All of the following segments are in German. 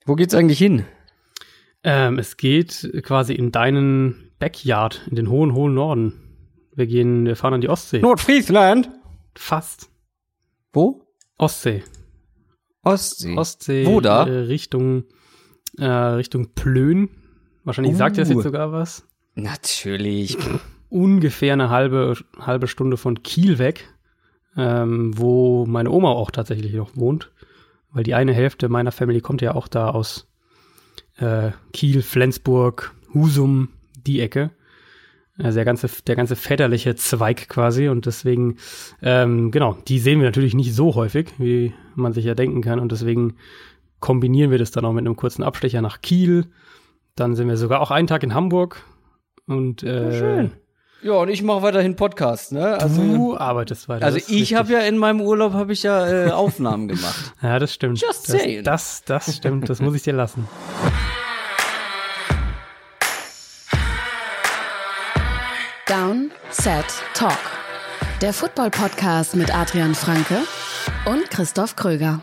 Wo geht's eigentlich hin? Es geht quasi in deinen Backyard, in den hohen Norden. Wir fahren an die Ostsee. Nordfriesland? Fast. Wo? Ostsee. Ostsee. Wo da? Richtung Plön. Wahrscheinlich sagt das jetzt sogar was. Natürlich. Ungefähr eine halbe Stunde von Kiel weg, wo meine Oma auch tatsächlich noch wohnt. Weil die eine Hälfte meiner Family kommt ja auch da aus Kiel, Flensburg, Husum, die Ecke. Also der ganze väterliche Zweig quasi. Und deswegen, die sehen wir natürlich nicht so häufig, wie man sich ja denken kann. Und deswegen kombinieren wir das dann auch mit einem kurzen Abstecher nach Kiel. Dann sind wir sogar auch einen Tag in Hamburg. Und schön. Ja, und ich mache weiterhin Podcast, ne? Also, du arbeitest weiter. Also ich habe ja in meinem Urlaub Aufnahmen gemacht. Ja, das stimmt. Just saying. Das stimmt, das muss ich dir lassen. Down, Set, Talk. Der Football-Podcast mit Adrian Franke und Christoph Kröger.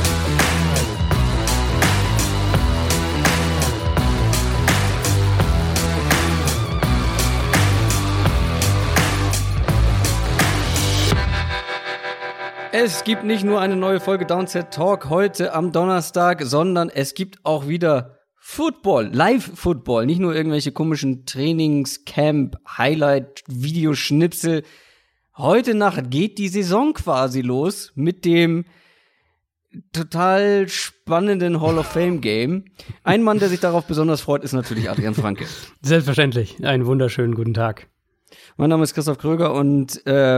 Es gibt nicht nur eine neue Folge Downset Talk heute am Donnerstag, sondern es gibt auch wieder Football, Live-Football. Nicht nur irgendwelche komischen Trainings-Camp, Highlight-Videoschnipsel. Heute Nacht geht die Saison quasi los mit dem total spannenden Hall of Fame-Game. Ein Mann, der sich darauf besonders freut, ist natürlich Adrian Franke. Selbstverständlich. Einen wunderschönen guten Tag. Mein Name ist Christoph Kröger und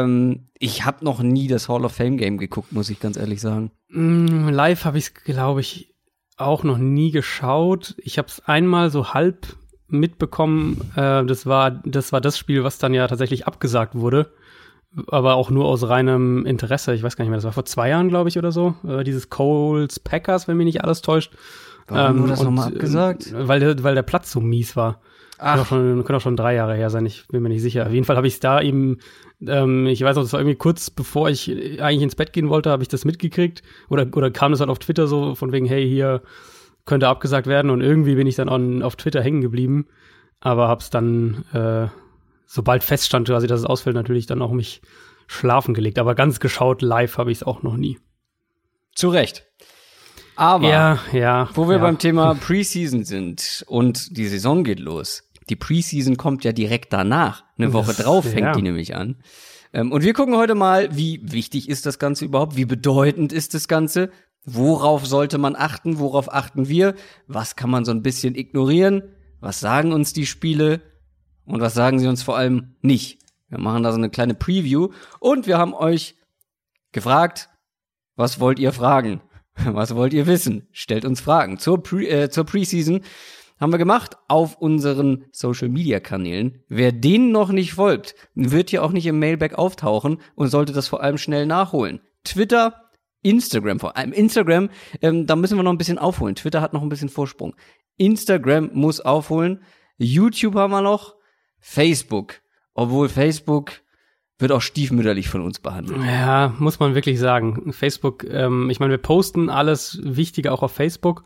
ich habe noch nie das Hall of Fame Game geguckt, muss ich ganz ehrlich sagen. Live habe ich es, glaube ich, auch noch nie geschaut. Ich habe es einmal so halb mitbekommen. Das war das Spiel, was dann ja tatsächlich abgesagt wurde, aber auch nur aus reinem Interesse. Ich weiß gar nicht mehr, das war vor 2 Jahren, glaube ich, oder so. Dieses Colts Packers, wenn mich nicht alles täuscht. Warum wurde das nochmal abgesagt? Weil der Platz so mies war. Kann auch schon 3 Jahre her sein, ich bin mir nicht sicher. Auf jeden Fall habe ich es da eben, ich weiß noch, das war irgendwie kurz bevor ich eigentlich ins Bett gehen wollte, habe ich das mitgekriegt. Oder kam das halt auf Twitter so von wegen, hey, hier könnte abgesagt werden. Und irgendwie bin ich dann auf Twitter hängen geblieben. Aber hab's dann, sobald feststand quasi, dass es ausfällt, natürlich dann auch mich schlafen gelegt. Aber ganz geschaut live habe ich es auch noch nie. Zu Recht. Aber, wo wir ja. beim Thema Preseason sind und die Saison geht los. Die Preseason kommt ja direkt danach. Eine Woche drauf fängt die nämlich an. Und wir gucken heute mal, wie wichtig ist das Ganze überhaupt? Wie bedeutend ist das Ganze? Worauf sollte man achten? Worauf achten wir? Was kann man so ein bisschen ignorieren? Was sagen uns die Spiele? Und was sagen sie uns vor allem nicht? Wir machen da so eine kleine Preview. Und wir haben euch gefragt, was wollt ihr fragen? Was wollt ihr wissen? Stellt uns Fragen. Zur Preseason haben wir gemacht auf unseren Social-Media-Kanälen. Wer denen noch nicht folgt, wird hier auch nicht im Mailback auftauchen und sollte das vor allem schnell nachholen. Twitter, Instagram, vor allem Instagram, da müssen wir noch ein bisschen aufholen. Twitter hat noch ein bisschen Vorsprung. Instagram muss aufholen. YouTube haben wir noch. Facebook. Obwohl Facebook wird auch stiefmütterlich von uns behandelt. Ja, muss man wirklich sagen. Facebook, ich meine, wir posten alles Wichtige auch auf Facebook,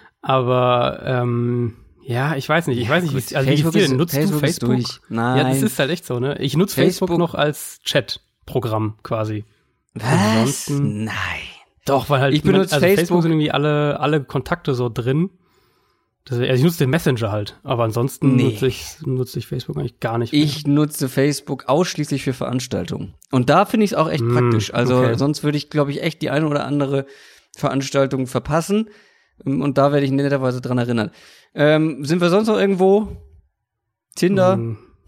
aber ich weiß nicht, wie es dir nutzt Facebook du Facebook? Nein. Ja, das ist halt echt so, ne? Ich nutze Facebook noch als Chat-Programm quasi. Was? Nein. Doch, weil halt ich benutze Facebook sind irgendwie alle Kontakte so drin. Also ich nutze den Messenger halt, aber ansonsten nutze ich Facebook eigentlich gar nicht mehr. Ich nutze Facebook ausschließlich für Veranstaltungen. Und da finde ich es auch echt praktisch. Also sonst würde ich, glaube ich, echt die eine oder andere Veranstaltung verpassen. Und da werde ich netterweise dran erinnern. Sind wir sonst noch irgendwo? Tinder?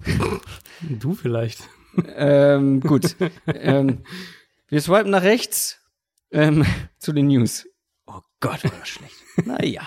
Du vielleicht. Gut. Wir swipen nach rechts zu den News. Oh Gott, war das schlecht. Naja.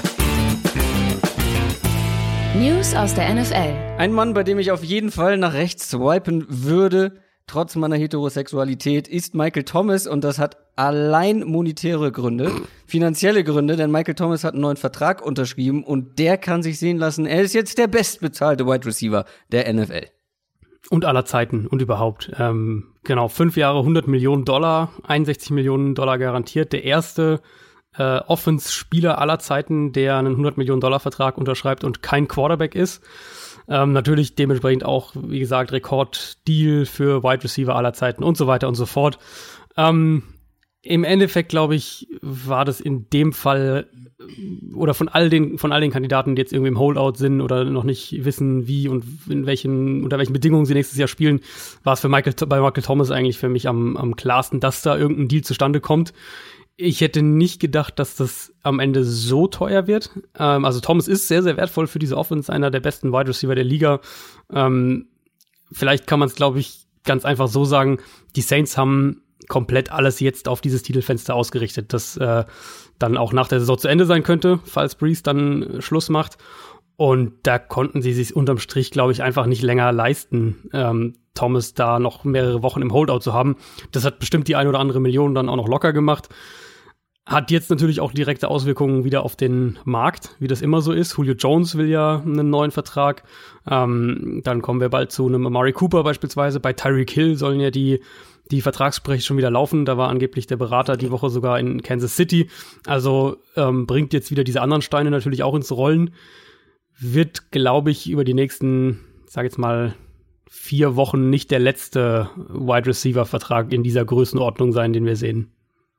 News aus der NFL. Ein Mann, bei dem ich auf jeden Fall nach rechts swipen würde, trotz meiner Heterosexualität, ist Michael Thomas und das hat allein monetäre Gründe, finanzielle Gründe, denn Michael Thomas hat einen neuen Vertrag unterschrieben und der kann sich sehen lassen, er ist jetzt der bestbezahlte Wide Receiver der NFL. Und aller Zeiten und überhaupt. 5 Jahre, $100 Millionen, $61 Millionen garantiert, der erste Offense-Spieler aller Zeiten, der einen $100-Millionen-Vertrag unterschreibt und kein Quarterback ist. Natürlich dementsprechend auch, wie gesagt, Rekorddeal für Wide Receiver aller Zeiten und so weiter und so fort. Im Endeffekt, glaube ich, war das in dem Fall oder von all den Kandidaten, die jetzt irgendwie im Holdout sind oder noch nicht wissen, wie und unter welchen Bedingungen sie nächstes Jahr spielen, war es bei Michael Thomas eigentlich für mich am klarsten, dass da irgendein Deal zustande kommt. Ich hätte nicht gedacht, dass das am Ende so teuer wird. Also Thomas ist sehr, sehr wertvoll für diese Offense, einer der besten Wide Receiver der Liga. Vielleicht kann man es, glaube ich, ganz einfach so sagen, die Saints haben komplett alles jetzt auf dieses Titelfenster ausgerichtet, das dann auch nach der Saison zu Ende sein könnte, falls Brees dann Schluss macht. Und da konnten sie sich unterm Strich, glaube ich, einfach nicht länger leisten, Thomas da noch mehrere Wochen im Holdout zu haben. Das hat bestimmt die 1 oder andere Million dann auch noch locker gemacht. Hat jetzt natürlich auch direkte Auswirkungen wieder auf den Markt, wie das immer so ist. Julio Jones will ja einen neuen Vertrag. Dann kommen wir bald zu einem Amari Cooper beispielsweise. Bei Tyreek Hill sollen ja die Vertragsgespräche schon wieder laufen. Da war angeblich der Berater die Woche sogar in Kansas City. Also bringt jetzt wieder diese anderen Steine natürlich auch ins Rollen. Wird, glaube ich, über die nächsten, sag jetzt mal, 4 Wochen nicht der letzte Wide Receiver-Vertrag in dieser Größenordnung sein, den wir sehen.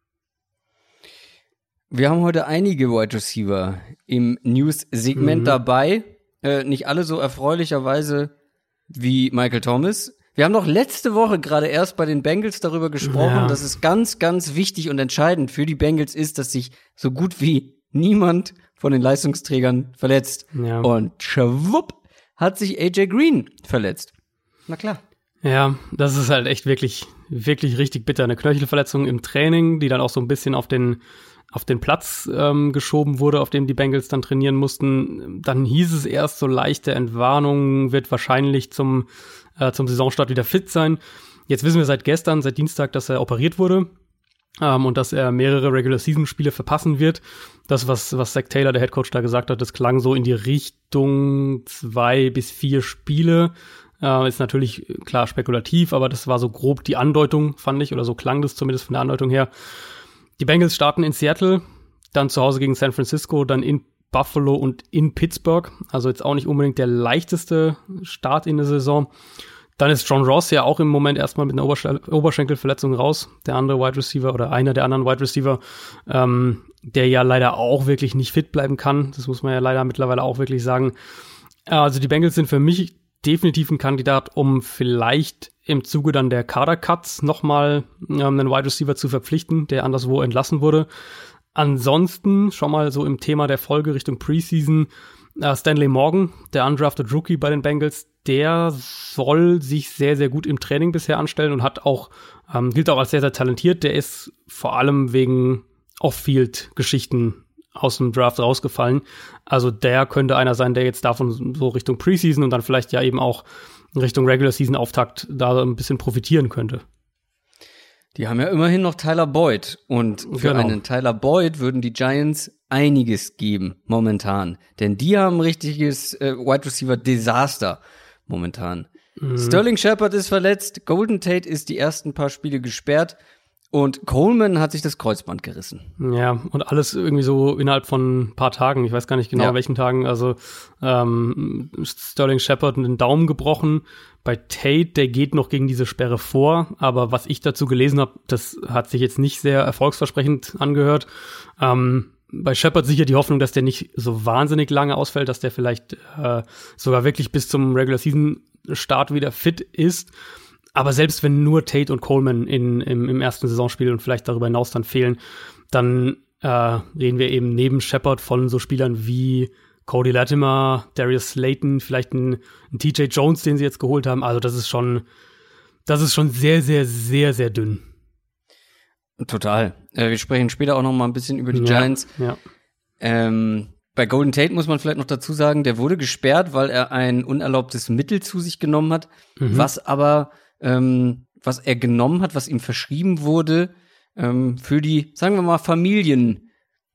Wir haben heute einige Wide Receiver im News-Segment dabei. Nicht alle so erfreulicherweise wie Michael Thomas. Wir haben doch letzte Woche gerade erst bei den Bengals darüber gesprochen, dass es ganz, ganz wichtig und entscheidend für die Bengals ist, dass sich so gut wie niemand von den Leistungsträgern verletzt. Ja. Und schwupp hat sich AJ Green verletzt. Na klar. Ja, das ist halt echt wirklich, wirklich richtig bitter. Eine Knöchelverletzung im Training, die dann auch so ein bisschen auf den Platz geschoben wurde, auf dem die Bengals dann trainieren mussten. Dann hieß es erst, so leichte Entwarnung, wird wahrscheinlich zum Saisonstart wieder fit sein. Jetzt wissen wir seit Dienstag, dass er operiert wurde und dass er mehrere Regular-Season-Spiele verpassen wird. Das, was Zach Taylor, der Headcoach, da gesagt hat, das klang so in die Richtung 2 bis 4 Spiele. Ist natürlich klar spekulativ, aber das war so grob die Andeutung, fand ich, oder so klang das zumindest von der Andeutung her. Die Bengals starten in Seattle, dann zu Hause gegen San Francisco, dann in Buffalo und in Pittsburgh. Also jetzt auch nicht unbedingt der leichteste Start in der Saison. Dann ist John Ross ja auch im Moment erstmal mit einer Oberschenkelverletzung raus. Der andere Wide Receiver oder einer der anderen Wide Receiver, der ja leider auch wirklich nicht fit bleiben kann. Das muss man ja leider mittlerweile auch wirklich sagen. Also die Bengals sind für mich definitiv ein Kandidat, um vielleicht im Zuge dann der Kader-Cuts nochmal einen Wide Receiver zu verpflichten, der anderswo entlassen wurde. Ansonsten schon mal so im Thema der Folge Richtung Preseason, Stanley Morgan, der undrafted Rookie bei den Bengals, der soll sich sehr, sehr gut im Training bisher anstellen und gilt auch als sehr, sehr talentiert. Der ist vor allem wegen Off-Field-Geschichten aus dem Draft rausgefallen. Also der könnte einer sein, der jetzt davon so Richtung Preseason und dann vielleicht ja eben auch Richtung Regular-Season-Auftakt da ein bisschen profitieren könnte. Die haben ja immerhin noch Tyler Boyd. Und für einen Tyler Boyd würden die Giants einiges geben, momentan. Denn die haben ein richtiges Wide-Receiver-Desaster momentan. Sterling Shepard ist verletzt, Golden Tate ist die ersten paar Spiele gesperrt und Coleman hat sich das Kreuzband gerissen. Ja, und alles irgendwie so innerhalb von ein paar Tagen. Ich weiß gar nicht genau, welchen Tagen. Also Sterling Shepard den Daumen gebrochen. Bei Tate, der geht noch gegen diese Sperre vor. Aber was ich dazu gelesen habe, das hat sich jetzt nicht sehr erfolgsversprechend angehört. Bei Shepard sicher die Hoffnung, dass der nicht so wahnsinnig lange ausfällt, dass der vielleicht sogar wirklich bis zum Regular-Season-Start wieder fit ist. Aber selbst wenn nur Tate und Coleman im ersten Saisonspiel und vielleicht darüber hinaus dann fehlen, dann reden wir eben neben Shepard von so Spielern wie Cody Latimer, Darius Slayton, vielleicht ein TJ Jones, den sie jetzt geholt haben. Also das ist schon sehr, sehr, sehr, sehr dünn. Total. Wir sprechen später auch noch mal ein bisschen über die Giants. Ja. Bei Golden Tate muss man vielleicht noch dazu sagen, der wurde gesperrt, weil er ein unerlaubtes Mittel zu sich genommen hat, was er genommen hat, was ihm verschrieben wurde, für die, sagen wir mal, Familienbildung.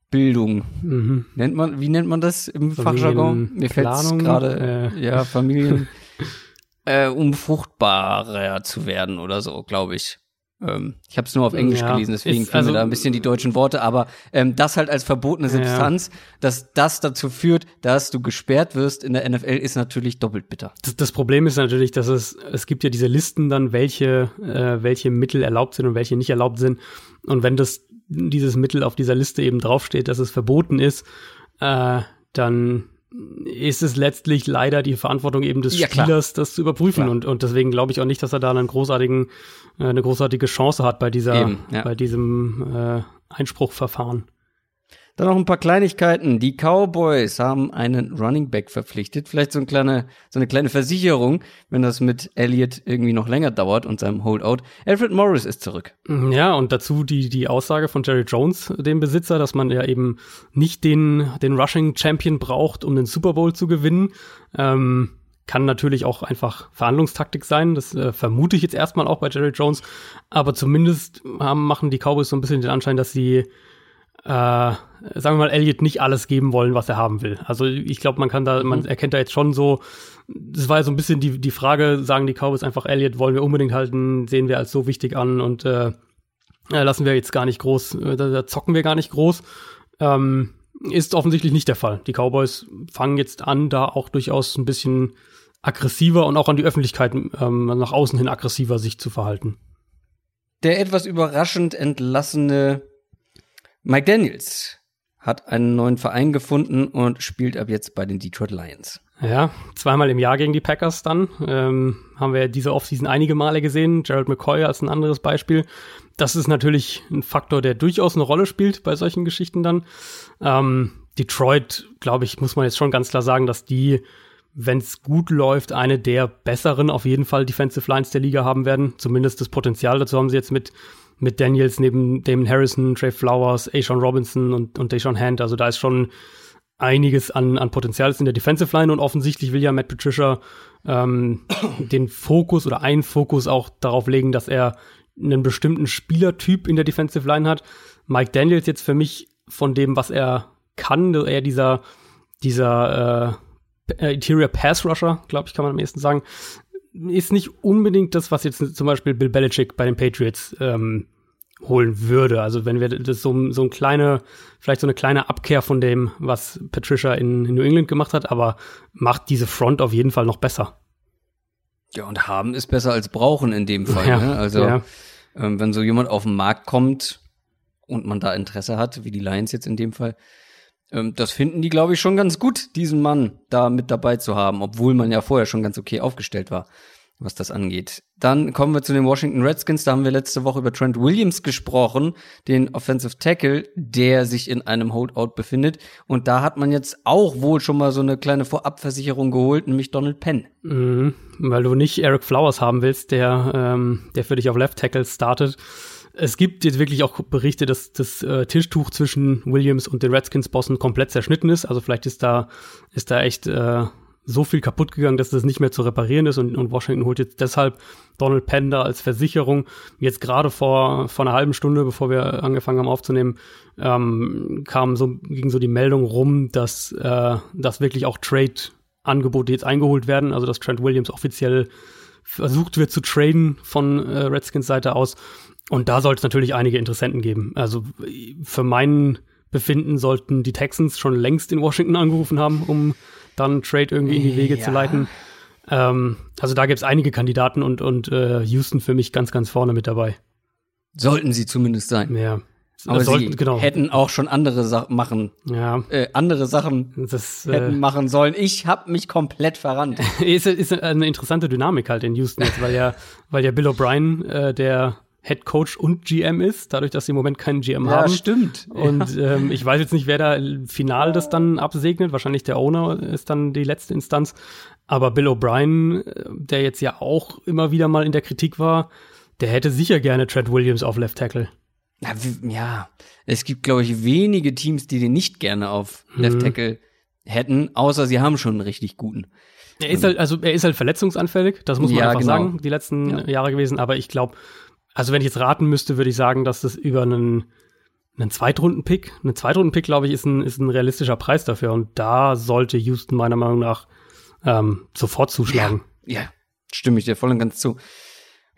Wie nennt man das im Fachjargon? Mir fällt es gerade, Familien, um fruchtbarer zu werden oder so, glaube ich. Ich habe es nur auf Englisch gelesen, deswegen fehlen mir da ein bisschen die deutschen Worte, aber das halt als verbotene Substanz, dass das dazu führt, dass du gesperrt wirst in der NFL, ist natürlich doppelt bitter. Das Problem ist natürlich, dass es gibt ja diese Listen dann, welche Mittel erlaubt sind und welche nicht erlaubt sind. Und wenn dieses Mittel auf dieser Liste eben draufsteht, dass es verboten ist, dann ist es letztlich leider die Verantwortung eben des Spielers, das zu überprüfen. Und deswegen glaube ich auch nicht, dass er da eine großartige Chance hat bei diesem Einspruchverfahren. Dann noch ein paar Kleinigkeiten. Die Cowboys haben einen Running Back verpflichtet. Vielleicht so eine kleine Versicherung, wenn das mit Elliott irgendwie noch länger dauert und seinem Holdout. Alfred Morris ist zurück. Ja, und dazu die Aussage von Jerry Jones, dem Besitzer, dass man ja eben nicht den Rushing Champion braucht, um den Super Bowl zu gewinnen. Kann natürlich auch einfach Verhandlungstaktik sein. Das vermute ich jetzt erstmal auch bei Jerry Jones. Aber zumindest machen die Cowboys so ein bisschen den Anschein, dass sie sagen wir mal, Elliott nicht alles geben wollen, was er haben will. Also ich glaube, man erkennt da jetzt schon so, das war ja so ein bisschen die Frage, sagen die Cowboys einfach, Elliott wollen wir unbedingt halten, sehen wir als so wichtig an und lassen wir jetzt gar nicht groß, da zocken wir gar nicht groß. Ist offensichtlich nicht der Fall. Die Cowboys fangen jetzt an, da auch durchaus ein bisschen aggressiver und auch an die Öffentlichkeit nach außen hin aggressiver sich zu verhalten. Der etwas überraschend entlassene Mike Daniels hat einen neuen Verein gefunden und spielt ab jetzt bei den Detroit Lions. Ja, 2-mal im Jahr gegen die Packers dann. Haben wir diese Offseason einige Male gesehen. Gerald McCoy als ein anderes Beispiel. Das ist natürlich ein Faktor, der durchaus eine Rolle spielt bei solchen Geschichten dann. Detroit, glaube ich, muss man jetzt schon ganz klar sagen, dass die, wenn es gut läuft, eine der besseren auf jeden Fall Defensive Lines der Liga haben werden. Zumindest das Potenzial dazu haben sie jetzt mit Daniels neben Damon Harrison, Trey Flowers, A'Shaun Robinson und Deshaun Hand. Also da ist schon einiges an Potenzial in der Defensive Line und offensichtlich will ja Matt Patricia den Fokus oder einen Fokus auch darauf legen, dass er einen bestimmten Spielertyp in der Defensive Line hat. Mike Daniels jetzt für mich von dem, was er kann, eher dieser Interior Pass Rusher, glaube ich, kann man am ehesten sagen, ist nicht unbedingt das, was jetzt zum Beispiel Bill Belichick bei den Patriots holen würde. Also wenn wir das vielleicht so eine kleine Abkehr von dem, was Patricia in New England gemacht hat, aber macht diese Front auf jeden Fall noch besser. Ja, und haben ist besser als brauchen in dem Fall. Ja, ne? Also wenn so jemand auf den Markt kommt und man da Interesse hat, wie die Lions jetzt in dem Fall, das finden die, glaube ich, schon ganz gut, diesen Mann da mit dabei zu haben, obwohl man ja vorher schon ganz okay aufgestellt war, was das angeht. Dann kommen wir zu den Washington Redskins. Da haben wir letzte Woche über Trent Williams gesprochen, den Offensive Tackle, der sich in einem Holdout befindet. Und da hat man jetzt auch wohl schon mal so eine kleine Vorabversicherung geholt, nämlich Donald Penn. Weil du nicht Eric Flowers haben willst, der für dich auf Left Tackle startet. Es gibt jetzt wirklich auch Berichte, dass das Tischtuch zwischen Williams und den Redskins-Bossen komplett zerschnitten ist. Also vielleicht ist da echt so viel kaputt gegangen, dass das nicht mehr zu reparieren ist. Und Washington holt jetzt deshalb Donald Penn da als Versicherung. Jetzt gerade vor einer halben Stunde, bevor wir angefangen haben aufzunehmen, ging so die Meldung rum, dass wirklich auch Trade-Angebote jetzt eingeholt werden. Also dass Trent Williams offiziell versucht wird zu traden von Redskins Seite aus. Und da sollte es natürlich einige Interessenten geben. Also für mein Befinden sollten die Texans schon längst in Washington angerufen haben, um dann einen Trade irgendwie in die Wege zu leiten. Also da gibt es einige Kandidaten und Houston für mich ganz, ganz vorne mit dabei. Sollten sie zumindest sein. Ja. Aber sie hätten auch schon andere Sachen hätten machen sollen. Ich habe mich komplett verrannt. Ist eine interessante Dynamik halt in Houston jetzt, weil ja Bill O'Brien der Head Coach und GM ist, dadurch, dass sie im Moment keinen GM haben. Ja, stimmt. Und ich weiß jetzt nicht, wer da final das dann absegnet. Wahrscheinlich der Owner ist dann die letzte Instanz. Aber Bill O'Brien, der jetzt ja auch immer wieder mal in der Kritik war, der hätte sicher gerne Trent Williams auf Left Tackle. Ja, es gibt, glaube ich, wenige Teams, die den nicht gerne auf Left Tackle hätten, außer sie haben schon einen richtig guten. Er ist halt verletzungsanfällig, das muss man einfach sagen, die letzten Jahre gewesen. Aber ich glaube, also wenn ich jetzt raten müsste, würde ich sagen, dass das über einen Zweitrunden-Pick, glaube ich, ist ein realistischer Preis dafür. Und da sollte Houston meiner Meinung nach sofort zuschlagen. Ja, stimme ich dir voll und ganz zu.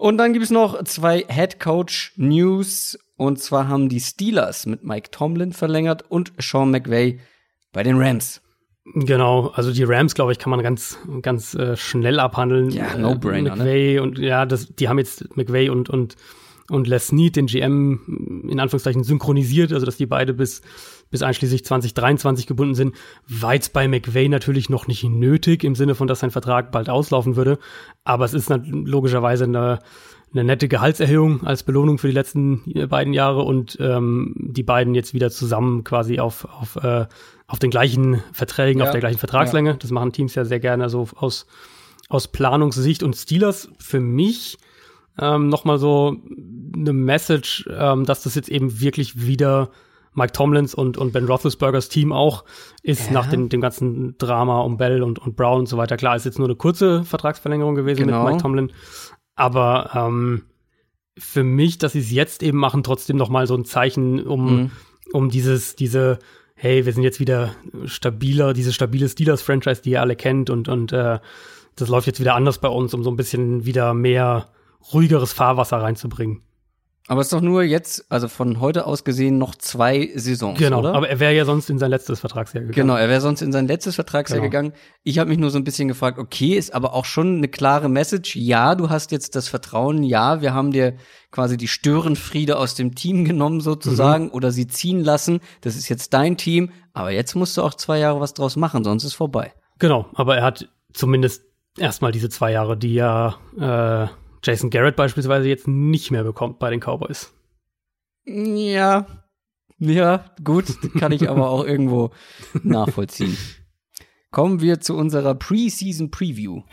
Und dann gibt es noch 2 Head-Coach-News. Und zwar haben die Steelers mit Mike Tomlin verlängert und Sean McVay bei den Rams. Genau, also die Rams, glaube ich, kann man ganz schnell abhandeln. Ja, No-Brainer, McVay, ne? Und ja, die haben jetzt McVay und Les Snead, den GM, in Anführungszeichen synchronisiert, also dass die beide bis einschließlich 2023 gebunden sind. War jetzt bei McVay natürlich noch nicht nötig, im Sinne von, dass sein Vertrag bald auslaufen würde. Aber es ist logischerweise eine nette Gehaltserhöhung als Belohnung für die letzten beiden Jahre und die beiden jetzt wieder zusammen quasi auf den gleichen Verträgen, auf der gleichen Vertragslänge. Ja. Das machen Teams ja sehr gerne so aus Planungssicht. Und Steelers für mich nochmal so eine Message, dass das jetzt eben wirklich wieder Mike Tomlins und Ben Roethlisbergers Team auch ist, nach dem ganzen Drama um Bell und Brown und so weiter. Klar, ist jetzt nur eine kurze Vertragsverlängerung gewesen mit Mike Tomlin. Aber für mich, dass sie es jetzt eben machen, trotzdem noch mal so ein Zeichen, um diese hey, wir sind jetzt wieder diese stabile Steelers-Franchise, die ihr alle kennt und das läuft jetzt wieder anders bei uns, um so ein bisschen wieder mehr ruhigeres Fahrwasser reinzubringen. Aber es ist doch nur jetzt, also von heute aus gesehen, noch 2 Saisons, genau, oder? Aber er wäre ja sonst in sein letztes Vertragsjahr gegangen. Genau, er wäre sonst in sein letztes Vertragsjahr gegangen. Ich habe mich nur so ein bisschen gefragt, okay, ist aber auch schon eine klare Message. Ja, du hast jetzt das Vertrauen. Ja, wir haben dir quasi die Störenfriede aus dem Team genommen sozusagen oder sie ziehen lassen. Das ist jetzt dein Team. Aber jetzt musst du auch 2 Jahre was draus machen, sonst ist vorbei. Genau, aber er hat zumindest erstmal diese 2 Jahre, die ja Jason Garrett beispielsweise jetzt nicht mehr bekommt bei den Cowboys. Ja, gut, kann ich aber auch irgendwo nachvollziehen. Kommen wir zu unserer Preseason Preview.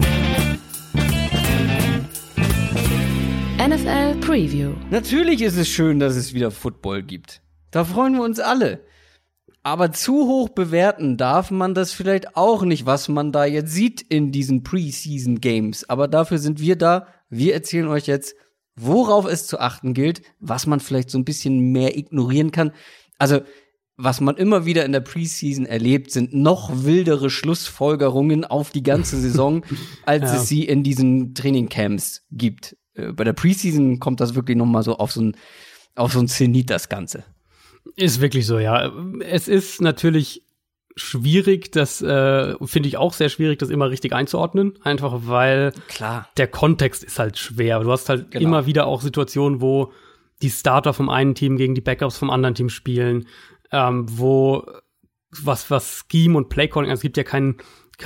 NFL Preview. Natürlich ist es schön, dass es wieder Football gibt. Da freuen wir uns alle. Aber zu hoch bewerten darf man das vielleicht auch nicht, was man da jetzt sieht in diesen Preseason Games. Aber dafür sind wir da. Wir erzählen euch jetzt, worauf es zu achten gilt, was man vielleicht so ein bisschen mehr ignorieren kann. Also, was man immer wieder in der Preseason erlebt, sind noch wildere Schlussfolgerungen auf die ganze Saison, als es sie in diesen Trainingcamps gibt. Bei der Preseason kommt das wirklich noch mal so auf so ein Zenit, das Ganze. Ist wirklich so, ja. Es ist natürlich schwierig, das finde ich auch sehr schwierig, das immer richtig einzuordnen, einfach weil der Kontext ist halt schwer. Du hast halt immer wieder auch Situationen, wo die Starter vom einen Team gegen die Backups vom anderen Team spielen, wo was Scheme und Playcalling, also es gibt ja kein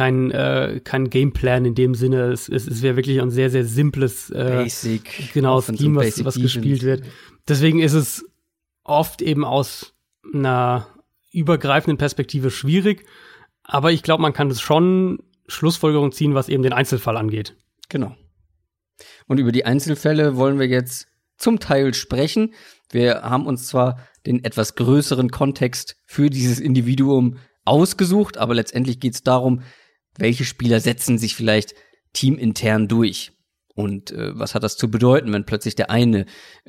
Gameplan in dem Sinne. Es wäre wirklich ein sehr, sehr simples Basic Scheme, was gespielt wird. Deswegen ist es oft eben aus einer übergreifenden Perspektive schwierig, aber ich glaube, man kann das schon Schlussfolgerungen ziehen, was eben den Einzelfall angeht. Genau. Und über die Einzelfälle wollen wir jetzt zum Teil sprechen. Wir haben uns zwar den etwas größeren Kontext für dieses Individuum ausgesucht, aber letztendlich geht es darum, welche Spieler setzen sich vielleicht teamintern durch. Und was hat das zu bedeuten, wenn plötzlich der eine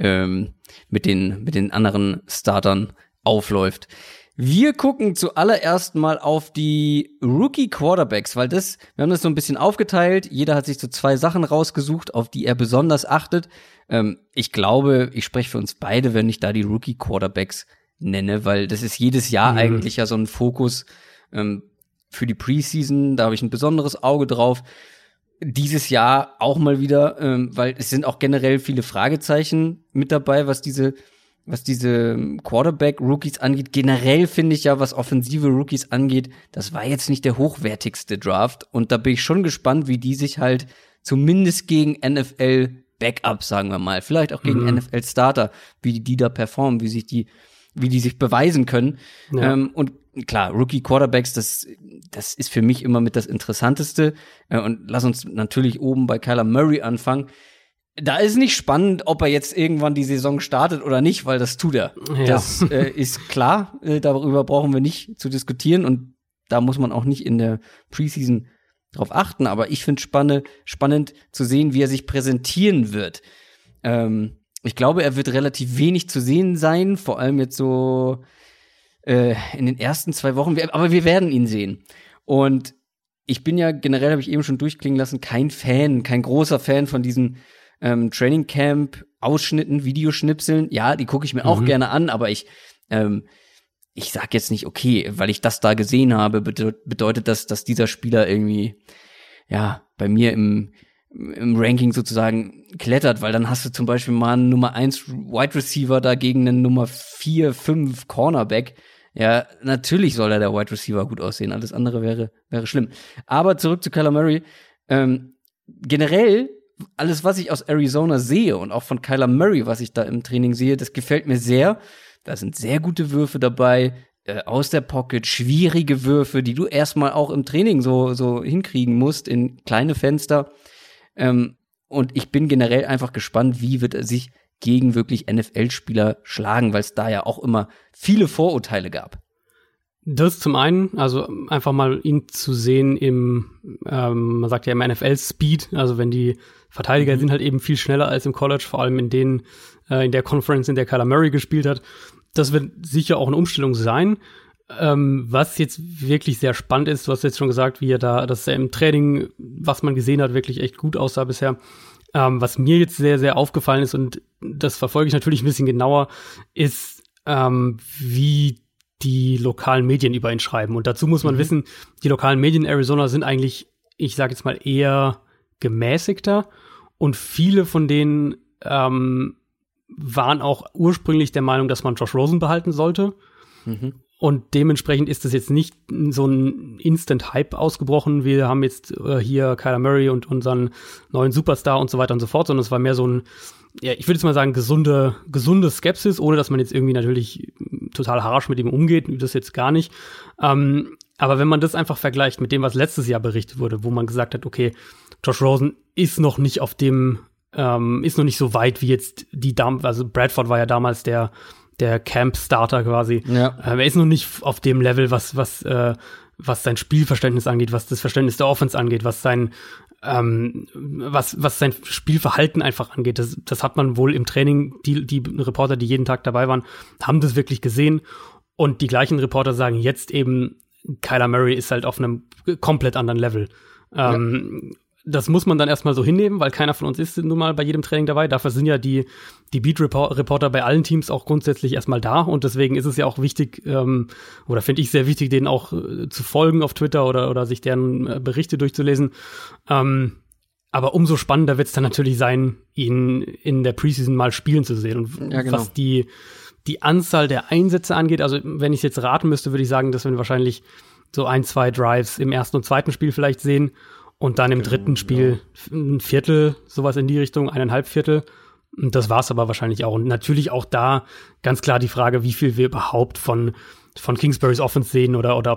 mit den anderen Startern aufläuft? Wir gucken zuallererst mal auf die Rookie-Quarterbacks, weil wir haben das so ein bisschen aufgeteilt. Jeder hat sich so 2 Sachen rausgesucht, auf die er besonders achtet. Ich glaube, ich spreche für uns beide, wenn ich da die Rookie-Quarterbacks nenne, weil das ist jedes Jahr eigentlich ja so ein Fokus für die Preseason. Da habe ich ein besonderes Auge drauf. Dieses Jahr auch mal wieder, weil es sind auch generell viele Fragezeichen mit dabei, was diese Quarterback-Rookies angeht. Generell finde ich ja, was offensive Rookies angeht, das war jetzt nicht der hochwertigste Draft. Und da bin ich schon gespannt, wie die sich halt zumindest gegen NFL-Backups, sagen wir mal, vielleicht auch gegen NFL-Starter, wie die da performen, wie die sich beweisen können. Ja. Und klar, Rookie-Quarterbacks, das ist für mich immer mit das Interessanteste. Und lass uns natürlich oben bei Kyler Murray anfangen. Da ist nicht spannend, ob er jetzt irgendwann die Saison startet oder nicht, weil das tut er. Ja. Das ist klar, darüber brauchen wir nicht zu diskutieren und da muss man auch nicht in der Preseason drauf achten. Aber ich finde spannend zu sehen, wie er sich präsentieren wird. Ich glaube, er wird relativ wenig zu sehen sein, vor allem jetzt so in den ersten 2 Wochen. Aber wir werden ihn sehen. Und ich bin ja generell, habe ich eben schon durchklingen lassen, kein großer Fan von diesen Training Camp Ausschnitten, Videoschnipseln, ja, die gucke ich mir auch gerne an, aber ich sag jetzt nicht, okay, weil ich das da gesehen habe, bedeutet das, dass dieser Spieler irgendwie, ja, bei mir im Ranking sozusagen klettert, weil dann hast du zum Beispiel mal einen Nummer 1 Wide Receiver dagegen einen Nummer 4, 5 Cornerback. Ja, natürlich soll der Wide Receiver gut aussehen, alles andere wäre schlimm. Aber zurück zu Kyler Murray. Generell, alles, was ich aus Arizona sehe und auch von Kyler Murray, was ich da im Training sehe, das gefällt mir sehr. Da sind sehr gute Würfe dabei, aus der Pocket, schwierige Würfe, die du erstmal auch im Training so hinkriegen musst in kleine Fenster. Und ich bin generell einfach gespannt, wie wird er sich gegen wirklich NFL-Spieler schlagen, weil es da ja auch immer viele Vorurteile gab. Das zum einen, also einfach mal ihn zu sehen man sagt ja im NFL-Speed, also wenn die Verteidiger sind halt eben viel schneller als im College, vor allem in der Conference, in der Kyler Murray gespielt hat. Das wird sicher auch eine Umstellung sein. Was jetzt wirklich sehr spannend ist, du hast jetzt schon gesagt, dass er im Training, was man gesehen hat, wirklich echt gut aussah bisher. Was mir jetzt sehr, sehr aufgefallen ist, und das verfolge ich natürlich ein bisschen genauer, ist, wie die lokalen Medien über ihn schreiben. Und dazu muss man wissen, die lokalen Medien in Arizona sind eigentlich, ich sage jetzt mal, eher gemäßigter. Und viele von denen waren auch ursprünglich der Meinung, dass man Josh Rosen behalten sollte. Und dementsprechend ist das jetzt nicht so ein Instant-Hype ausgebrochen. Wir haben jetzt hier Kyler Murray und unseren neuen Superstar und so weiter und so fort, sondern es war mehr so ein, ja, ich würde jetzt mal sagen, gesunde Skepsis, ohne dass man jetzt irgendwie natürlich total harsch mit ihm umgeht, das jetzt gar nicht. Aber wenn man das einfach vergleicht mit dem, was letztes Jahr berichtet wurde, wo man gesagt hat, okay, Josh Rosen ist noch nicht ist noch nicht so weit wie jetzt also Bradford war ja damals der Camp-Starter quasi. Ja. Er ist noch nicht auf dem Level, was sein Spielverständnis angeht, was das Verständnis der Offense angeht, was sein Spielverhalten einfach angeht. Das hat man wohl im Training, die Reporter, die jeden Tag dabei waren, haben das wirklich gesehen. Und die gleichen Reporter sagen jetzt eben, Kyler Murray ist halt auf einem komplett anderen Level. Das muss man dann erstmal so hinnehmen, weil keiner von uns ist nun mal bei jedem Training dabei. Dafür sind ja die Beat-Reporter bei allen Teams auch grundsätzlich erstmal da. Und deswegen ist es ja auch wichtig, oder finde ich sehr wichtig, denen auch zu folgen auf Twitter oder sich deren Berichte durchzulesen. Aber umso spannender wird es dann natürlich sein, ihn in der Preseason mal spielen zu sehen. Und ja, genau. Was die Anzahl der Einsätze angeht, also wenn ich es jetzt raten müsste, würde ich sagen, dass wir wahrscheinlich so 1-2 Drives im ersten und zweiten Spiel vielleicht sehen. Und dann im dritten Spiel ein Viertel, sowas in die Richtung, 1,5 Viertel. Und das war's aber wahrscheinlich auch. Und natürlich auch da ganz klar die Frage, wie viel wir überhaupt von Kingsburys Offense sehen oder ob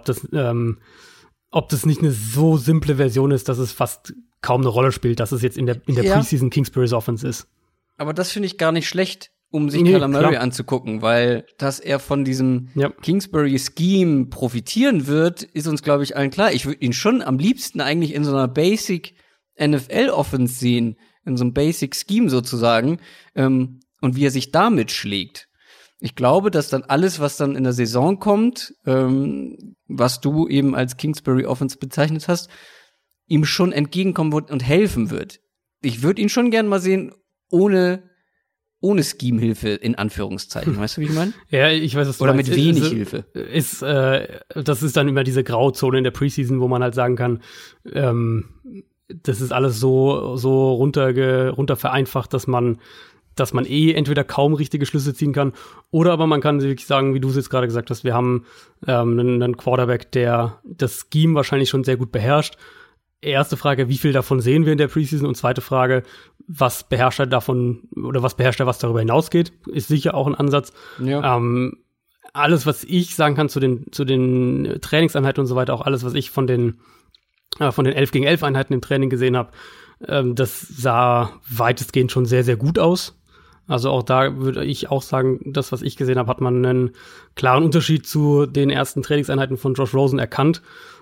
das nicht eine so simple Version ist, dass es fast kaum eine Rolle spielt, dass es jetzt in der Preseason Kingsburys Offense ist. Aber das finde ich gar nicht schlecht, um sich Kyler Murray anzugucken, weil dass er von diesem Kingsbury-Scheme profitieren wird, ist uns, glaube ich, allen klar. Ich würde ihn schon am liebsten eigentlich in so einer Basic-NFL-Offense sehen, in so einem Basic-Scheme sozusagen, und wie er sich damit schlägt. Ich glaube, dass dann alles, was dann in der Saison kommt, was du eben als Kingsbury-Offense bezeichnet hast, ihm schon entgegenkommen wird und helfen wird. Ich würde ihn schon gern mal sehen, ohne Scheme-Hilfe, in Anführungszeichen. Weißt du, wie ich meine? Ja, ich weiß, was du meinst. Oder mit wenig Hilfe. Das ist dann immer diese Grauzone in der Preseason, wo man halt sagen kann, das ist alles so runter vereinfacht, dass man entweder kaum richtige Schlüsse ziehen kann, oder aber man kann wirklich sagen, wie du es jetzt gerade gesagt hast, wir haben einen Quarterback, der das Scheme wahrscheinlich schon sehr gut beherrscht. Erste Frage, wie viel davon sehen wir in der Preseason? Und zweite Frage, was beherrscht er davon oder was beherrscht er, was darüber hinausgeht? Ist sicher auch ein Ansatz. Ja. Alles, was ich sagen kann zu den Trainingseinheiten und so weiter, auch alles, was ich von den 11 gegen 11 Einheiten im Training gesehen habe, das sah weitestgehend schon sehr, sehr gut aus. Also auch da würde ich auch sagen, das, was ich gesehen habe, hat man einen klaren Unterschied zu den ersten Trainingseinheiten von Josh Rosen erkannt.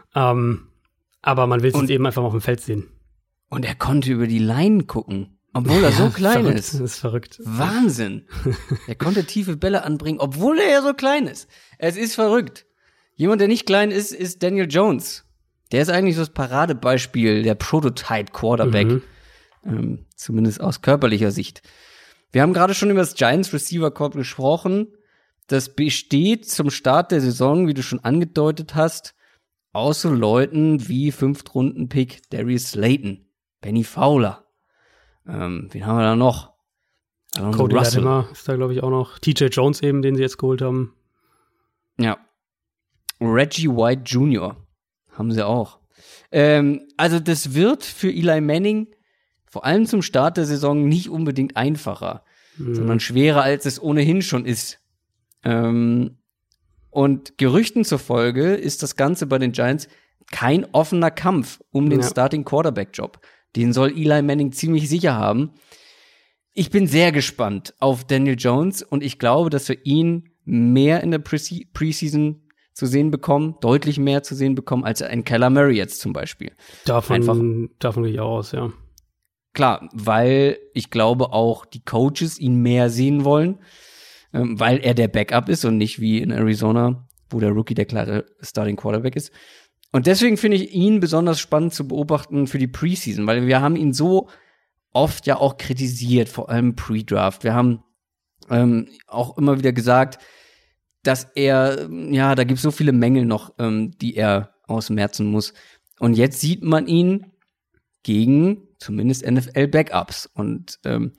Aber man will es eben einfach mal auf dem Feld sehen. Und er konnte über die Line gucken, obwohl er so klein ist. Das ist verrückt. Wahnsinn. Er konnte tiefe Bälle anbringen, obwohl er ja so klein ist. Es ist verrückt. Jemand, der nicht klein ist Daniel Jones. Der ist eigentlich so das Paradebeispiel, der Prototype-Quarterback. Zumindest aus körperlicher Sicht. Wir haben gerade schon über das Giants Receiver Corps gesprochen. Das besteht zum Start der Saison, wie du schon angedeutet hast, aus so Leuten wie 5-Runden-Pick Darius Slayton, Benny Fowler. Wen haben wir da noch? Cody Latimer ist da, glaube ich, auch noch. TJ Jones eben, den sie jetzt geholt haben. Ja. Reggie White Jr. haben sie auch. Also das wird für Eli Manning vor allem zum Start der Saison nicht unbedingt einfacher, sondern schwerer, als es ohnehin schon ist. Und Gerüchten zufolge ist das Ganze bei den Giants kein offener Kampf um den Starting Quarterback Job. Den soll Eli Manning ziemlich sicher haben. Ich bin sehr gespannt auf Daniel Jones und ich glaube, dass wir ihn mehr in der Preseason zu sehen bekommen, deutlich mehr zu sehen bekommen, als ein Kyler Murray jetzt zum Beispiel. Davon gehe ich aus, ja. Klar, weil ich glaube auch die Coaches ihn mehr sehen wollen, weil er der Backup ist und nicht wie in Arizona, wo der Rookie der klare Starting Quarterback ist. Und deswegen finde ich ihn besonders spannend zu beobachten für die Preseason, weil wir haben ihn so oft ja auch kritisiert, vor allem Pre-Draft. Wir haben auch immer wieder gesagt, dass er, da gibt es so viele Mängel noch, die er ausmerzen muss. Und jetzt sieht man ihn gegen zumindest NFL-Backups. Und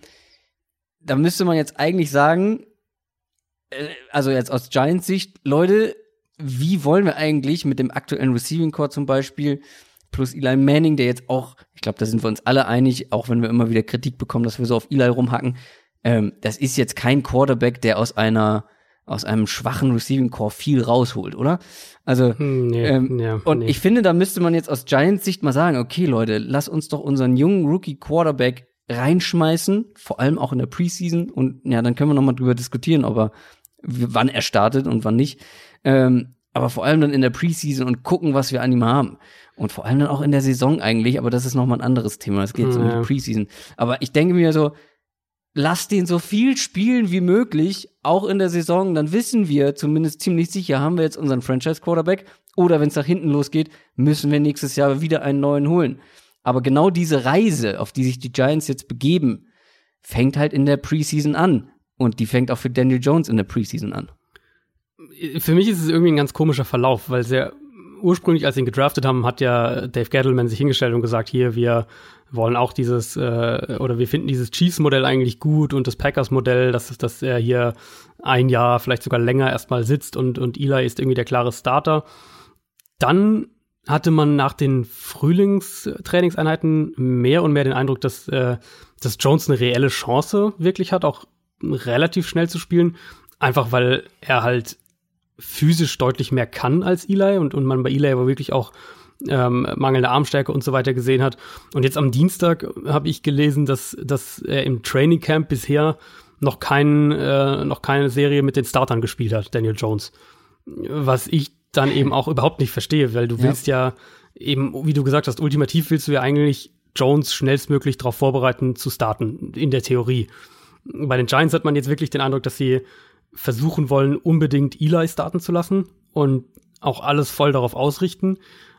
da müsste man jetzt eigentlich sagen, also jetzt aus Giants Sicht, Leute, wie wollen wir eigentlich mit dem aktuellen Receiving Core zum Beispiel, plus Eli Manning, der jetzt auch, ich glaube, da sind wir uns alle einig, auch wenn wir immer wieder Kritik bekommen, dass wir so auf Eli rumhacken, das ist jetzt kein Quarterback, der aus einem schwachen Receiving Core viel rausholt, oder? Also, ich finde, da müsste man jetzt aus Giants Sicht mal sagen, okay, Leute, lass uns doch unseren jungen Rookie Quarterback reinschmeißen, vor allem auch in der Preseason, und ja, dann können wir noch mal drüber diskutieren, wann er startet und wann nicht. Aber vor allem dann in der Preseason und gucken, was wir an ihm haben. Und vor allem dann auch in der Saison eigentlich, aber das ist noch mal ein anderes Thema. Es geht jetzt um die Preseason. Aber ich denke mir so, lass den so viel spielen wie möglich, auch in der Saison. Dann wissen wir zumindest ziemlich sicher, haben wir jetzt unseren Franchise-Quarterback. Oder wenn es nach hinten losgeht, müssen wir nächstes Jahr wieder einen neuen holen. Aber genau diese Reise, auf die sich die Giants jetzt begeben, fängt halt in der Preseason an. Und die fängt auch für Daniel Jones in der Preseason an. Für mich ist es irgendwie ein ganz komischer Verlauf, weil sehr ursprünglich, als sie ihn gedraftet haben, hat ja Dave Gettleman sich hingestellt und gesagt, hier, wir wollen auch oder wir finden dieses Chiefs-Modell eigentlich gut und das Packers-Modell, dass er hier ein Jahr, vielleicht sogar länger erstmal sitzt und Eli ist irgendwie der klare Starter. Dann hatte man nach den Frühlingstrainingseinheiten mehr und mehr den Eindruck, dass Jones eine reelle Chance wirklich hat, auch relativ schnell zu spielen, einfach weil er halt physisch deutlich mehr kann als Eli und man bei Eli aber wirklich auch mangelnde Armstärke und so weiter gesehen hat. Und jetzt am Dienstag habe ich gelesen, dass er im Training Camp bisher noch keine Serie mit den Startern gespielt hat, Daniel Jones. Was ich dann eben auch überhaupt nicht verstehe, weil du willst ja eben, wie du gesagt hast, ultimativ willst du ja eigentlich Jones schnellstmöglich darauf vorbereiten zu starten, in der Theorie. Bei den Giants hat man jetzt wirklich den Eindruck, dass sie versuchen wollen, unbedingt Eli starten zu lassen und auch alles voll darauf ausrichten.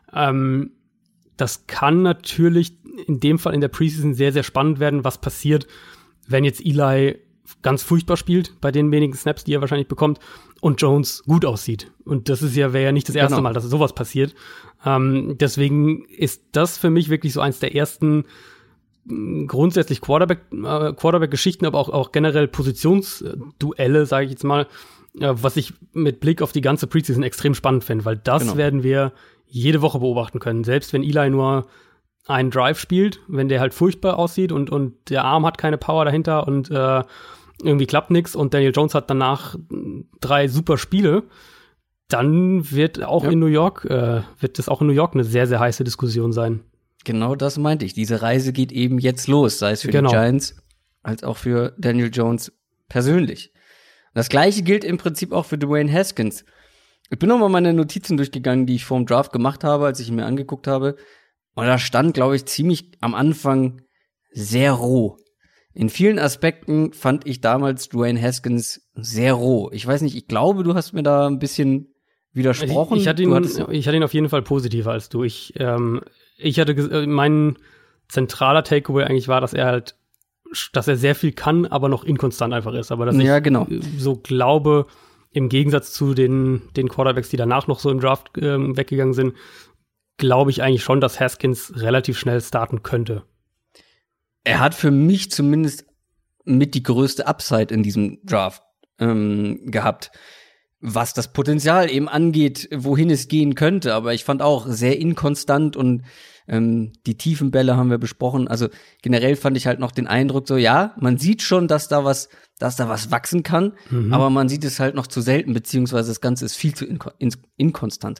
Das kann natürlich in dem Fall in der Preseason sehr, sehr spannend werden, was passiert, wenn jetzt Eli ganz furchtbar spielt, bei den wenigen Snaps, die er wahrscheinlich bekommt, und Jones gut aussieht. Und das wäre ja nicht das erste Mal, dass sowas passiert. Deswegen ist das für mich wirklich so eins der ersten grundsätzlich Quarterback-Geschichten, aber auch generell Positionsduelle, sage ich jetzt mal, was ich mit Blick auf die ganze Preseason extrem spannend finde, weil das werden wir jede Woche beobachten können. Selbst wenn Eli nur einen Drive spielt, wenn der halt furchtbar aussieht und der Arm hat keine Power dahinter und irgendwie klappt nichts und Daniel Jones hat danach 3 super Spiele, dann wird auch in New York, eine sehr, sehr heiße Diskussion sein. Genau das meinte ich. Diese Reise geht eben jetzt los, sei es für die Giants als auch für Daniel Jones persönlich. Das Gleiche gilt im Prinzip auch für Dwayne Haskins. Ich bin nochmal meine Notizen durchgegangen, die ich vor dem Draft gemacht habe, als ich ihn mir angeguckt habe. Und da stand, glaube ich, ziemlich am Anfang sehr roh. In vielen Aspekten fand ich damals Dwayne Haskins sehr roh. Ich weiß nicht, ich glaube, du hast mir da ein bisschen widersprochen. Ich hatte ihn auf jeden Fall positiver als du. Ich hatte mein zentraler Takeaway eigentlich war, dass er sehr viel kann, aber noch inkonstant einfach ist. Aber dass ich so glaube, im Gegensatz zu den Quarterbacks, die danach noch so im Draft weggegangen sind, glaube ich eigentlich schon, dass Haskins relativ schnell starten könnte. Er hat für mich zumindest mit die größte Upside in diesem Draft gehabt, was das Potenzial eben angeht, wohin es gehen könnte. Aber ich fand auch sehr inkonstant und die tiefen Bälle haben wir besprochen. Also generell fand ich halt noch den Eindruck so, ja, man sieht schon, dass da was wachsen kann, aber man sieht es halt noch zu selten, beziehungsweise das Ganze ist viel zu inkonstant.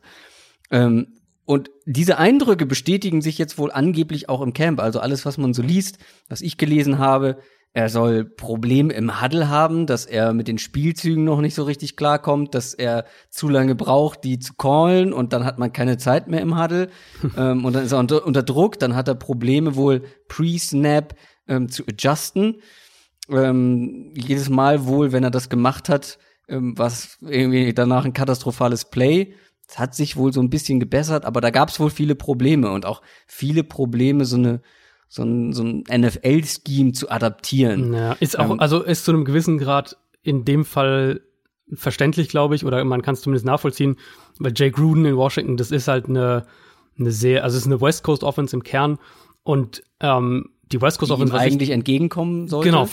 Und diese Eindrücke bestätigen sich jetzt wohl angeblich auch im Camp. Also alles, was man so liest, was ich gelesen habe, er soll Probleme im Huddle haben, dass er mit den Spielzügen noch nicht so richtig klarkommt, dass er zu lange braucht, die zu callen und dann hat man keine Zeit mehr im Huddle. Und dann ist er unter Druck, dann hat er Probleme wohl pre-Snap zu adjusten. Jedes Mal wohl, wenn er das gemacht hat, was irgendwie danach ein katastrophales Play. Es hat sich wohl so ein bisschen gebessert, aber da gab es wohl viele Probleme und auch viele Probleme, so ein NFL-Scheme zu adaptieren. Ja, ist auch, also ist zu einem gewissen Grad in dem Fall verständlich, glaube ich, oder man kann es zumindest nachvollziehen, weil Jay Gruden in Washington, das ist halt eine sehr, also es ist eine West Coast Offense im Kern und die West Coast Offense eigentlich entgegenkommen sollte. Genau,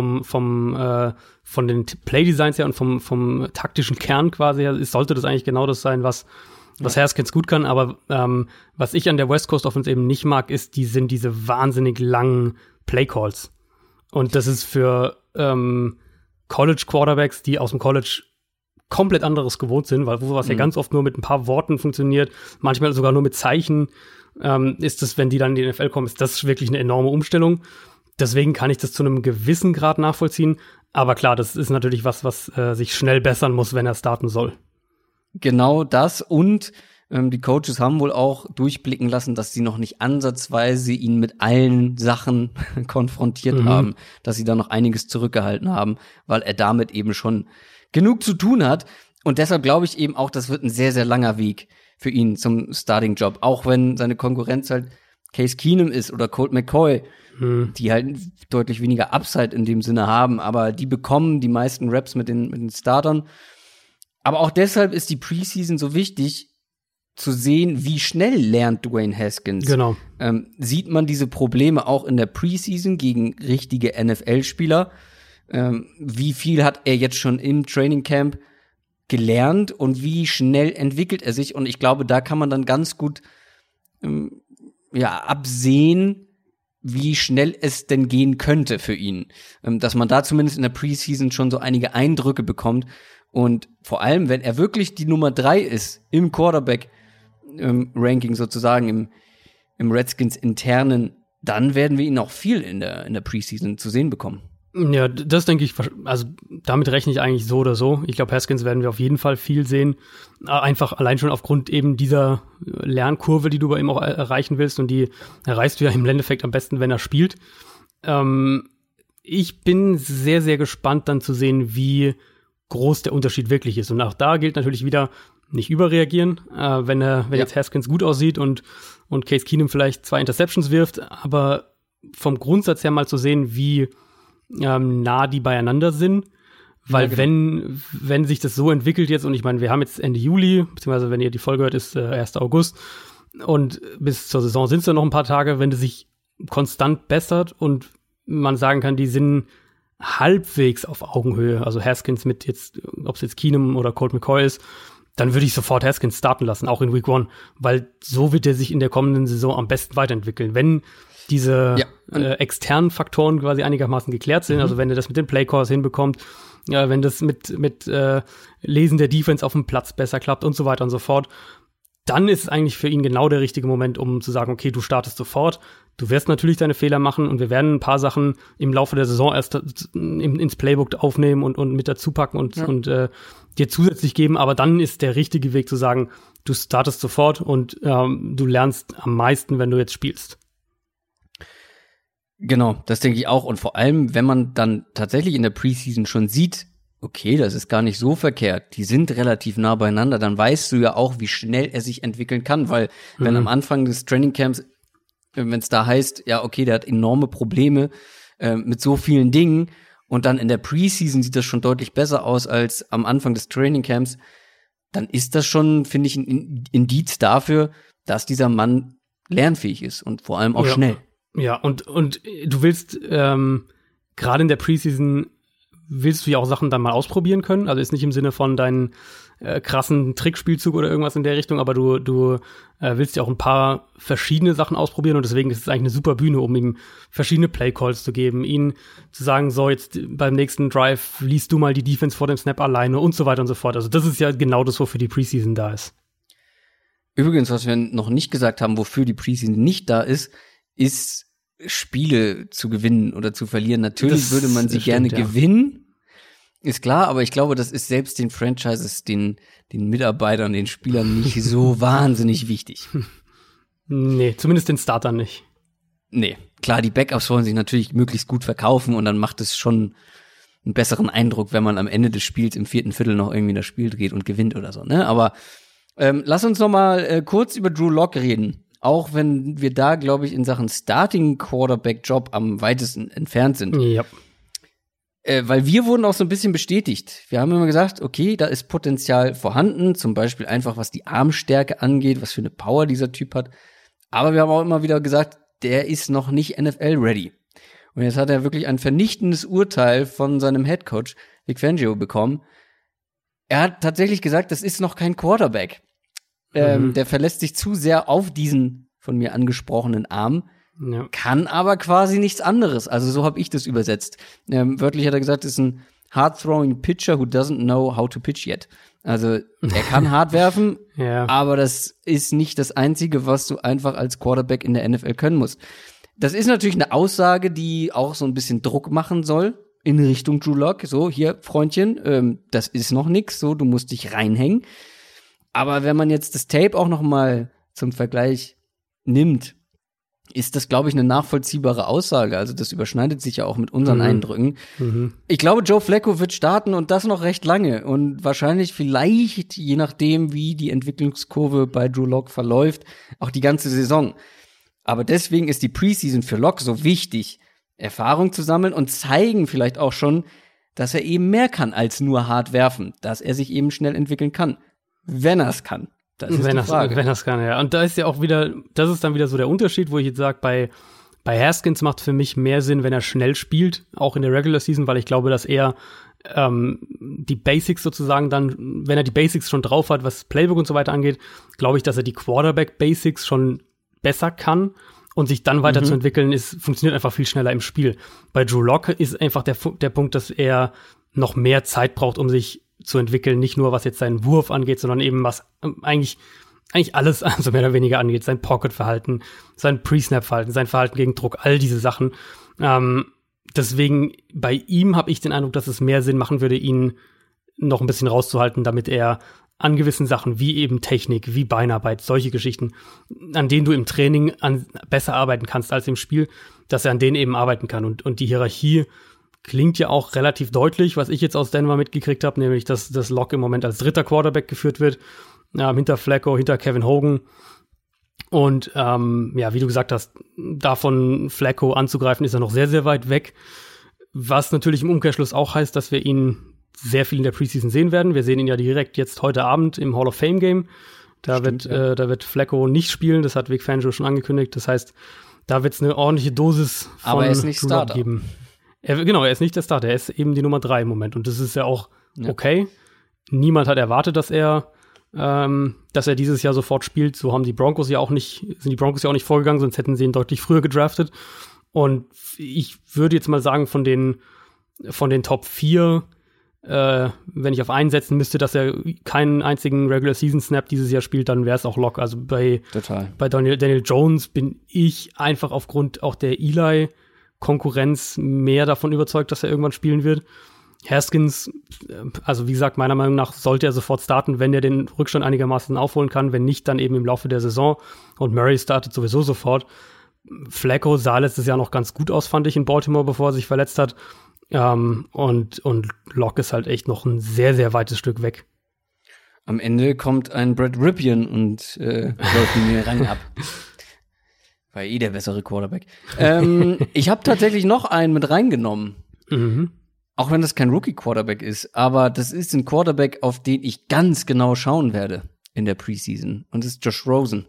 von den Play-Designs her und vom taktischen Kern quasi her, sollte das eigentlich genau das sein, was Haskins gut kann, aber was ich an der West Coast Offense eben nicht mag, ist, sind diese wahnsinnig langen Play-Calls. Und das ist für College-Quarterbacks, die aus dem College komplett anderes gewohnt sind, weil sowas ja ganz oft nur mit ein paar Worten funktioniert, manchmal sogar nur mit Zeichen, ist das, wenn die dann in die NFL kommen, ist das wirklich eine enorme Umstellung. Deswegen kann ich das zu einem gewissen Grad nachvollziehen. Aber klar, das ist natürlich was sich schnell bessern muss, wenn er starten soll. Genau das und die Coaches haben wohl auch durchblicken lassen, dass sie noch nicht ansatzweise ihn mit allen Sachen konfrontiert haben, dass sie da noch einiges zurückgehalten haben, weil er damit eben schon genug zu tun hat. Und deshalb glaube ich eben auch, das wird ein sehr, sehr langer Weg für ihn zum Starting-Job. Auch wenn seine Konkurrenz halt Case Keenum ist oder Colt McCoy, die halt deutlich weniger Upside in dem Sinne haben, aber die bekommen die meisten Reps mit den Startern. Aber auch deshalb ist die Preseason so wichtig, zu sehen, wie schnell lernt Dwayne Haskins. Genau. Sieht man diese Probleme auch in der Preseason gegen richtige NFL-Spieler? Wie viel hat er jetzt schon im Training Camp gelernt und wie schnell entwickelt er sich? Und ich glaube, da kann man dann ganz gut absehen, wie schnell es denn gehen könnte für ihn. Dass man da zumindest in der Preseason schon so einige Eindrücke bekommt. Und vor allem, wenn er wirklich die Nummer 3 ist im Quarterback-Ranking sozusagen, im Redskins internen, dann werden wir ihn auch viel in der Preseason zu sehen bekommen. Ja, das denke ich, also damit rechne ich eigentlich so oder so. Ich glaube, Haskins werden wir auf jeden Fall viel sehen. Einfach allein schon aufgrund eben dieser Lernkurve, die du bei ihm auch erreichen willst. Und die erreichst du ja im Endeffekt am besten, wenn er spielt. Ich bin sehr, sehr gespannt dann zu sehen, wie groß der Unterschied wirklich ist. Und auch da gilt natürlich wieder, nicht überreagieren, wenn jetzt Haskins gut aussieht und Case Keenum vielleicht 2 Interceptions wirft. Aber vom Grundsatz her mal zu sehen, wie nah die beieinander sind, weil ja, genau. wenn sich das so entwickelt jetzt, und ich meine, wir haben jetzt Ende Juli, beziehungsweise wenn ihr die Folge hört, ist 1. August und bis zur Saison sind es ja noch ein paar Tage, wenn das sich konstant bessert und man sagen kann, die sind halbwegs auf Augenhöhe, also Haskins mit jetzt, ob es jetzt Keenum oder Colt McCoy ist, dann würde ich sofort Haskins starten lassen, auch in Week 1, weil so wird er sich in der kommenden Saison am besten weiterentwickeln. Wenn diese externen Faktoren quasi einigermaßen geklärt sind, also wenn er das mit den Playcalls hinbekommt, wenn das mit Lesen der Defense auf dem Platz besser klappt und so weiter und so fort, dann ist es eigentlich für ihn genau der richtige Moment, um zu sagen, okay, du startest sofort, du wirst natürlich deine Fehler machen und wir werden ein paar Sachen im Laufe der Saison erst ins Playbook aufnehmen und mit dazu packen und dir zusätzlich geben, aber dann ist der richtige Weg zu sagen, du startest sofort und du lernst am meisten, wenn du jetzt spielst. Genau, das denke ich auch. Und vor allem, wenn man dann tatsächlich in der Preseason schon sieht, okay, das ist gar nicht so verkehrt, die sind relativ nah beieinander, dann weißt du ja auch, wie schnell er sich entwickeln kann, weil wenn am Anfang des Trainingcamps wenn es da heißt, ja, okay, der hat enorme Probleme mit so vielen Dingen und dann in der Preseason sieht das schon deutlich besser aus als am Anfang des Trainingcamps, dann ist das schon, finde ich, ein Indiz dafür, dass dieser Mann lernfähig ist und vor allem auch schnell. Ja, und du willst gerade in der Preseason willst du ja auch Sachen dann mal ausprobieren können. Also ist nicht im Sinne von deinen krassen Trickspielzug oder irgendwas in der Richtung, aber du willst ja auch ein paar verschiedene Sachen ausprobieren und deswegen ist es eigentlich eine super Bühne, um ihm verschiedene Playcalls zu geben, ihn zu sagen, so jetzt beim nächsten Drive liest du mal die Defense vor dem Snap alleine und so weiter und so fort. Also das ist ja genau das, wofür die Preseason da ist. Übrigens, was wir noch nicht gesagt haben, wofür die Preseason nicht da ist Spiele zu gewinnen oder zu verlieren. Natürlich würde man sie gerne gewinnen, ist klar, aber ich glaube, das ist selbst den Franchises, den Mitarbeitern, den Spielern nicht so wahnsinnig wichtig. Nee, zumindest den Startern nicht. Nee, klar, die Backups wollen sich natürlich möglichst gut verkaufen und dann macht es schon einen besseren Eindruck, wenn man am Ende des Spiels im 4. Viertel noch irgendwie das Spiel dreht und gewinnt oder so, ne? Aber lass uns noch mal kurz über Drew Lock reden. Auch wenn wir da, glaube ich, in Sachen Starting-Quarterback-Job am weitesten entfernt sind. Ja. Weil wir wurden auch so ein bisschen bestätigt. Wir haben immer gesagt, okay, da ist Potenzial vorhanden, zum Beispiel einfach, was die Armstärke angeht, was für eine Power dieser Typ hat. Aber wir haben auch immer wieder gesagt, der ist noch nicht NFL-ready. Und jetzt hat er wirklich ein vernichtendes Urteil von seinem Headcoach Vic Fangio bekommen. Er hat tatsächlich gesagt, das ist noch kein Quarterback. Der verlässt sich zu sehr auf diesen von mir angesprochenen Arm, kann aber quasi nichts anderes. Also so habe ich das übersetzt. Wörtlich hat er gesagt, ist ein hard-throwing pitcher who doesn't know how to pitch yet. Also er kann hart werfen, aber das ist nicht das Einzige, was du einfach als Quarterback in der NFL können musst. Das ist natürlich eine Aussage, die auch so ein bisschen Druck machen soll in Richtung Drew Lock. So, hier, Freundchen, das ist noch nix, so, du musst dich reinhängen. Aber wenn man jetzt das Tape auch noch mal zum Vergleich nimmt, ist das, glaube ich, eine nachvollziehbare Aussage. Also das überschneidet sich ja auch mit unseren Eindrücken. Ich glaube, Joe Flacco wird starten und das noch recht lange. Und wahrscheinlich vielleicht, je nachdem, wie die Entwicklungskurve bei Drew Lock verläuft, auch die ganze Saison. Aber deswegen ist die Preseason für Lock so wichtig, Erfahrung zu sammeln und zeigen vielleicht auch schon, dass er eben mehr kann als nur hart werfen, dass er sich eben schnell entwickeln kann. Wenn er es kann. Das ist die Frage. Wenn er es kann, ja. Und da ist ja auch wieder, das ist dann wieder so der Unterschied, wo ich jetzt sage, bei Haskins macht für mich mehr Sinn, wenn er schnell spielt, auch in der Regular Season, weil ich glaube, dass er die Basics sozusagen dann, wenn er die Basics schon drauf hat, was Playbook und so weiter angeht, glaube ich, dass er die Quarterback-Basics schon besser kann und sich dann weiterzuentwickeln, funktioniert einfach viel schneller im Spiel. Bei Drew Lock ist einfach der Punkt, dass er noch mehr Zeit braucht, um sich zu entwickeln, nicht nur was jetzt seinen Wurf angeht, sondern eben was eigentlich alles also mehr oder weniger angeht, sein Pocket-Verhalten, sein Pre-Snap-Verhalten, sein Verhalten gegen Druck, all diese Sachen. Deswegen bei ihm habe ich den Eindruck, dass es mehr Sinn machen würde, ihn noch ein bisschen rauszuhalten, damit er an gewissen Sachen wie eben Technik, wie Beinarbeit, solche Geschichten, an denen du im Training besser arbeiten kannst als im Spiel, dass er an denen eben arbeiten kann. Und die Hierarchie klingt ja auch relativ deutlich, was ich jetzt aus Denver mitgekriegt habe, nämlich, dass das Lock im Moment als dritter Quarterback geführt wird, hinter Flacco, hinter Kevin Hogan. Und wie du gesagt hast, davon Flacco anzugreifen, ist er noch sehr, sehr weit weg. Was natürlich im Umkehrschluss auch heißt, dass wir ihn sehr viel in der Preseason sehen werden. Wir sehen ihn ja direkt jetzt heute Abend im Hall of Fame Game. Da wird Flacco nicht spielen, das hat Vic Fangio schon angekündigt. Das heißt, da wird es eine ordentliche Dosis von aber er ist nicht Starter geben. Er ist nicht der Starter, er ist eben die Nummer 3 im Moment. Und das ist ja auch okay. Niemand hat erwartet, dass er dieses Jahr sofort spielt. So sind die Broncos ja auch nicht vorgegangen, sonst hätten sie ihn deutlich früher gedraftet. Und ich würde jetzt mal sagen, von den Top 4, wenn ich auf einen setzen müsste, dass er keinen einzigen Regular Season Snap dieses Jahr spielt, dann wäre es auch Lock. Also bei Daniel Jones bin ich einfach aufgrund auch der Eli-Konkurrenz mehr davon überzeugt, dass er irgendwann spielen wird. Haskins, also wie gesagt, meiner Meinung nach sollte er sofort starten, wenn er den Rückstand einigermaßen aufholen kann, wenn nicht, dann eben im Laufe der Saison. Und Murray startet sowieso sofort. Flacco sah letztes Jahr noch ganz gut aus, fand ich, in Baltimore, bevor er sich verletzt hat. Und Lock ist halt echt noch ein sehr, sehr weites Stück weg. Am Ende kommt ein Brad Ripien und läuft mir rein ab. War eh der bessere Quarterback. Ich habe tatsächlich noch einen mit reingenommen. Auch wenn das kein Rookie-Quarterback ist. Aber das ist ein Quarterback, auf den ich ganz genau schauen werde in der Preseason. Und das ist Josh Rosen.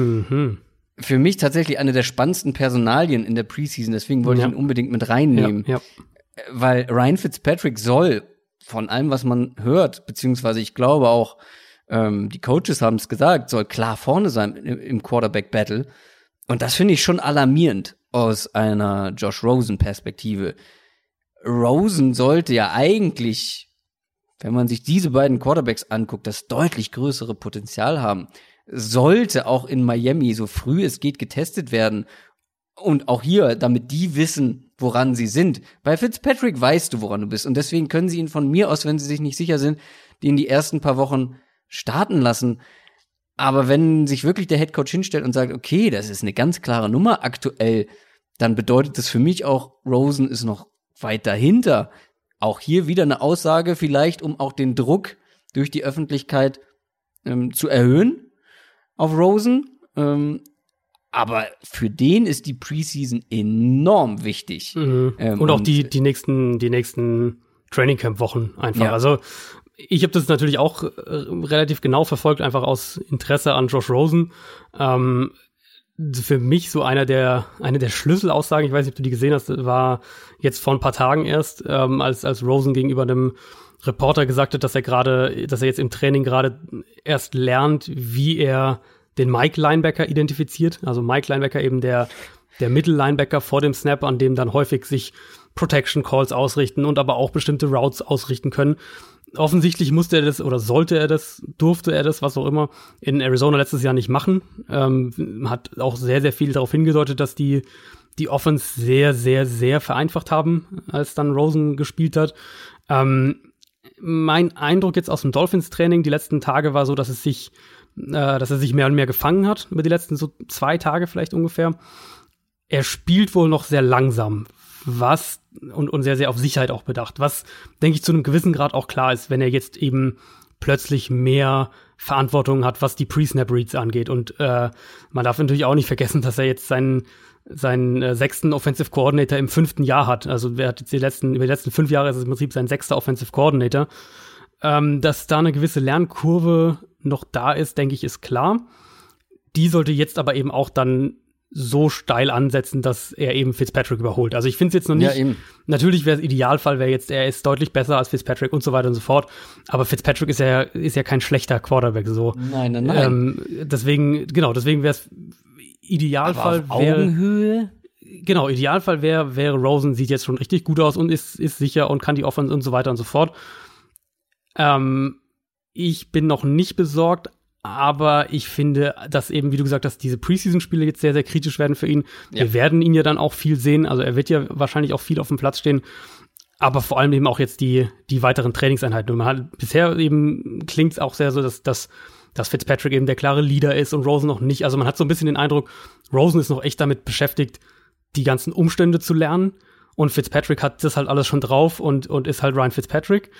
Für mich tatsächlich eine der spannendsten Personalien in der Preseason. Deswegen wollte ich ihn unbedingt mit reinnehmen. Ja. Weil Ryan Fitzpatrick soll, von allem, was man hört, beziehungsweise ich glaube auch, die Coaches haben es gesagt, soll klar vorne sein im Quarterback-Battle. Und das finde ich schon alarmierend aus einer Josh Rosen-Perspektive. Rosen sollte ja eigentlich, wenn man sich diese beiden Quarterbacks anguckt, das deutlich größere Potenzial haben. Sollte auch in Miami so früh es geht getestet werden. Und auch hier, damit die wissen, woran sie sind. Bei Fitzpatrick weißt du, woran du bist. Und deswegen können sie ihn von mir aus, wenn sie sich nicht sicher sind, den die ersten paar Wochen starten lassen. Aber wenn sich wirklich der Headcoach hinstellt und sagt, okay, das ist eine ganz klare Nummer aktuell, dann bedeutet das für mich auch, Rosen ist noch weit dahinter. Auch hier wieder eine Aussage vielleicht, um auch den Druck durch die Öffentlichkeit zu erhöhen auf Rosen. Aber für den ist die Preseason enorm wichtig. Und auch die nächsten Trainingcamp-Wochen einfach. Ja. Also ich habe das natürlich auch relativ genau verfolgt, einfach aus Interesse an Josh Rosen. Für mich so eine der Schlüsselaussagen, ich weiß nicht, ob du die gesehen hast, war jetzt vor ein paar Tagen erst, als Rosen gegenüber einem Reporter gesagt hat, dass er jetzt im Training gerade erst lernt, wie er den Mike-Linebacker identifiziert. Also Mike-Linebacker eben der Mittel-Linebacker vor dem Snap, an dem dann häufig sich Protection-Calls ausrichten und aber auch bestimmte Routes ausrichten können. Offensichtlich musste er das oder sollte er das, durfte er das, was auch immer, in Arizona letztes Jahr nicht machen. Hat auch sehr, sehr viel darauf hingedeutet, dass die Offense sehr, sehr, sehr vereinfacht haben, als dann Rosen gespielt hat. Mein Eindruck jetzt aus dem Dolphins-Training die letzten Tage war so, dass er sich mehr und mehr gefangen hat, über die letzten so 2 Tage vielleicht ungefähr. Er spielt wohl noch sehr langsam, und sehr, sehr auf Sicherheit auch bedacht, was, denke ich, zu einem gewissen Grad auch klar ist, wenn er jetzt eben plötzlich mehr Verantwortung hat, was die Pre-Snap-Reads angeht. Und man darf natürlich auch nicht vergessen, dass er jetzt seinen 6. Offensive Coordinator im 5. Jahr hat. Also er hat jetzt über die letzten 5 Jahre ist es im Prinzip sein 6. Offensive Coordinator. Dass da eine gewisse Lernkurve noch da ist, denke ich, ist klar. Die sollte jetzt aber eben auch dann so steil ansetzen, dass er eben Fitzpatrick überholt. Also ich finde es jetzt noch nicht, natürlich wäre es Idealfall, er ist deutlich besser als Fitzpatrick und so weiter und so fort, aber Fitzpatrick ist ja kein schlechter Quarterback, so. Nein. Deswegen wäre es Idealfall aber auf Augenhöhe? Genau, Idealfall wäre Rosen, sieht jetzt schon richtig gut aus und ist sicher und kann die Offense und so weiter und so fort. Ich bin noch nicht besorgt, aber ich finde, dass eben, wie du gesagt hast, diese Preseason-Spiele jetzt sehr, sehr kritisch werden für ihn. Ja. Wir werden ihn ja dann auch viel sehen. Also er wird ja wahrscheinlich auch viel auf dem Platz stehen. Aber vor allem eben auch jetzt die weiteren Trainingseinheiten. Und man hat bisher eben klingt es auch sehr so, dass Fitzpatrick eben der klare Leader ist und Rosen noch nicht. Also man hat so ein bisschen den Eindruck, Rosen ist noch echt damit beschäftigt, die ganzen Umstände zu lernen. Und Fitzpatrick hat das halt alles schon drauf und ist halt Ryan Fitzpatrick.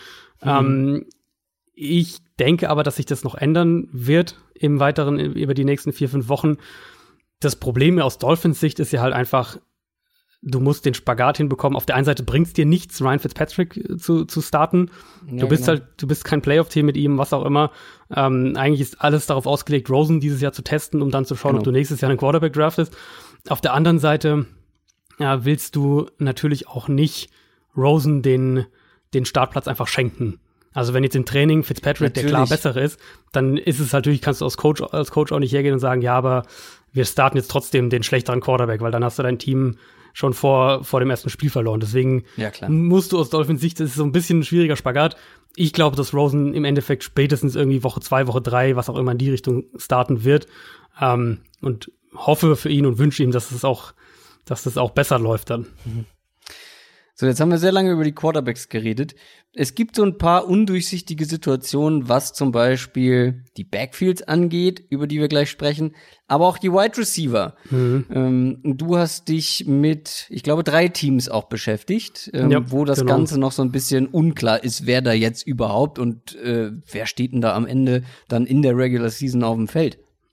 Ich denke aber, dass sich das noch ändern wird im Weiteren über die nächsten 4-5 Wochen. Das Problem aus Dolphins Sicht ist ja halt einfach, du musst den Spagat hinbekommen. Auf der einen Seite bringt's dir nichts, Ryan Fitzpatrick zu starten. Ja, du bist kein Playoff-Team mit ihm, was auch immer. Eigentlich ist alles darauf ausgelegt, Rosen dieses Jahr zu testen, um dann zu schauen, ob du nächstes Jahr einen Quarterback draftest. Auf der anderen Seite willst du natürlich auch nicht Rosen den Startplatz einfach schenken. Also wenn jetzt im Training Fitzpatrick der klar bessere ist, dann ist es natürlich, kannst du als Coach auch nicht hergehen und sagen, ja, aber wir starten jetzt trotzdem den schlechteren Quarterback, weil dann hast du dein Team schon vor dem ersten Spiel verloren. Deswegen musst du aus Dolphins Sicht, das ist so ein bisschen ein schwieriger Spagat. Ich glaube, dass Rosen im Endeffekt spätestens irgendwie Woche 2, Woche 3, was auch immer in die Richtung starten wird. Und hoffe für ihn und wünsche ihm, dass das auch besser läuft dann. So, jetzt haben wir sehr lange über die Quarterbacks geredet. Es gibt so ein paar undurchsichtige Situationen, was zum Beispiel die Backfields angeht, über die wir gleich sprechen, aber auch die Wide Receiver. Du hast dich mit, ich glaube, 3 Teams auch beschäftigt, wo das Ganze noch so ein bisschen unklar ist, wer da jetzt überhaupt und wer steht denn da am Ende dann in der Regular Season auf dem Feld.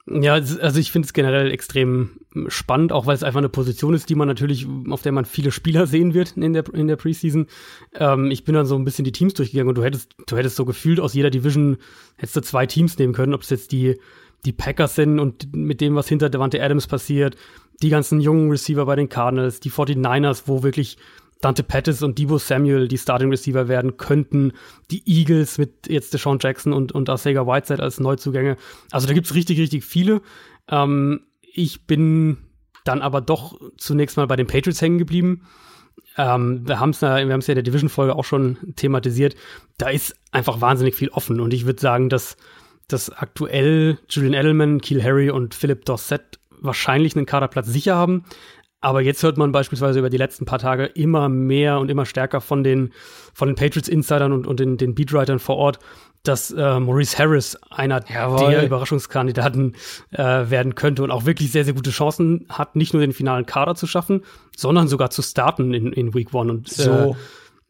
Ja, also ich finde es generell extrem spannend, auch weil es einfach eine Position ist, auf der man viele Spieler sehen wird in der Preseason. Ich bin dann so ein bisschen die Teams durchgegangen und du hättest so gefühlt aus jeder Division hättest du 2 Teams nehmen können, ob es jetzt die Packers sind und mit dem, was hinter Davante Adams passiert, die ganzen jungen Receiver bei den Cardinals, die 49ers, wo wirklich Dante Pettis und Deebo Samuel die Starting Receiver werden könnten, die Eagles mit jetzt Deshaun Jackson und Arcega Whiteside als Neuzugänge. Also da gibt's richtig, richtig viele. Ich bin dann aber doch zunächst mal bei den Patriots hängen geblieben. Wir haben es ja in der Division-Folge auch schon thematisiert. Da ist einfach wahnsinnig viel offen und ich würde sagen, dass aktuell Julian Edelman, N'Keal Harry und Philip Dorsett wahrscheinlich einen Kaderplatz sicher haben. Aber jetzt hört man beispielsweise über die letzten paar Tage immer mehr und immer stärker von den Patriots-Insidern und den Beatwritern vor Ort, dass Maurice Harris einer der Überraschungskandidaten werden könnte und auch wirklich sehr, sehr gute Chancen hat, nicht nur den finalen Kader zu schaffen, sondern sogar zu starten in Week 1. Und so.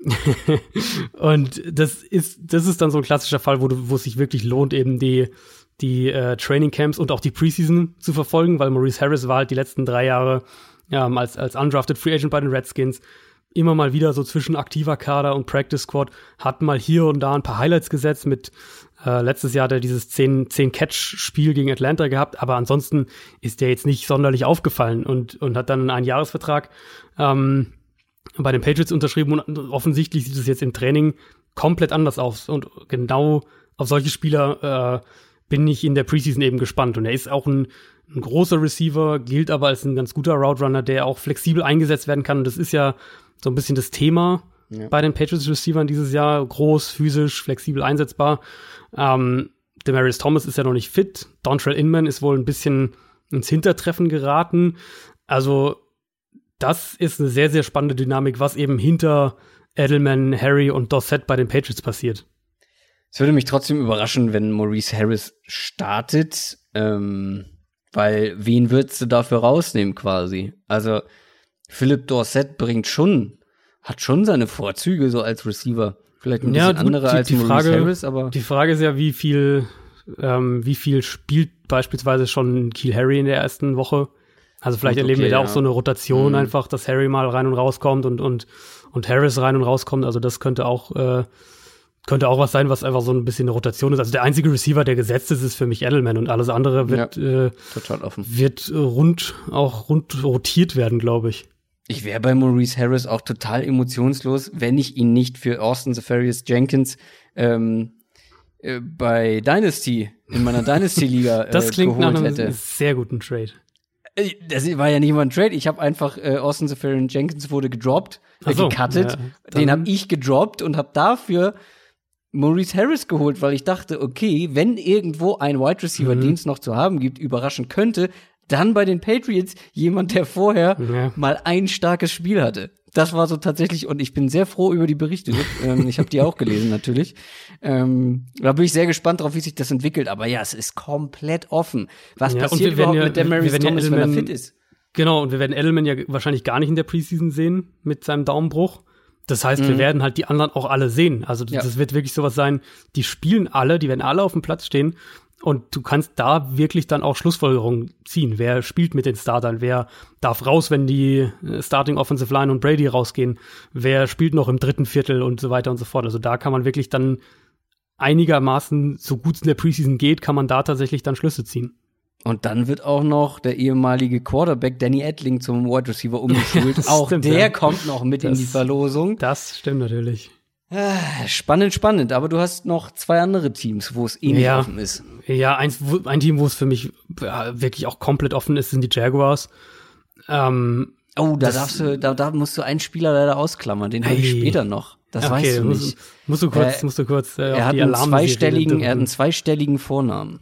Und das ist dann so ein klassischer Fall, wo es sich wirklich lohnt, eben die Training Camps und auch die Preseason zu verfolgen, weil Maurice Harris war halt die letzten 3 Jahre als undrafted Free Agent bei den Redskins immer mal wieder so zwischen aktiver Kader und Practice Squad, hat mal hier und da ein paar Highlights gesetzt mit letztes Jahr hat er dieses 10-Catch-Spiel gegen Atlanta gehabt, aber ansonsten ist der jetzt nicht sonderlich aufgefallen und hat dann einen Einjahresvertrag bei den Patriots unterschrieben und offensichtlich sieht es jetzt im Training komplett anders aus und genau auf solche Spieler bin ich in der Preseason eben gespannt und er ist auch ein großer Receiver, gilt aber als ein ganz guter Route Runner, der auch flexibel eingesetzt werden kann. Und das ist ja so ein bisschen das Thema bei den Patriots-Receivern dieses Jahr. Groß, physisch, flexibel einsetzbar. Demaryius Thomas ist ja noch nicht fit. Dontrell Inman ist wohl ein bisschen ins Hintertreffen geraten. Also das ist eine sehr, sehr spannende Dynamik, was eben hinter Edelman, Harry und Dorsett bei den Patriots passiert. Es würde mich trotzdem überraschen, wenn Maurice Harris startet, weil wen würdest du dafür rausnehmen quasi? Also Philip Dorsett hat schon seine Vorzüge so als Receiver. Vielleicht ein bisschen andere als Maurice Harris, aber die Frage ist ja, wie viel spielt beispielsweise schon N'Keal Harry in der ersten Woche? Also vielleicht erleben wir da auch so eine Rotation einfach, dass Harry mal rein und rauskommt und Harris rein und rauskommt. Also das könnte auch was sein, was einfach so ein bisschen eine Rotation ist. Also der einzige Receiver, der gesetzt ist für mich Edelman und alles andere wird total offen. Wird rund rotiert werden, glaube ich. Ich wäre bei Maurice Harris auch total emotionslos, wenn ich ihn nicht für Austin Zefarious Jenkins bei Dynasty, in meiner Dynasty-Liga das klingt nach einem hätte. Sehr guten Trade. Das war ja nicht mal ein Trade. Ich habe einfach Austin Zefarious Jenkins wurde gecuttet. Den habe ich gedroppt und habe dafür Maurice Harris geholt, weil ich dachte, okay, wenn irgendwo ein Wide Receiver, den es noch zu haben gibt, überraschen könnte, dann bei den Patriots jemand, der vorher mal ein starkes Spiel hatte. Das war so tatsächlich, und ich bin sehr froh über die Berichte. Ich habe die auch gelesen, natürlich. Da bin ich sehr gespannt drauf, wie sich das entwickelt. Aber ja, es ist komplett offen. Was passiert überhaupt mit Demaryius Thomas, wenn er fit ist? Genau, und wir werden Edelman ja wahrscheinlich gar nicht in der Preseason sehen mit seinem Daumenbruch. Das heißt, wir werden halt die anderen auch alle sehen. Also das wird wirklich sowas sein, die spielen alle, die werden alle auf dem Platz stehen. Und du kannst da wirklich dann auch Schlussfolgerungen ziehen. Wer spielt mit den Startern? Wer darf raus, wenn die Starting Offensive Line und Brady rausgehen? Wer spielt noch im dritten Viertel und so weiter und so fort? Also da kann man wirklich dann einigermaßen, so gut es in der Preseason geht, kann man da tatsächlich dann Schlüsse ziehen. Und dann wird auch noch der ehemalige Quarterback Danny Etling zum Wide Receiver umgeschult. Auch stimmt, der kommt noch mit in die Verlosung. Das stimmt natürlich. Spannend, aber du hast noch 2 andere Teams, wo es ähnlich offen ist. Ja, ein Team, wo es für mich wirklich auch komplett offen ist, sind die Jaguars. Da musst du einen Spieler leider ausklammern, den habe ich später noch. Das weißt du nicht. Musst du kurz er hat einen zweistelligen Vornamen.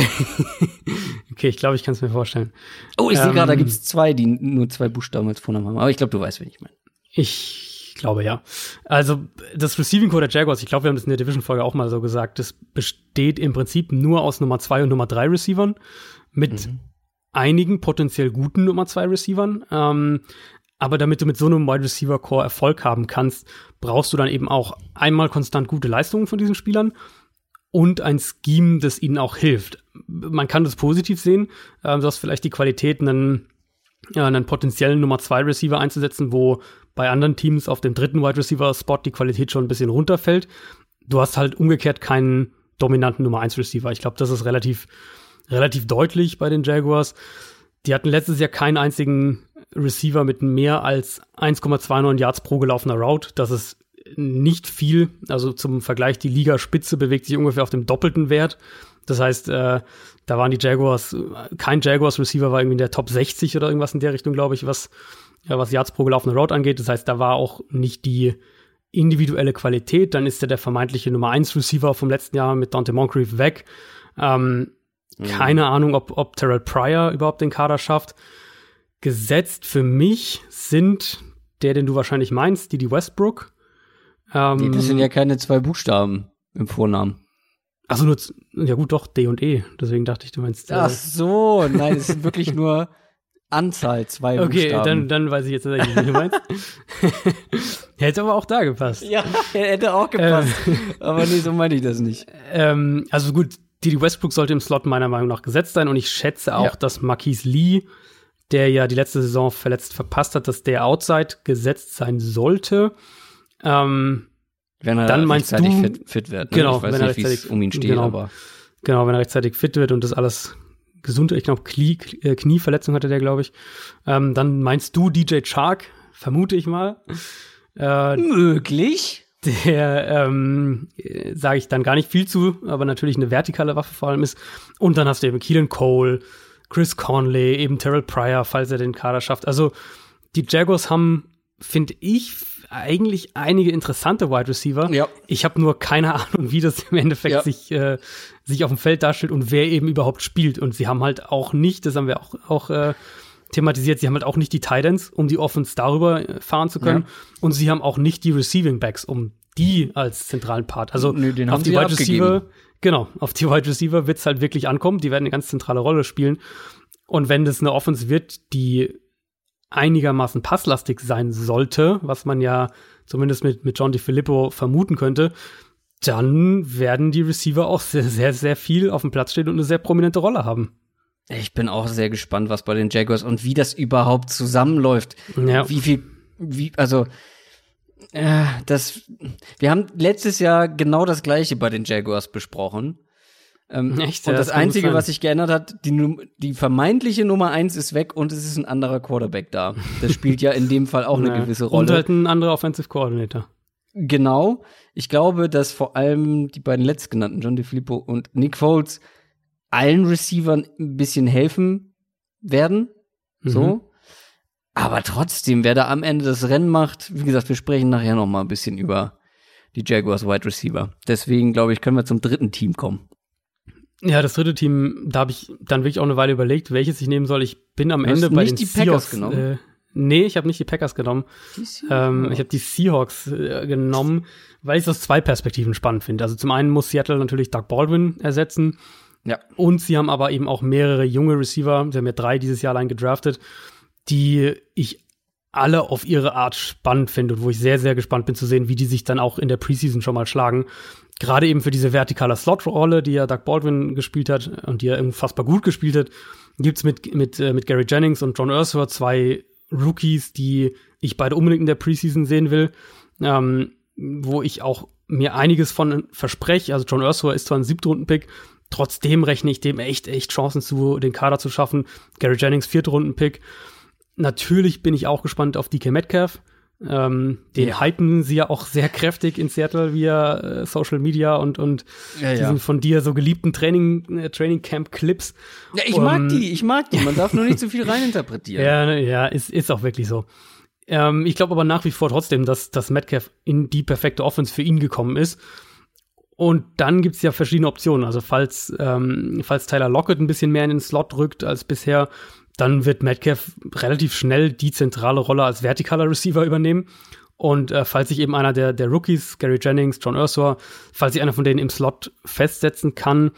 Okay, ich glaube, ich kann es mir vorstellen. Oh, ich sehe gerade, da gibt es 2, die nur 2 Buchstaben als Vornamen haben. Aber ich glaube, du weißt, wen ich meine. Ich glaube, ja. Also, das Receiving Core der Jaguars, ich glaube, wir haben das in der Division-Folge auch mal so gesagt, das besteht im Prinzip nur aus Nummer 2 und Nummer 3 Receivern mit einigen potenziell guten Nummer 2 Receivern. Aber damit du mit so einem Wide Receiver Core Erfolg haben kannst, brauchst du dann eben auch einmal konstant gute Leistungen von diesen Spielern und ein Scheme, das ihnen auch hilft. Man kann das positiv sehen, du hast vielleicht die Qualität, einen potenziellen Nummer 2 Receiver einzusetzen, wo bei anderen Teams auf dem dritten Wide Receiver Spot die Qualität schon ein bisschen runterfällt. Du hast halt umgekehrt keinen dominanten Nummer 1 Receiver. Ich glaube, das ist relativ deutlich bei den Jaguars. Die hatten letztes Jahr keinen einzigen Receiver mit mehr als 1,29 Yards pro gelaufener Route. Das ist nicht viel. Also zum Vergleich, die Ligaspitze bewegt sich ungefähr auf dem doppelten Wert. Das heißt, da waren die Jaguars, kein Jaguars-Receiver war irgendwie in der Top 60 oder irgendwas in der Richtung, glaube ich, was Yards pro gelaufene Route angeht. Das heißt, da war auch nicht die individuelle Qualität. Dann ist der vermeintliche Nummer 1 Receiver vom letzten Jahr mit Dante Moncrief weg. Keine Ahnung, ob Terrell Pryor überhaupt den Kader schafft. Gesetzt für mich sind der, den du wahrscheinlich meinst, Dede Westbrook. Das sind ja keine 2 Buchstaben im Vornamen. Also nur, ja gut, doch, D und E. Deswegen dachte ich, du meinst. Ach so, nein, es sind wirklich nur Anzahl 2 Buchstaben. Okay, dann weiß ich jetzt tatsächlich, wie du meinst. Hätte aber auch da gepasst. Ja, hätte auch gepasst. Aber nee, so meine ich das nicht. Also gut, Dede Westbrook sollte im Slot meiner Meinung nach gesetzt sein und ich schätze auch, dass Marquise Lee, der ja die letzte Saison verletzt verpasst hat, dass der Outside gesetzt sein sollte. Wenn er dann rechtzeitig fit wird. Ne? Genau, ich weiß wenn er nicht, wie es um ihn steht, aber. Genau, wenn er rechtzeitig fit wird und das alles gesund, ich glaube, Knieverletzung hatte der, glaube ich. Dann meinst du DJ Chark, vermute ich mal. Möglich? Der, sage ich dann gar nicht viel zu, aber natürlich eine vertikale Waffe vor allem ist. Und dann hast du eben Keelan Cole, Chris Conley, eben Terrell Pryor, falls er den Kader schafft. Also die Jaguars haben, finde ich, eigentlich einige interessante Wide Receiver. Ja. Ich habe nur keine Ahnung, wie das im Endeffekt sich auf dem Feld darstellt und wer eben überhaupt spielt. Und sie haben halt auch nicht, das haben wir auch thematisiert, sie haben halt auch nicht die Tight Ends, um die Offense darüber fahren zu können. Ja. Und sie haben auch nicht die Receiving Backs, um die als zentralen Part. Also den auf die Wide Receiver, genau, auf die Wide Receiver wird's halt wirklich ankommen. Die werden eine ganz zentrale Rolle spielen. Und wenn das eine Offense wird, die einigermaßen passlastig sein sollte, was man ja zumindest mit John DeFilippo vermuten könnte, dann werden die Receiver auch sehr, sehr, sehr viel auf dem Platz stehen und eine sehr prominente Rolle haben. Ich bin auch sehr gespannt, was bei den Jaguars und wie das überhaupt zusammenläuft. Ja. Wir haben letztes Jahr genau das Gleiche bei den Jaguars besprochen. Echt? Und das Einzige, was sich geändert hat, die vermeintliche Nummer 1 ist weg und es ist ein anderer Quarterback da. Das spielt ja in dem Fall auch eine gewisse Rolle. Und halt ein anderer Offensive Coordinator. Genau. Ich glaube, dass vor allem die beiden letztgenannten, John DeFilippo und Nick Foles, allen Receivern ein bisschen helfen werden. So. Aber trotzdem, wer da am Ende das Rennen macht, wie gesagt, wir sprechen nachher noch mal ein bisschen über die Jaguars Wide Receiver. Deswegen, glaube ich, können wir zum dritten Team kommen. Ja, das dritte Team, da habe ich dann wirklich auch eine Weile überlegt, welches ich nehmen soll. Ich bin am Ende bei den Seahawks genommen. Nee, ich habe nicht die Packers genommen. Ich habe die Seahawks genommen, weil ich es aus 2 Perspektiven spannend finde. Also zum einen muss Seattle natürlich Doug Baldwin ersetzen. Ja. Und sie haben aber eben auch mehrere junge Receiver, sie haben ja 3 dieses Jahr allein gedraftet, die ich alle auf ihre Art spannend finde und wo ich sehr, sehr gespannt bin zu sehen, wie die sich dann auch in der Preseason schon mal schlagen. Gerade eben für diese vertikale Slot-Rolle, die ja Doug Baldwin gespielt hat und die er unfassbar gut gespielt hat, gibt's mit Gary Jennings und John Ursula 2 Rookies, die ich beide unbedingt in der Preseason sehen will, wo ich auch mir einiges von verspreche. Also John Ursula ist zwar ein 7-Runden-Pick, trotzdem rechne ich dem echt Chancen zu, den Kader zu schaffen. Gary Jennings 4-Runden-Pick. Natürlich bin ich auch gespannt auf DK Metcalf. Den hypen sie ja auch sehr kräftig in Seattle via Social Media und diesen von dir so geliebten Training Camp Clips. Ja, ich mag die. Man darf nur nicht zu viel reininterpretieren. Ja, ist auch wirklich so. Ich glaube aber nach wie vor trotzdem, dass Metcalf in die perfekte Offense für ihn gekommen ist. Und dann gibt's ja verschiedene Optionen. Also falls Tyler Lockett ein bisschen mehr in den Slot rückt als bisher, dann wird Metcalf relativ schnell die zentrale Rolle als vertikaler Receiver übernehmen. Und falls sich eben einer der Rookies, Gary Jennings, John Ursula, falls sich einer von denen im Slot festsetzen kann,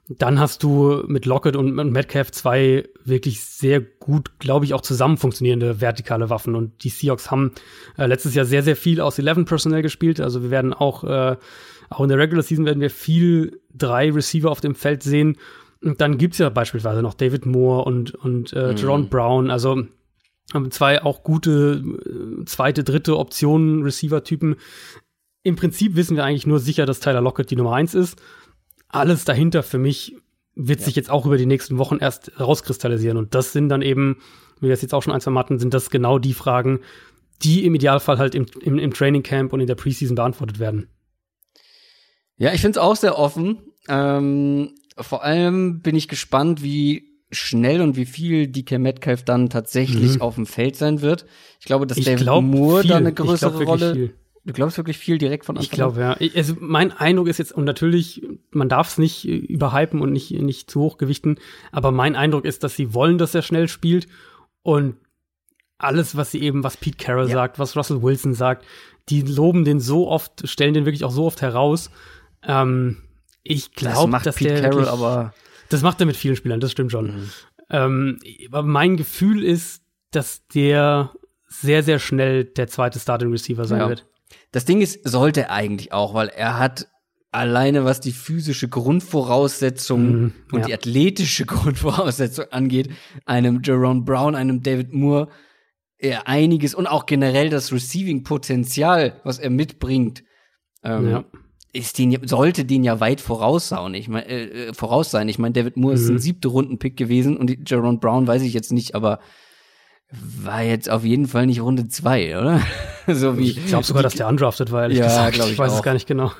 Dann hast du mit Lockett und Metcalf 2 wirklich sehr gut, glaube ich, auch zusammen funktionierende vertikale Waffen. Und die Seahawks haben letztes Jahr sehr, sehr viel aus 11 Personnel gespielt. Also wir werden auch in der Regular Season werden wir viel 3 Receiver auf dem Feld sehen. Und dann gibt's ja beispielsweise noch David Moore und Jerron Brown. Also haben 2 auch gute zweite, dritte Optionen, Receiver-Typen. Im Prinzip wissen wir eigentlich nur sicher, dass Tyler Lockett die Nummer 1 ist. Alles dahinter für mich wird sich jetzt auch über die nächsten Wochen erst rauskristallisieren. Und das sind dann eben, wie wir es jetzt auch schon ein, zwei Mal hatten, sind das genau die Fragen, die im Idealfall halt im Training Camp und in der Preseason beantwortet werden. Ja, ich finde es auch sehr offen. Vor allem bin ich gespannt, wie schnell und wie viel DK Metcalf dann tatsächlich auf dem Feld sein wird. Ich glaube, dass David Moore da eine größere Rolle. Viel. Du glaubst wirklich viel direkt von Anfang an? Ich glaube, ja. Also mein Eindruck ist jetzt, und natürlich, man darf es nicht überhypen und nicht zu hoch gewichten, aber mein Eindruck ist, dass sie wollen, dass er schnell spielt und alles, was Pete Carroll sagt, was Russell Wilson sagt, die loben den so oft, stellen den wirklich auch so oft heraus. Ich glaube, dass Pete Carroll wirklich, aber das macht er mit vielen Spielern, das stimmt schon. Aber mein Gefühl ist, dass der sehr, sehr schnell der zweite Starting Receiver sein wird. Das Ding ist, sollte er eigentlich auch, weil er hat alleine, was die physische Grundvoraussetzung und die athletische Grundvoraussetzung angeht, einem Jerron Brown, einem David Moore, einiges und auch generell das Receiving-Potenzial, was er mitbringt, sollte den ja weit voraus sein. Ich meine, David Moore ist ein 7. Runden-Pick gewesen und Jerron Brown weiß ich jetzt nicht, aber war jetzt auf jeden Fall nicht Runde 2, oder? So wie, ich glaube sogar, dass der undrafted war, ehrlich gesagt. Ich weiß es gar nicht genau.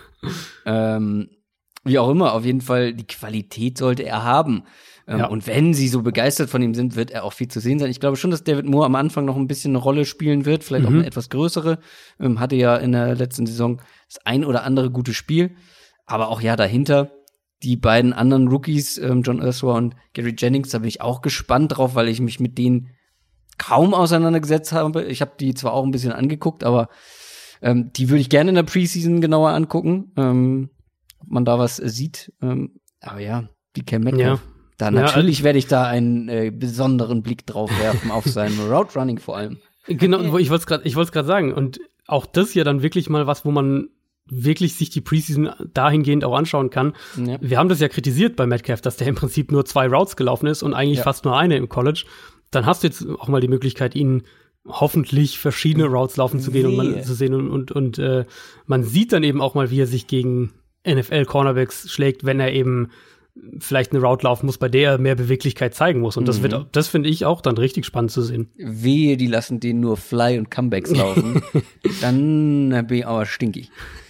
Wie auch immer, auf jeden Fall, die Qualität sollte er haben. Und wenn sie so begeistert von ihm sind, wird er auch viel zu sehen sein. Ich glaube schon, dass David Moore am Anfang noch ein bisschen eine Rolle spielen wird, vielleicht auch eine etwas größere. Hatte ja in der letzten Saison das ein oder andere gute Spiel. Aber auch dahinter die beiden anderen Rookies, John Ursula und Gary Jennings, da bin ich auch gespannt drauf, weil ich mich mit denen kaum auseinandergesetzt habe. Ich habe die zwar auch ein bisschen angeguckt, aber die würde ich gerne in der Preseason genauer angucken, ob man da was sieht. Aber ja, DK Metcalf. Da natürlich werde ich da einen besonderen Blick drauf werfen, auf sein Route Running vor allem. Genau, ich wollte es gerade sagen. Und auch das ja dann wirklich mal was, wo man wirklich sich die Preseason dahingehend auch anschauen kann. Ja. Wir haben das ja kritisiert bei Metcalf, dass der im Prinzip nur 2 Routes gelaufen ist und eigentlich fast nur eine im College. Dann hast du jetzt auch mal die Möglichkeit, ihn hoffentlich verschiedene Routes laufen zu gehen und man zu sehen und man sieht dann eben auch mal, wie er sich gegen NFL-Cornerbacks schlägt, wenn er eben vielleicht eine Route laufen muss, bei der er mehr Beweglichkeit zeigen muss. Und das finde ich auch dann richtig spannend zu sehen. Wehe, die lassen den nur Fly und Comebacks laufen. Dann bin ich aber stinkig.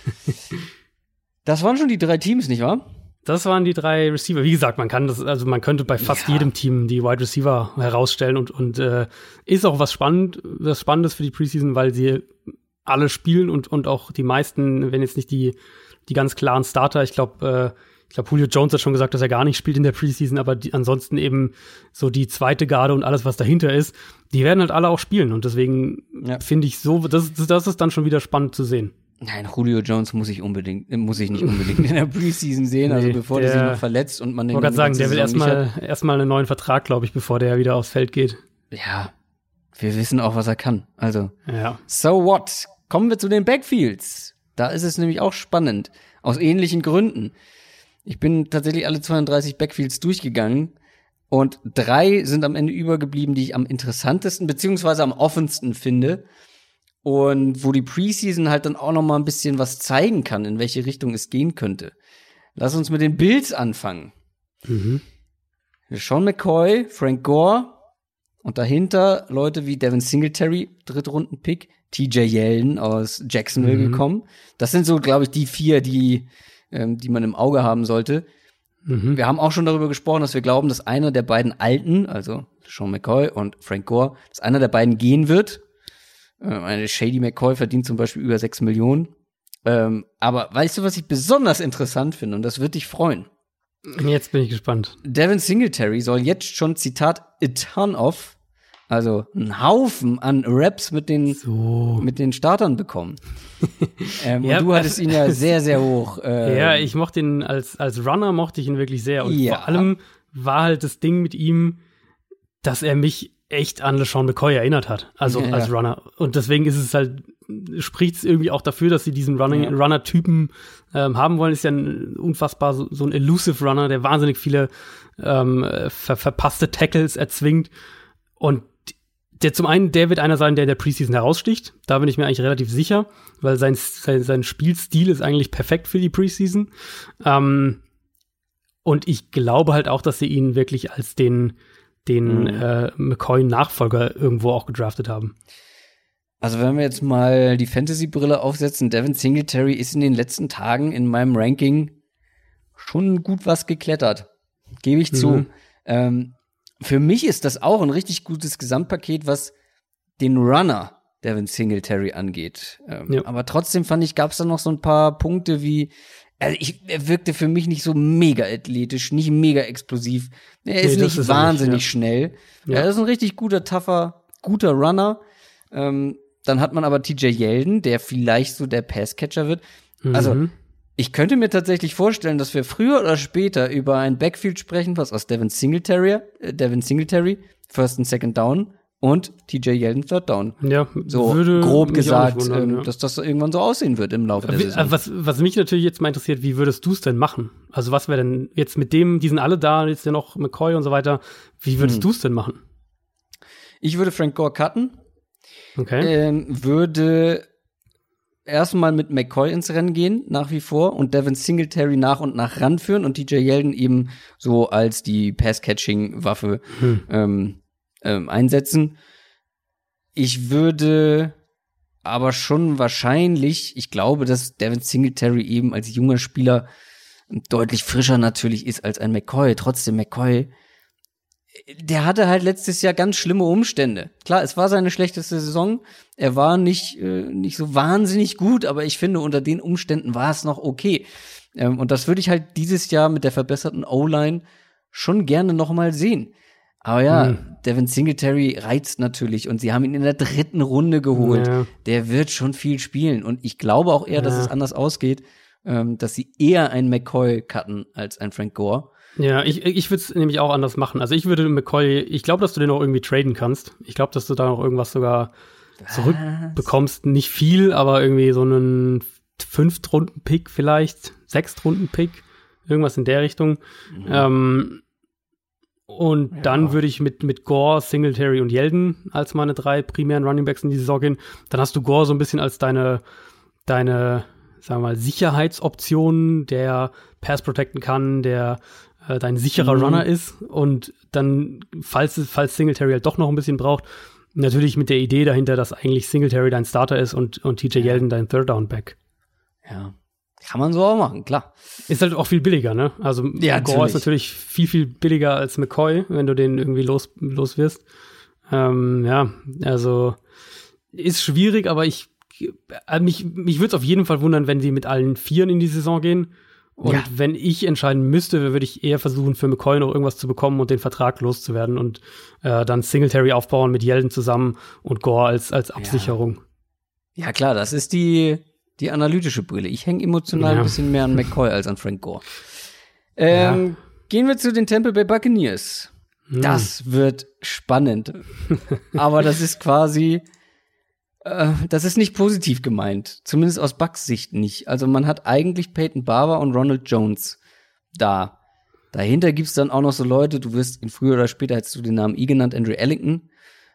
Das waren schon die 3 Teams, nicht wahr? Das waren die 3 Receiver. Wie gesagt, man könnte bei fast jedem Team die Wide Receiver herausstellen und ist auch was Spannendes für die Preseason, weil sie alle spielen und auch die meisten, wenn jetzt nicht die ganz klaren Starter, ich glaube, Julio Jones hat schon gesagt, dass er gar nicht spielt in der Preseason, aber ansonsten eben so die zweite Garde und alles, was dahinter ist, die werden halt alle auch spielen. Und deswegen finde ich das ist dann schon wieder spannend zu sehen. Nein, Julio Jones muss ich nicht unbedingt in der Preseason sehen, also bevor der sich noch verletzt und man den. Ich wollte gerade sagen, der will erstmal einen neuen Vertrag, glaube ich, bevor der wieder aufs Feld geht. Ja, wir wissen auch, was er kann. Also, so what? Kommen wir zu den Backfields. Da ist es nämlich auch spannend. Aus ähnlichen Gründen. Ich bin tatsächlich alle 32 Backfields durchgegangen und 3 sind am Ende übergeblieben, die ich am interessantesten beziehungsweise am offensten finde und wo die Preseason halt dann auch noch mal ein bisschen was zeigen kann, in welche Richtung es gehen könnte. Lass uns mit den Bills anfangen. Sean McCoy, Frank Gore und dahinter Leute wie Devin Singletary, Drittrunden-Pick, TJ Yeldon aus Jacksonville gekommen. Das sind so, glaube ich, die 4, die man im Auge haben sollte. Wir haben auch schon darüber gesprochen, dass wir glauben, dass einer der beiden Alten, also Sean McCoy und Frank Gore, dass einer der beiden gehen wird. Eine Shady McCoy verdient zum Beispiel über 6 Millionen. Aber weißt du, was ich besonders interessant finde? Und das wird dich freuen. Jetzt bin ich gespannt. Devin Singletary soll jetzt schon, Zitat, a ton of Also einen Haufen an Raps mit den Startern bekommen. Und du hattest ihn ja sehr, sehr hoch. Ja, ich mochte ihn als Runner mochte ich ihn wirklich sehr. Und vor allem war halt das Ding mit ihm, dass er mich echt an LeSean McCoy erinnert hat. Also als Runner. Und deswegen ist es halt, spricht es irgendwie auch dafür, dass sie diesen Runner-Typen haben wollen. Ist ja ein unfassbar so ein elusive Runner, der wahnsinnig viele verpasste Tackles erzwingt. Und der wird einer sein, der in der Preseason heraussticht. Da bin ich mir eigentlich relativ sicher, weil sein Spielstil ist eigentlich perfekt für die Preseason. Und ich glaube halt auch, dass sie ihn wirklich als den McCoy-Nachfolger irgendwo auch gedraftet haben. Also wenn wir jetzt mal die Fantasy-Brille aufsetzen, Devin Singletary ist in den letzten Tagen in meinem Ranking schon gut was geklettert. Gebe ich zu. Für mich ist das auch ein richtig gutes Gesamtpaket, was den Runner Devin Singletary angeht. Aber trotzdem fand ich, gab es da noch so ein paar Punkte wie, er wirkte für mich nicht so mega athletisch, nicht mega explosiv. Er ist nicht wahnsinnig schnell. Ja. Er ist ein richtig guter, tougher, guter Runner. Dann hat man aber TJ Yeldon, der vielleicht so der Passcatcher wird. Also, ich könnte mir tatsächlich vorstellen, dass wir früher oder später über ein Backfield sprechen, was aus Devin Singletary, First und Second Down und TJ Yeldon Third Down. Ja, so grob gesagt, dass das irgendwann so aussehen wird im Laufe der Saison. Was mich natürlich jetzt mal interessiert, wie würdest du es denn machen? Also was wäre denn jetzt mit dem, die sind alle da, jetzt ja noch McCoy und so weiter, wie würdest du es denn machen? Ich würde Frank Gore cutten. Okay. Würde erstmal mit McCoy ins Rennen gehen, nach wie vor, und Devin Singletary nach und nach ranführen und TJ Yeldon eben so als die Pass-Catching-Waffe einsetzen. Ich würde aber schon wahrscheinlich, ich glaube, dass Devin Singletary eben als junger Spieler deutlich frischer natürlich ist als ein McCoy. Trotzdem McCoy, der hatte halt letztes Jahr ganz schlimme Umstände. Klar, es war seine schlechteste Saison. Er war nicht so wahnsinnig gut, aber ich finde, unter den Umständen war es noch okay. Und das würde ich halt dieses Jahr mit der verbesserten O-Line schon gerne noch mal sehen. Aber ja, Devin Singletary reizt natürlich und sie haben ihn in der 3. Runde geholt. Ja. Der wird schon viel spielen und ich glaube auch eher, dass es anders ausgeht, dass sie eher einen McCoy cutten als einen Frank Gore. Ja, ich würde es nämlich auch anders machen. Also ich würde McCoy, ich glaube, dass du den auch irgendwie traden kannst. Ich glaube, dass du da noch irgendwas sogar zurückbekommst. Nicht viel, aber irgendwie so einen 5-Runden-Pick vielleicht, 6-Runden-Pick, irgendwas in der Richtung. Und dann würde ich mit Gore, Singletary und Yeldon als meine 3 primären Runningbacks in die Saison gehen. Dann hast du Gore so ein bisschen als deine, sagen wir mal, Sicherheitsoption, der Pass protecten kann, der dein sicherer Runner ist. Und dann, falls Singletary halt doch noch ein bisschen braucht, natürlich mit der Idee dahinter, dass eigentlich Singletary dein Starter ist und TJ Yeldon dein Third-Down-Back. Ja. Kann man so auch machen, klar. Ist halt auch viel billiger, ne? Also ja, Gore ist natürlich viel, viel billiger als McCoy, wenn du den irgendwie los wirst. Ja, also ist schwierig, aber mich würde es auf jeden Fall wundern, wenn sie mit allen 4 in die Saison gehen. Und wenn ich entscheiden müsste, würde ich eher versuchen, für McCoy noch irgendwas zu bekommen und den Vertrag loszuwerden und dann Singletary aufbauen mit Yeldon zusammen und Gore als Absicherung. Ja, klar, das ist die analytische Brille. Ich hänge emotional ein bisschen mehr an McCoy als an Frank Gore. Gehen wir zu den Tampa Bay Buccaneers. Das wird spannend. Aber das ist quasi, das ist nicht positiv gemeint. Zumindest aus Bucks Sicht nicht. Also man hat eigentlich Peyton Barber und Ronald Jones da. Dahinter gibt's dann auch noch so Leute, du wirst ihn früher oder später, hättest du den Namen genannt, Andrew Ellington,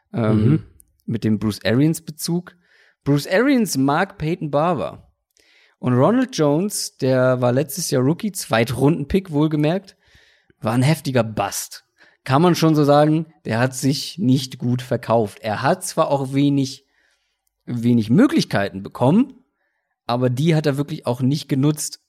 mit dem Bruce Arians Bezug. Bruce Arians mag Peyton Barber. Und Ronald Jones, der war letztes Jahr Rookie, 2-Runden-Pick wohlgemerkt, war ein heftiger Bust. Kann man schon so sagen, der hat sich nicht gut verkauft. Er hat zwar auch wenig Möglichkeiten bekommen, aber die hat er wirklich auch nicht genutzt.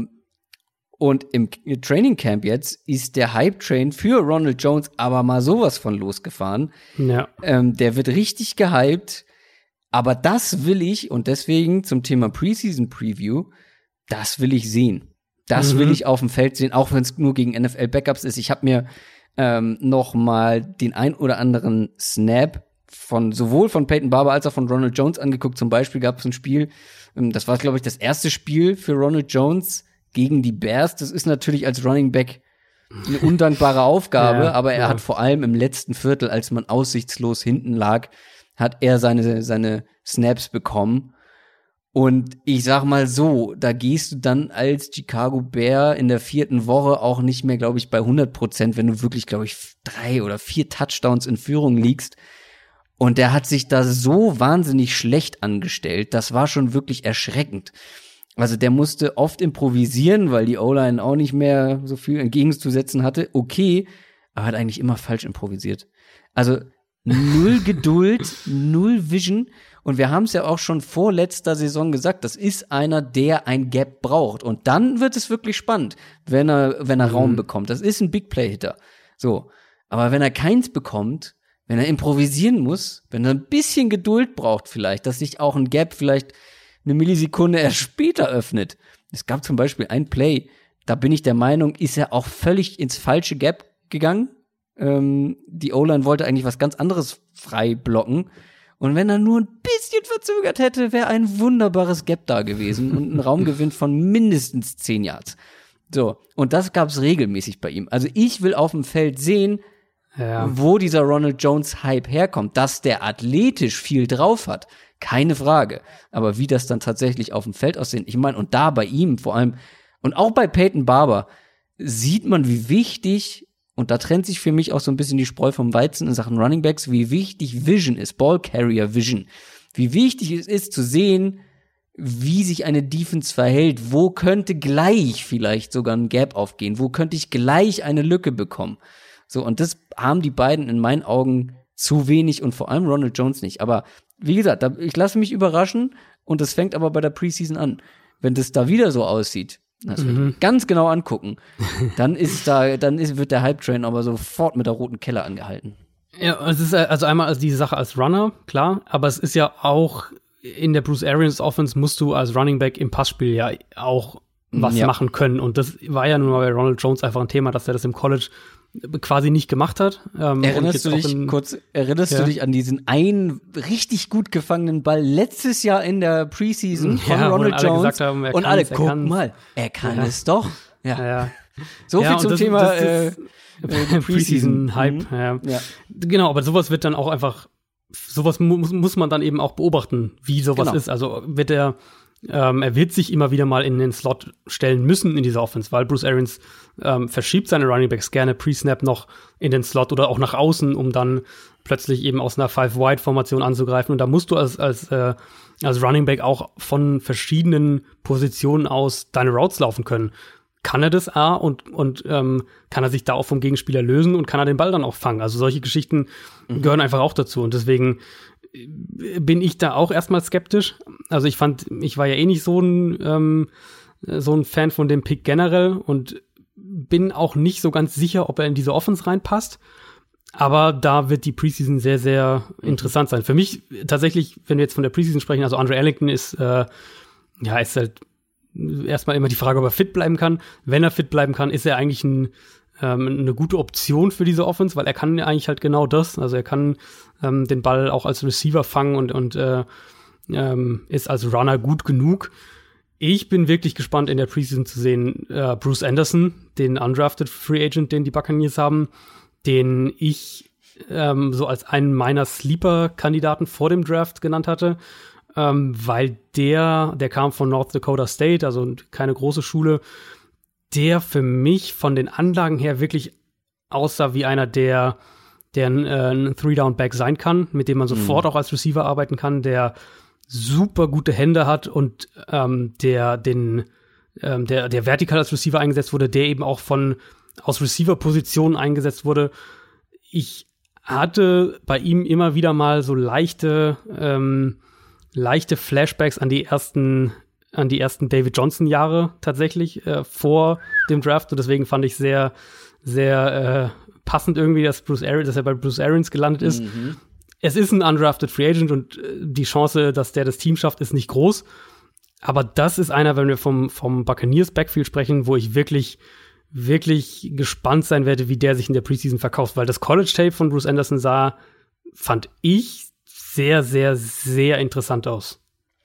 Und im Training Camp jetzt ist der Hype-Train für Ronald Jones aber mal sowas von losgefahren. Ja. Der wird richtig gehypt. Aber das will ich, und deswegen zum Thema Preseason Preview, das will ich sehen. Das will ich auf dem Feld sehen, auch wenn es nur gegen NFL-Backups ist. Ich habe mir nochmal den ein oder anderen Snap sowohl von Peyton Barber als auch von Ronald Jones angeguckt. Zum Beispiel gab es ein Spiel, das war, glaube ich, das erste Spiel für Ronald Jones gegen die Bears. Das ist natürlich als Running Back eine undankbare Aufgabe, aber er hat vor allem im letzten Viertel, als man aussichtslos hinten lag, hat er seine Snaps bekommen. Und ich sag mal so, da gehst du dann als Chicago Bear in der 4. Woche auch nicht mehr, glaube ich, bei 100%, wenn du wirklich, glaube ich, 3 oder 4 Touchdowns in Führung liegst. Und der hat sich da so wahnsinnig schlecht angestellt. Das war schon wirklich erschreckend. Also der musste oft improvisieren, weil die O-Line auch nicht mehr so viel entgegenzusetzen hatte. Okay, aber hat eigentlich immer falsch improvisiert. Also 0 Geduld, 0 Vision. Und wir haben es ja auch schon vor letzter Saison gesagt, das ist einer, der ein Gap braucht. Und dann wird es wirklich spannend, wenn er Raum bekommt. Das ist ein Big Play-Hitter. So. Aber wenn er keins bekommt, wenn er improvisieren muss, wenn er ein bisschen Geduld braucht vielleicht, dass sich auch ein Gap vielleicht eine Millisekunde erst später öffnet. Es gab zum Beispiel ein Play, da bin ich der Meinung, ist er auch völlig ins falsche Gap gegangen. Die O-Line wollte eigentlich was ganz anderes frei blocken. Und wenn er nur ein bisschen verzögert hätte, wäre ein wunderbares Gap da gewesen und ein Raumgewinn von mindestens 10 Yards. So, und das gab's regelmäßig bei ihm. Also ich will auf dem Feld sehen, wo dieser Ronald Jones Hype herkommt. Dass der athletisch viel drauf hat, keine Frage. Aber wie das dann tatsächlich auf dem Feld aussehen, ich meine, und da bei ihm vor allem, und auch bei Peyton Barber, sieht man, wie wichtig, und da trennt sich für mich auch so ein bisschen die Spreu vom Weizen in Sachen Running Backs, wie wichtig Vision ist, Ball Carrier Vision. Wie wichtig es ist zu sehen, wie sich eine Defense verhält. Wo könnte gleich vielleicht sogar ein Gap aufgehen? Wo könnte ich gleich eine Lücke bekommen? So, und das haben die beiden in meinen Augen zu wenig und vor allem Ronald Jones nicht. Aber wie gesagt, ich lasse mich überraschen und das fängt aber bei der Preseason an. Wenn das da wieder so aussieht, das wird ganz genau angucken, dann wird der Hype-Train aber sofort mit der roten Kelle angehalten. Ja, es ist also einmal diese Sache als Runner, klar, aber es ist ja auch in der Bruce Arians Offense musst du als Running Back im Passspiel ja auch was machen können. Und das war ja nun mal bei Ronald Jones einfach ein Thema, dass er das im College quasi nicht gemacht hat. Erinnerst du dich an diesen einen richtig gut gefangenen Ball letztes Jahr in der Preseason von Ronald Jones? Und alle, guck mal, er kann es doch. Ja. So viel zum Thema Preseason-Hype. Ja. Genau, aber sowas wird dann auch einfach, sowas muss man dann eben auch beobachten, wie sowas ist. Also wird er wird sich immer wieder mal in den Slot stellen müssen in dieser Offense, weil Bruce Arians verschiebt seine Runningbacks gerne pre-Snap noch in den Slot oder auch nach außen, um dann plötzlich eben aus einer 5-Wide-Formation anzugreifen. Und da musst du als Runningback auch von verschiedenen Positionen aus deine Routes laufen können. Kann er das und kann er sich da auch vom Gegenspieler lösen und kann er den Ball dann auch fangen? Also solche Geschichten gehören einfach auch dazu. Und deswegen bin ich da auch erstmal skeptisch. Also ich war ja eh nicht so ein Fan von dem Pick generell und bin auch nicht so ganz sicher, ob er in diese Offense reinpasst. Aber da wird die Preseason sehr, sehr interessant sein. Für mich tatsächlich, wenn wir jetzt von der Preseason sprechen, also Andre Ellington ist halt erstmal immer die Frage, ob er fit bleiben kann. Wenn er fit bleiben kann, ist er eigentlich eine gute Option für diese Offense, weil er kann eigentlich halt genau das. Also er kann den Ball auch als Receiver fangen und ist als Runner gut genug. Ich bin wirklich gespannt, in der Preseason zu sehen, Bruce Anderson, den undrafted Free Agent, den die Buccaneers haben, den ich so als einen meiner Sleeper-Kandidaten vor dem Draft genannt hatte, weil der kam von North Dakota State, also keine große Schule, der für mich von den Anlagen her wirklich aussah wie einer, der ein Three-Down-Back sein kann, mit dem man sofort auch als Receiver arbeiten kann, der super gute Hände hat und der vertikal als Receiver eingesetzt wurde, der eben auch aus Receiver-Positionen eingesetzt wurde. Ich hatte bei ihm immer wieder mal so leichte Flashbacks an die ersten David Johnson-Jahre tatsächlich vor dem Draft und deswegen fand ich sehr, sehr passend irgendwie, dass er bei Bruce Arians gelandet ist. Es ist ein undrafted Free Agent und die Chance, dass der das Team schafft, ist nicht groß. Aber das ist einer, wenn wir vom Buccaneers Backfield sprechen, wo ich wirklich, wirklich gespannt sein werde, wie der sich in der Preseason verkauft, weil das College-Tape von Bruce Anderson sah, fand ich, sehr, sehr, sehr interessant aus.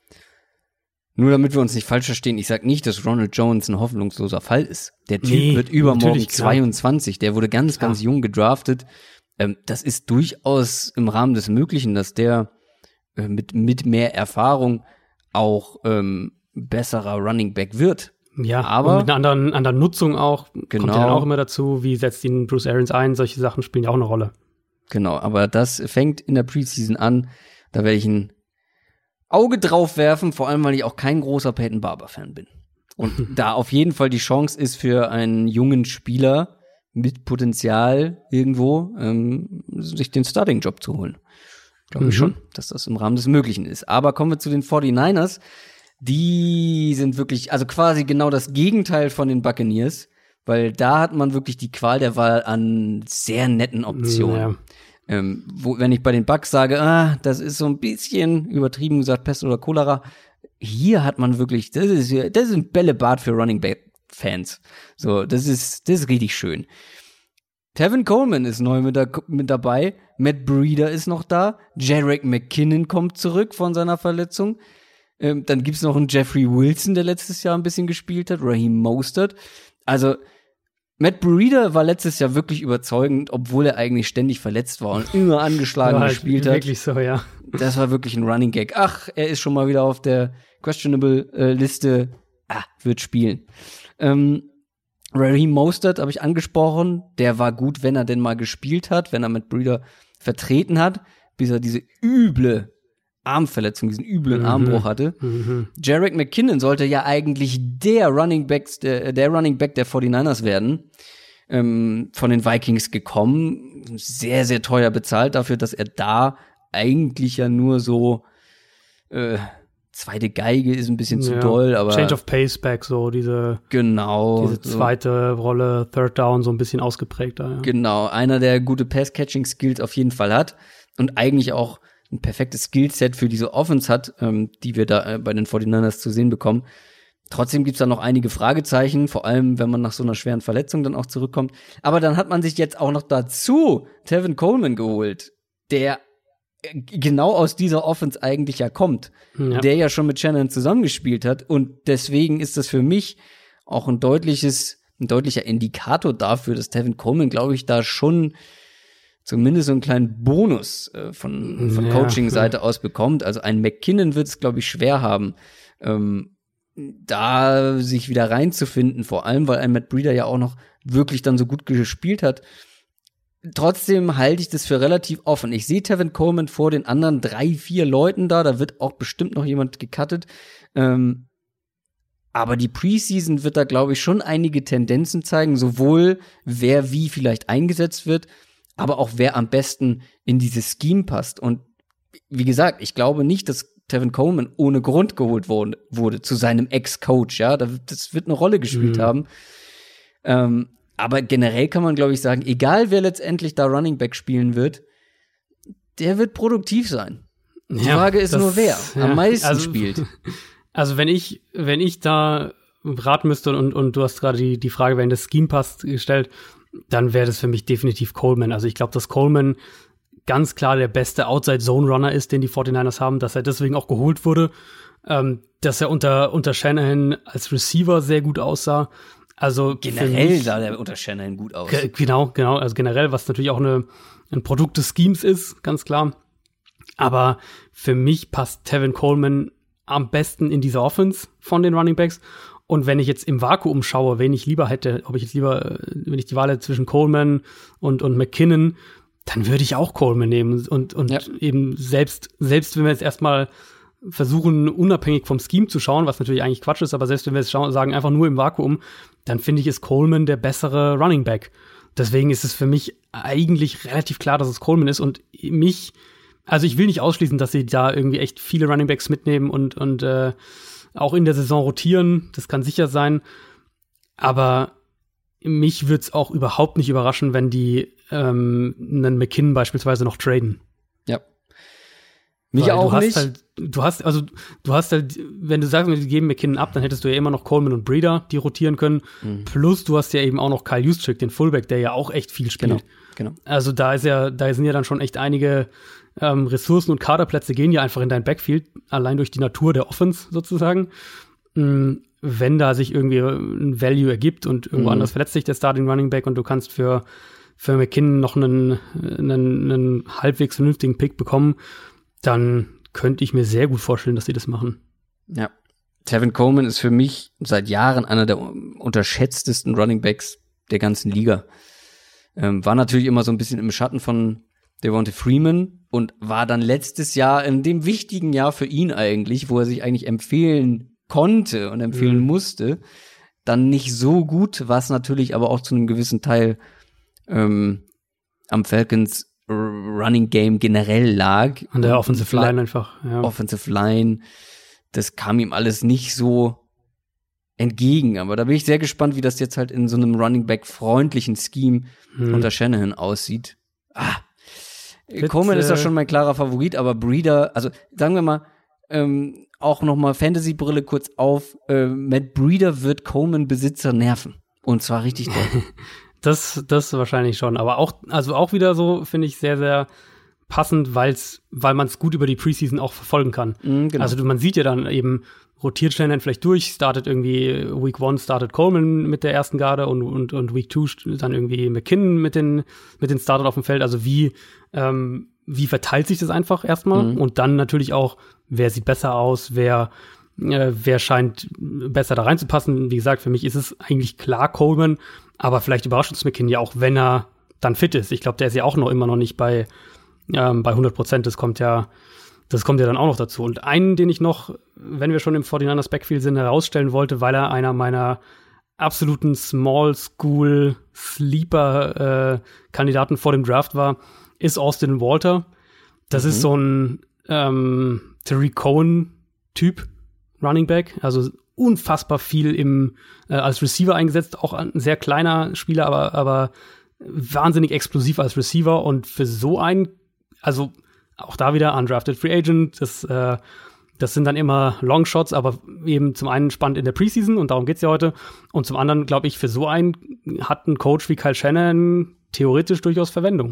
Nur damit wir uns nicht falsch verstehen, ich sage nicht, dass Ronald Jones ein hoffnungsloser Fall ist. Der Typ wird übermorgen 22, der wurde ganz jung gedraftet. Das ist durchaus im Rahmen des Möglichen, dass der mit mehr Erfahrung auch besserer Running Back wird. Ja, aber mit einer anderen Nutzung auch, kommt ja dann auch immer dazu, wie setzt ihn Bruce Arians ein, solche Sachen spielen ja auch eine Rolle. Genau, aber das fängt in der Preseason an, da werde ich ein Auge drauf werfen, vor allem, weil ich auch kein großer Peyton Barber-Fan bin. Und da auf jeden Fall die Chance ist für einen jungen Spieler mit Potenzial irgendwo, sich den Starting-Job zu holen. Glaube ich schon, dass das im Rahmen des Möglichen ist. Aber kommen wir zu den 49ers. Die sind wirklich, also quasi genau das Gegenteil von den Buccaneers, weil da hat man wirklich die Qual der Wahl an sehr netten Optionen. Ja. Wenn ich bei den Bucks sage, das ist so ein bisschen übertrieben gesagt, Pest oder Cholera, hier hat man wirklich, das ist ein Bällebad für Running Back Fans. So, das ist richtig schön. Tevin Coleman ist neu mit dabei, Matt Breida ist noch da, Jerick McKinnon kommt zurück von seiner Verletzung. Dann gibt's noch einen Jeffrey Wilson, der letztes Jahr ein bisschen gespielt hat, Raheem Mostert. Also Matt Breida war letztes Jahr wirklich überzeugend, obwohl er eigentlich ständig verletzt war und immer angeschlagen gespielt hat. Wirklich so, ja. Das war wirklich ein Running Gag. Ach, er ist schon mal wieder auf der Questionable-Liste. Wird spielen. Raheem Mostert habe ich angesprochen. Der war gut, wenn er denn mal gespielt hat, wenn er Matt Breida vertreten hat, bis er diese üble Armverletzung, diesen üblen Armbruch hatte. Jerick McKinnon sollte ja eigentlich der Running Back der 49ers werden. Von den Vikings gekommen. Sehr, sehr teuer bezahlt dafür, dass er da eigentlich ja nur so zweite Geige ist ein bisschen zu doll, aber Change of Pace back, so diese zweite Rolle, Third Down, so ein bisschen ausgeprägter. Ja. Genau, einer, der gute Pass-Catching-Skills auf jeden Fall hat und eigentlich auch ein perfektes Skillset für diese Offense hat, die wir da bei den 49ers zu sehen bekommen. Trotzdem gibt's da noch einige Fragezeichen, vor allem, wenn man nach so einer schweren Verletzung dann auch zurückkommt. Aber dann hat man sich jetzt auch noch dazu Tevin Coleman geholt, der genau aus dieser Offense eigentlich ja kommt, der ja schon mit Shannon zusammengespielt hat. Und deswegen ist das für mich auch ein deutlicher Indikator dafür, dass Tevin Coleman, glaube ich, da schon zumindest so einen kleinen Bonus von Coaching-Seite aus bekommt. Also ein McKinnon wird es, glaube ich, schwer haben, da sich wieder reinzufinden, vor allem, weil ein Matt Breida ja auch noch wirklich dann so gut gespielt hat. Trotzdem halte ich das für relativ offen. Ich sehe Tevin Coleman vor den anderen 3-4 Leuten da wird auch bestimmt noch jemand gecuttet. Aber die Preseason wird da, glaube ich, schon einige Tendenzen zeigen, sowohl wer wie vielleicht eingesetzt wird, aber auch wer am besten in dieses Scheme passt. Und wie gesagt, ich glaube nicht, dass Tevin Coleman ohne Grund geholt wurde zu seinem Ex-Coach. Ja, das wird eine Rolle gespielt haben. Aber generell kann man, glaube ich, sagen, egal wer letztendlich da Running Back spielen wird, der wird produktiv sein. Die Frage ist nur, wer am meisten spielt. Also wenn ich da raten müsste und du hast gerade die Frage, wenn das Scheme passt, gestellt, dann wäre das für mich definitiv Coleman. Also ich glaube, dass Coleman ganz klar der beste Outside-Zone-Runner ist, den die 49ers haben, dass er deswegen auch geholt wurde, dass er unter Shanahan als Receiver sehr gut aussah. Also generell sah der unter Shanahan gut aus. Genau, also generell, was natürlich auch ein Produkt des Schemes ist, ganz klar. Aber für mich passt Tevin Coleman am besten in diese Offense von den Running Backs. Und wenn ich jetzt im Vakuum schaue, wenn ich die Wahl hätte zwischen Coleman und McKinnon, dann würde ich auch Coleman nehmen. Und eben selbst wenn wir jetzt erstmal versuchen, unabhängig vom Scheme zu schauen, was natürlich eigentlich Quatsch ist, aber selbst wenn wir jetzt sagen, einfach nur im Vakuum, dann finde ich, ist Coleman der bessere Running Back. Deswegen ist es für mich eigentlich relativ klar, dass es Coleman ist und also ich will nicht ausschließen, dass sie da irgendwie echt viele Running Backs mitnehmen und auch in der Saison rotieren, das kann sicher sein, aber mich würde es auch überhaupt nicht überraschen, wenn die einen McKinnon beispielsweise noch traden. Ja. Mich auch nicht. Du hast halt, wenn du sagst, wir geben McKinnon ab, dann hättest du ja immer noch Coleman und Breida, die rotieren können. Plus du hast ja eben auch noch Kyle Juszczyk, den Fullback, der ja auch echt viel spielt. Genau. Also da sind ja dann schon echt einige Ressourcen und Kaderplätze gehen ja einfach in dein Backfield, allein durch die Natur der Offense sozusagen. Wenn da sich irgendwie ein Value ergibt und irgendwo anders verletzt sich der Starting Running Back und du kannst für McKinnon noch einen halbwegs vernünftigen Pick bekommen, dann könnte ich mir sehr gut vorstellen, dass sie das machen. Ja. Tevin Coleman ist für mich seit Jahren einer der unterschätztesten Running Backs der ganzen Liga. War natürlich immer so ein bisschen im Schatten von Devonta Freeman und war dann letztes Jahr, in dem wichtigen Jahr für ihn eigentlich, wo er sich eigentlich empfehlen konnte und empfehlen musste, dann nicht so gut, was natürlich aber auch zu einem gewissen Teil am Falcons Running Game generell lag. An der Offensive Line einfach. Ja. Offensive Line, das kam ihm alles nicht so entgegen. Aber da bin ich sehr gespannt, wie das jetzt halt in so einem Running Back freundlichen Scheme unter Shanahan aussieht. Coleman ist da schon mein klarer Favorit, aber Breida, also sagen wir mal, auch nochmal Fantasy-Brille kurz auf, Matt Breida wird Coleman-Besitzer nerven. Und zwar richtig doll. Das wahrscheinlich schon, aber auch wieder so, finde ich, sehr, sehr passend, weil man es gut über die Preseason auch verfolgen kann. Genau. Also man sieht ja dann eben, rotiert Shanahan vielleicht durch, startet irgendwie Week 1 startet Coleman mit der ersten Garde und Week 2 dann irgendwie McKinnon mit den Startern auf dem Feld. Also wie verteilt sich das einfach erstmal? Und dann natürlich auch, wer sieht besser aus, wer scheint besser da reinzupassen. Wie gesagt, für mich ist es eigentlich klar Coleman, aber vielleicht überrascht uns McKinnon ja auch, wenn er dann fit ist. Ich glaube, der ist ja auch immer noch nicht bei 100%. Das kommt ja dann auch noch dazu. Und einen, den ich noch, wenn wir schon im 49ers Backfield sind, herausstellen wollte, weil er einer meiner absoluten Small School Sleeper Kandidaten vor dem Draft war, ist Austin Walter. Das ist so ein Tariq Cohen-Typ Running Back, also unfassbar viel als Receiver eingesetzt, auch ein sehr kleiner Spieler, aber wahnsinnig explosiv als Receiver und für so einen, also auch da wieder undrafted Free Agent, das sind dann immer Longshots, aber eben zum einen spannend in der Preseason und darum geht's ja heute und zum anderen, glaube ich, für so einen hat ein Coach wie Kyle Shanahan theoretisch durchaus Verwendung.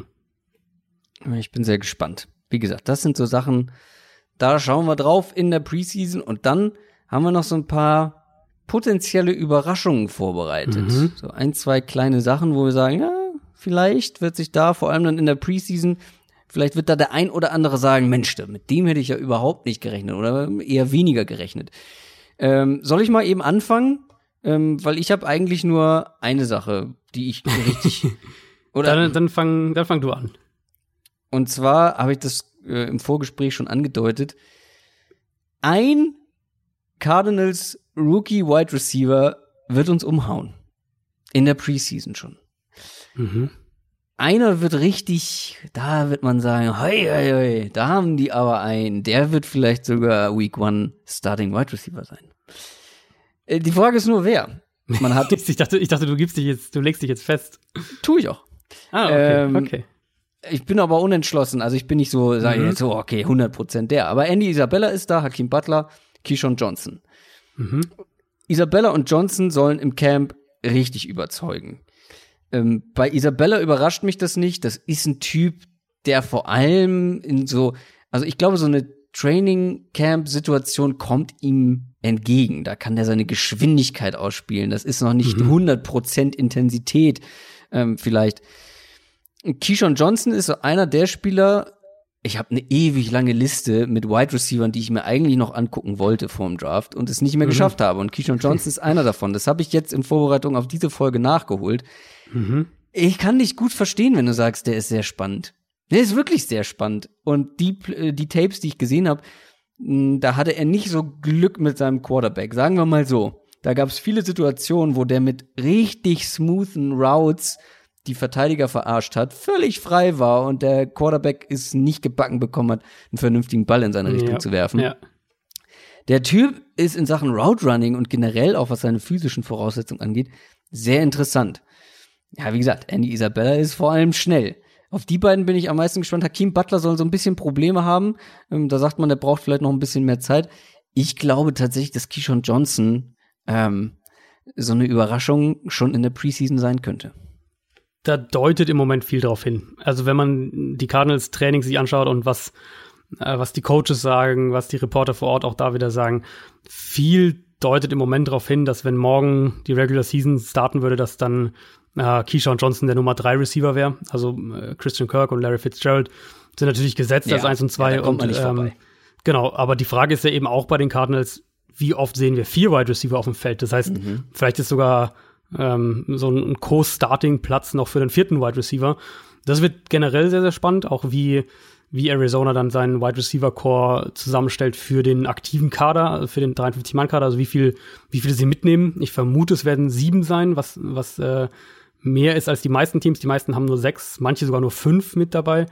Ich bin sehr gespannt. Wie gesagt, das sind so Sachen, da schauen wir drauf in der Preseason und dann haben wir noch so ein paar potenzielle Überraschungen vorbereitet. So 1, 2 kleine Sachen, wo wir sagen, ja, vielleicht wird sich da, vor allem dann in der Preseason, vielleicht wird da der ein oder andere sagen, Mensch, mit dem hätte ich ja überhaupt nicht gerechnet oder eher weniger gerechnet. Soll ich mal eben anfangen? Weil ich habe eigentlich nur eine Sache, die ich richtig oder dann fang du an. Und zwar habe ich das im Vorgespräch schon angedeutet. Ein Cardinals Rookie Wide Receiver wird uns umhauen. In der Preseason schon. Einer wird richtig, da wird man sagen, hoi, da haben die aber einen. Der wird vielleicht sogar Week 1 Starting Wide Receiver sein. Die Frage ist nur, wer. Man hat ich dachte, du legst dich jetzt fest. Tu ich auch. Okay. Ich bin aber unentschlossen. Also ich bin nicht so, sage ich jetzt so, okay, 100% der. Aber Andy Isabella ist da, Hakeem Butler, Keyshawn Johnson. Isabella und Johnson sollen im Camp richtig überzeugen. Bei Isabella überrascht mich das nicht. Das ist ein Typ, der vor allem also ich glaube, so eine Training-Camp-Situation kommt ihm entgegen. Da kann der seine Geschwindigkeit ausspielen. Das ist noch nicht 100% Intensität vielleicht. Keyshawn Johnson ist so einer der Spieler, ich habe eine ewig lange Liste mit Wide Receivern, die ich mir eigentlich noch angucken wollte vor dem Draft und es nicht mehr geschafft habe. Und Keyshawn Johnson ist einer davon. Das habe ich jetzt in Vorbereitung auf diese Folge nachgeholt. Ich kann dich gut verstehen, wenn du sagst, der ist sehr spannend. Der ist wirklich sehr spannend. Und die Tapes, die ich gesehen habe, da hatte er nicht so Glück mit seinem Quarterback. Sagen wir mal so. Da gab es viele Situationen, wo der mit richtig smoothen Routes die Verteidiger verarscht hat, völlig frei war und der Quarterback es nicht gebacken bekommen hat, einen vernünftigen Ball in seine Richtung zu werfen. Ja. Der Typ ist in Sachen Route Running und generell auch was seine physischen Voraussetzungen angeht, sehr interessant. Ja, wie gesagt, Andy Isabella ist vor allem schnell. Auf die beiden bin ich am meisten gespannt. Hakeem Butler soll so ein bisschen Probleme haben. Da sagt man, der braucht vielleicht noch ein bisschen mehr Zeit. Ich glaube tatsächlich, dass Keyshawn Johnson so eine Überraschung schon in der Preseason sein könnte. Da deutet im Moment viel drauf hin. Also wenn man die Cardinals Training sich anschaut und was die Coaches sagen, was die Reporter vor Ort auch da wieder sagen, viel deutet im Moment darauf hin, dass wenn morgen die Regular Season starten würde, dass dann Keyshawn Johnson der Nummer 3 Receiver wäre. Also Christian Kirk und Larry Fitzgerald sind natürlich gesetzt als 1 und 2. Ja, da kommt man nicht vorbei. Genau, aber die Frage ist ja eben auch bei den Cardinals, wie oft sehen wir 4 Wide Receiver auf dem Feld? Das heißt, vielleicht ist sogar so ein Co-Starting-Platz noch für den 4. Wide Receiver. Das wird generell sehr, sehr spannend, auch wie Arizona dann seinen Wide Receiver Core zusammenstellt für den aktiven Kader, für den 53-Mann-Kader, also wie viele sie mitnehmen. Ich vermute, es werden 7 sein, was mehr ist als die meisten Teams. Die meisten haben nur 6, manche sogar nur 5 mit dabei.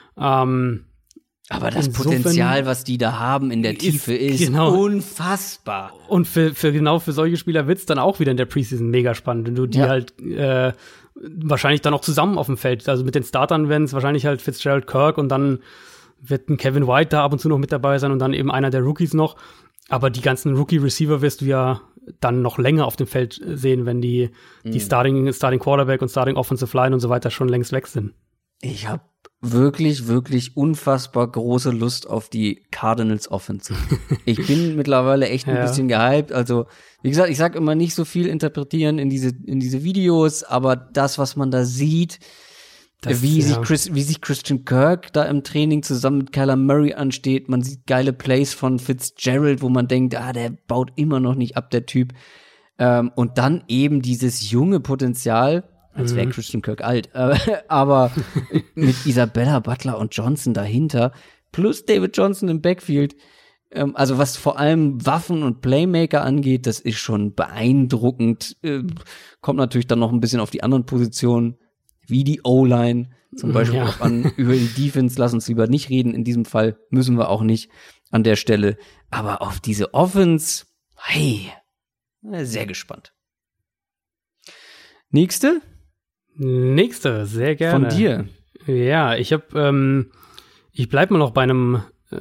Aber das Potenzial, was die da haben in der Tiefe, ist unfassbar. Und für solche Spieler wird's dann auch wieder in der Preseason mega spannend, wenn du die halt wahrscheinlich dann auch zusammen auf dem Feld, also mit den Startern werden es wahrscheinlich halt Fitzgerald, Kirk und dann wird ein Kevin White da ab und zu noch mit dabei sein und dann eben einer der Rookies noch. Aber die ganzen Rookie-Receiver wirst du ja dann noch länger auf dem Feld sehen, wenn die Starting Quarterback und Starting Offensive Line und so weiter schon längst weg sind. Ich habe wirklich, wirklich unfassbar große Lust auf die Cardinals Offense. Ich bin mittlerweile echt ein bisschen gehypt. Also, wie gesagt, ich sag immer nicht so viel interpretieren in diese Videos, aber das, was man da sieht, wie sich Christian Kirk da im Training zusammen mit Kyler Murray ansteht, man sieht geile Plays von Fitzgerald, wo man denkt, der baut immer noch nicht ab, der Typ. Und dann eben dieses junge Potenzial, als wäre Christian Kirk alt, aber mit Isabella Butler und Johnson dahinter, plus David Johnson im Backfield, also was vor allem Waffen und Playmaker angeht, das ist schon beeindruckend. Kommt natürlich dann noch ein bisschen auf die anderen Positionen, wie die O-Line zum Beispiel auch an. Über die Defense lass uns lieber nicht reden, in diesem Fall müssen wir auch nicht an der Stelle. Aber auf diese Offense, hey, sehr gespannt. Nächste, sehr gerne. Von dir. Ja, ich bleib mal noch bei einem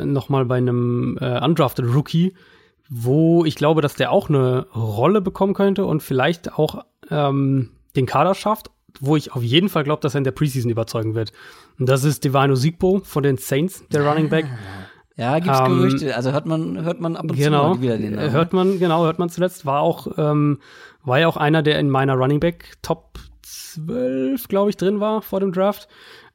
undrafted Rookie, wo ich glaube, dass der auch eine Rolle bekommen könnte und vielleicht auch den Kader schafft, wo ich auf jeden Fall glaube, dass er in der Preseason überzeugen wird. Und das ist Devine Ozigbo von den Saints, der Running Back. Ja, gibt's Gerüchte. Also hört man ab und zu mal wieder den Namen. Hört man zuletzt. War ja auch einer, der in meiner Running Back Top 12, glaube ich, drin war vor dem Draft.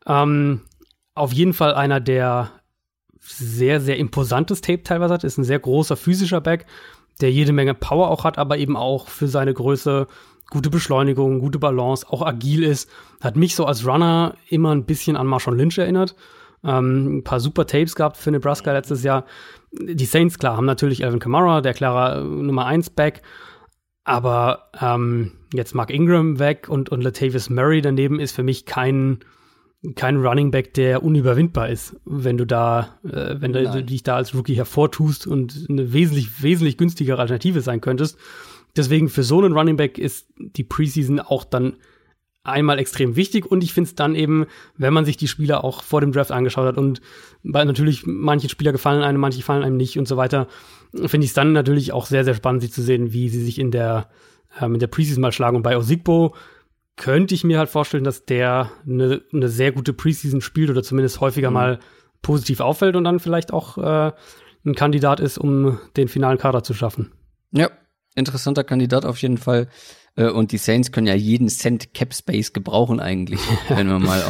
Auf jeden Fall einer, der sehr, sehr imposantes Tape teilweise hat. Ist ein sehr großer physischer Back, der jede Menge Power auch hat, aber eben auch für seine Größe gute Beschleunigung, gute Balance, auch agil ist. Hat mich so als Runner immer ein bisschen an Marshawn Lynch erinnert. Ein paar super Tapes gehabt für Nebraska letztes Jahr. Die Saints, klar, haben natürlich Alvin Kamara, der klare Nummer 1 Back. Aber jetzt Mark Ingram weg und Latavius Murray daneben ist für mich kein Running Back, der unüberwindbar ist, wenn du dich da als Rookie hervortust und eine wesentlich, wesentlich günstigere Alternative sein könntest. Deswegen für so einen Running Back ist die Preseason auch dann einmal extrem wichtig und ich finde es dann eben, wenn man sich die Spieler auch vor dem Draft angeschaut hat und weil natürlich manche Spieler gefallen einem, manche gefallen einem nicht und so weiter, finde ich es dann natürlich auch sehr, sehr spannend, sie zu sehen, wie sie sich in der Preseason mal schlagen. Und bei Ozigbo könnte ich mir halt vorstellen, dass der eine sehr gute Preseason spielt oder zumindest häufiger mal positiv auffällt und dann vielleicht auch ein Kandidat ist, um den finalen Kader zu schaffen. Ja, interessanter Kandidat auf jeden Fall. Und die Saints können ja jeden Cent Cap Space gebrauchen eigentlich, wenn wir mal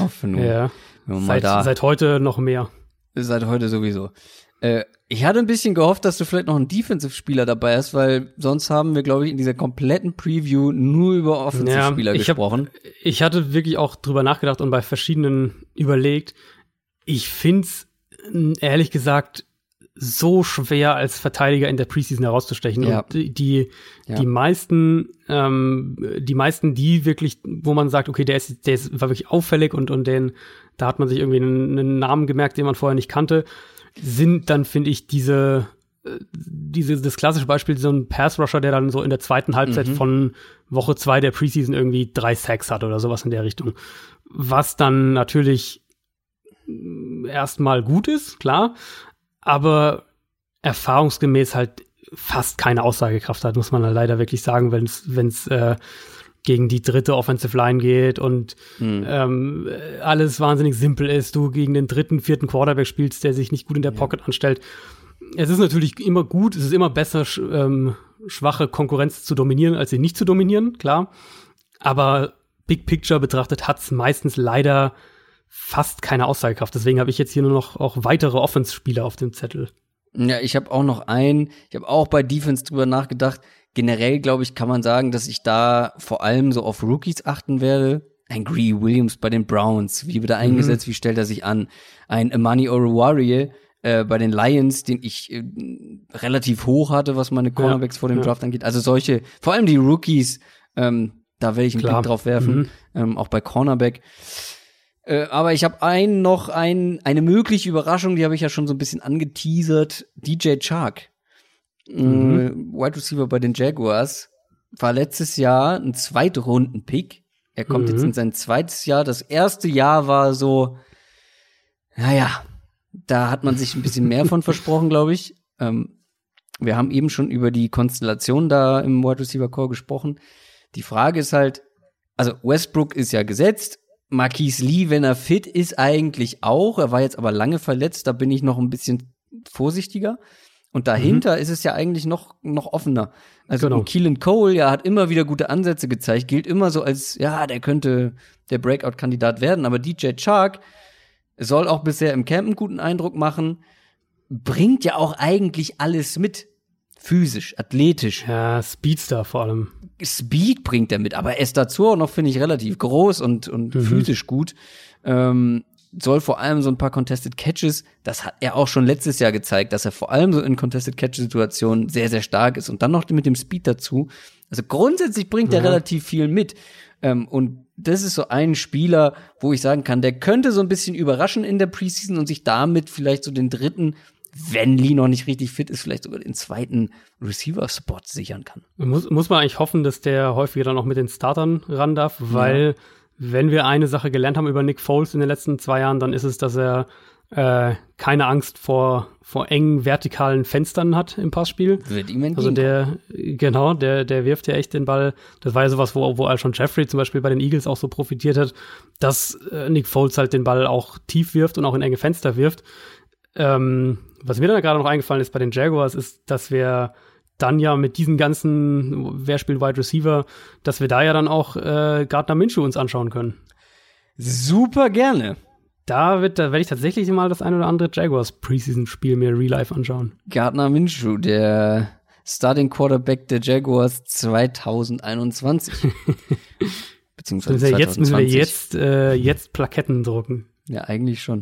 seit heute noch mehr. Seit heute sowieso. Ich hatte ein bisschen gehofft, dass du vielleicht noch einen Defensive-Spieler dabei hast, weil sonst haben wir, glaube ich, in dieser kompletten Preview nur über Offensive-Spieler gesprochen. Ich hatte wirklich auch drüber nachgedacht und bei verschiedenen überlegt. Ich find's ehrlich gesagt so schwer als Verteidiger in der Preseason herauszustechen. Ja. Und die meisten, die wirklich, wo man sagt, okay, war wirklich auffällig und da hat man sich irgendwie einen Namen gemerkt, den man vorher nicht kannte, sind dann, finde ich, das klassische Beispiel, so ein Pass-Rusher, der dann so in der zweiten Halbzeit von Woche 2 der Preseason irgendwie 3 Sacks hat oder sowas in der Richtung. Was dann natürlich erstmal gut ist, klar, aber erfahrungsgemäß halt fast keine Aussagekraft hat, muss man halt leider wirklich sagen, wenn's gegen die dritte Offensive Line geht und alles wahnsinnig simpel ist, du gegen den dritten, vierten Quarterback spielst, der sich nicht gut in der Pocket anstellt. Es ist natürlich immer gut, es ist immer besser, schwache Konkurrenz zu dominieren, als sie nicht zu dominieren, klar. Aber Big Picture betrachtet hat's meistens leider fast keine Aussagekraft. Deswegen habe ich jetzt hier nur noch auch weitere Offense-Spieler auf dem Zettel. Ja, ich habe auch bei Defense drüber nachgedacht. Generell, glaube ich, kann man sagen, dass ich da vor allem so auf Rookies achten werde. Ein Greedy Williams bei den Browns, wie wird er eingesetzt, wie stellt er sich an? Ein Amani Oruwariye bei den Lions, den ich relativ hoch hatte, was meine Cornerbacks vor dem Draft angeht. Also solche, vor allem die Rookies, da werde ich einen Blick drauf werfen, auch bei Cornerback. Aber ich habe eine mögliche Überraschung, die habe ich ja schon so ein bisschen angeteasert. DJ Chark, Wide Receiver bei den Jaguars, war letztes Jahr ein Zweitrunden-Pick. Er kommt jetzt in sein zweites Jahr. Das erste Jahr war so, naja, da hat man sich ein bisschen mehr von versprochen, glaube ich. Wir haben eben schon über die Konstellation da im Wide Receiver Core gesprochen. Die Frage ist halt, also Westbrook ist ja gesetzt, Marquise Lee, wenn er fit ist, eigentlich auch. Er war jetzt aber lange verletzt, da bin ich noch ein bisschen vorsichtiger. Und dahinter ist es ja eigentlich noch offener. Also Keelan Cole, hat immer wieder gute Ansätze gezeigt, gilt immer so als, der könnte der Breakout-Kandidat werden. Aber DJ Chark soll auch bisher im Camp einen guten Eindruck machen, bringt ja auch eigentlich alles mit. Physisch, athletisch. Ja, Speedster vor allem. Speed bringt er mit, aber er ist dazu auch noch, finde ich, relativ groß und physisch gut. Soll vor allem so ein paar Contested Catches, das hat er auch schon letztes Jahr gezeigt, dass er vor allem so in Contested Catch-Situationen sehr, sehr stark ist. Und dann noch mit dem Speed dazu. Also grundsätzlich bringt er relativ viel mit. Und das ist so ein Spieler, wo ich sagen kann, der könnte so ein bisschen überraschen in der Preseason und sich damit vielleicht so den dritten, wenn Lee noch nicht richtig fit ist, vielleicht sogar den zweiten Receiver-Spot sichern kann. Muss man eigentlich hoffen, dass der häufiger dann auch mit den Startern ran darf, weil wenn wir eine Sache gelernt haben über Nick Foles in den letzten 2 Jahren, dann ist es, dass er keine Angst vor engen vertikalen Fenstern hat im Passspiel. Wird ihm also der wirft ja echt den Ball. Das war ja sowas, wo Alshon Jeffrey zum Beispiel bei den Eagles auch so profitiert hat, dass Nick Foles halt den Ball auch tief wirft und auch in enge Fenster wirft. Was mir dann gerade noch eingefallen ist bei den Jaguars, ist, dass wir dann ja mit diesen ganzen, wer spielt Wide Receiver, dass wir da ja dann auch Gardner Minshew uns anschauen können. Super gerne. Da werde ich tatsächlich mal das ein oder andere Jaguars-Preseason-Spiel mir real life anschauen. Gardner Minshew, der Starting Quarterback der Jaguars 2021. Beziehungsweise 2020. Müssen wir jetzt Plaketten drucken. Ja, eigentlich schon.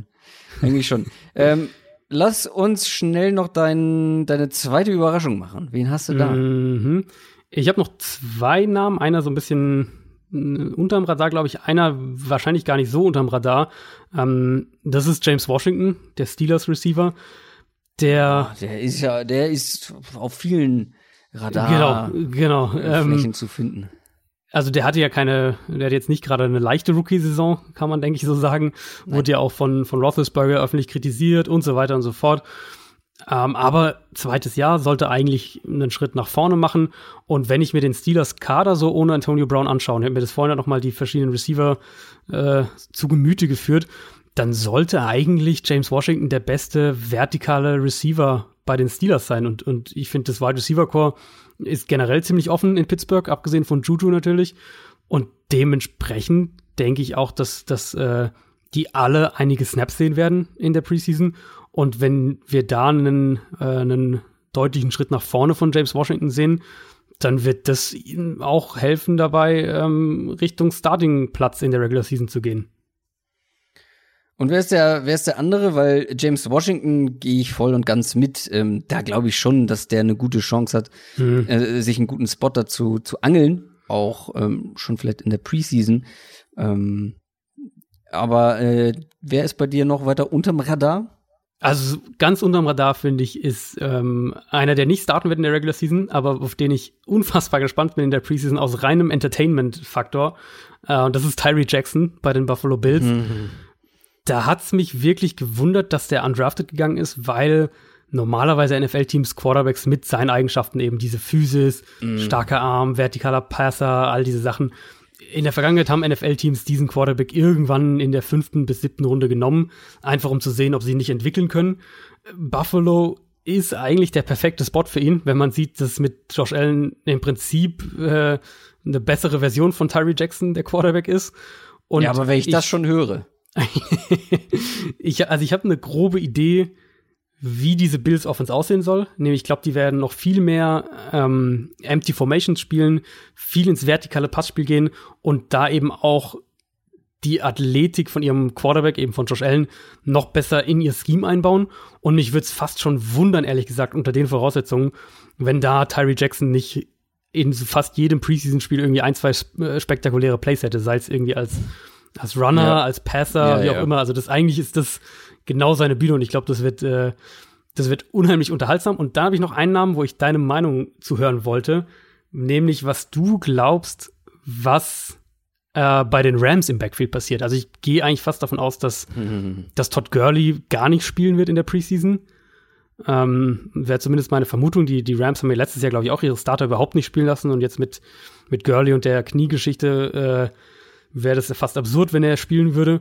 Lass uns schnell noch deine zweite Überraschung machen. Wen hast du da? Ich habe noch 2 Namen. Einer so ein bisschen unterm Radar, glaube ich. Einer wahrscheinlich gar nicht so unterm Radar. Das ist James Washington, der Steelers-Receiver. Der ist auf vielen Radar-Flächen zu finden. Also der hatte jetzt nicht gerade eine leichte Rookie-Saison, kann man, denke ich, so sagen. Nein. Wurde ja auch von Roethlisberger öffentlich kritisiert und so weiter und so fort. Aber zweites Jahr sollte eigentlich einen Schritt nach vorne machen. Und wenn ich mir den Steelers-Kader so ohne Antonio Brown anschaue, ich habe mir das vorhin noch mal die verschiedenen Receiver zu Gemüte geführt, dann sollte eigentlich James Washington der beste vertikale Receiver bei den Steelers sein. Und ich finde, das Wide Receiver Core ist generell ziemlich offen in Pittsburgh, abgesehen von Juju natürlich. Und dementsprechend denke ich auch, dass die alle einige Snaps sehen werden in der Preseason. Und wenn wir da einen deutlichen Schritt nach vorne von James Washington sehen, dann wird das ihnen auch helfen dabei, Richtung Starting-Platz in der Regular Season zu gehen. Und wer ist der andere? Weil James Washington gehe ich voll und ganz mit. Da glaube ich schon, dass der eine gute Chance hat, sich einen guten Spot dazu zu angeln. Auch schon vielleicht in der Preseason. Aber wer ist bei dir noch weiter unterm Radar? Also ganz unterm Radar, finde ich, ist einer, der nicht starten wird in der Regular Season, aber auf den ich unfassbar gespannt bin in der Preseason aus reinem Entertainment-Faktor. Und das ist Tyree Jackson bei den Buffalo Bills. Da hat's mich wirklich gewundert, dass der undrafted gegangen ist, weil normalerweise NFL-Teams Quarterbacks mit seinen Eigenschaften eben diese Physis, starker Arm, vertikaler Passer, all diese Sachen. In der Vergangenheit haben NFL-Teams diesen Quarterback irgendwann in der 5. bis 7. Runde genommen, einfach um zu sehen, ob sie ihn nicht entwickeln können. Buffalo ist eigentlich der perfekte Spot für ihn, wenn man sieht, dass mit Josh Allen im Prinzip eine bessere Version von Tyree Jackson der Quarterback ist. Und ja, aber wenn ich das schon höre. ich habe eine grobe Idee, wie diese Bills Offense aussehen soll. Nämlich, ich glaube, die werden noch viel mehr Empty Formations spielen, viel ins vertikale Passspiel gehen und da eben auch die Athletik von ihrem Quarterback, eben von Josh Allen, noch besser in ihr Scheme einbauen. Und mich würde es fast schon wundern, ehrlich gesagt, unter den Voraussetzungen, wenn da Tyree Jackson nicht in fast jedem Preseason-Spiel irgendwie 1-2 spektakuläre Plays hätte, sei es irgendwie als Runner, als Passer, wie auch immer. Also eigentlich ist das genau seine Bühne und ich glaube, das wird unheimlich unterhaltsam. Und da habe ich noch einen Namen, wo ich deine Meinung zu hören wollte, nämlich was du glaubst, was bei den Rams im Backfield passiert. Also ich gehe eigentlich fast davon aus, dass Todd Gurley gar nicht spielen wird in der Preseason. Wäre zumindest meine Vermutung. Die Rams haben ja letztes Jahr, glaube ich, auch ihre Starter überhaupt nicht spielen lassen und jetzt mit Gurley und der Kniegeschichte wäre das ja fast absurd, wenn er spielen würde.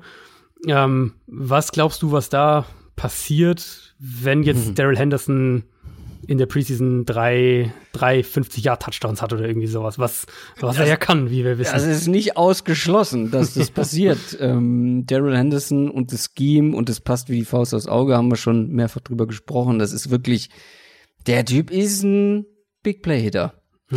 Was glaubst du, was da passiert, wenn jetzt Darrell Henderson in der Preseason 3 50-Yard-Touchdowns hat oder irgendwie sowas, was er ja kann, wie wir wissen. Also es ist nicht ausgeschlossen, dass das passiert. Darrell Henderson und das Scheme und das passt wie die Faust aufs Auge, haben wir schon mehrfach drüber gesprochen. Das ist wirklich, der Typ ist ein Big Play-Hitter.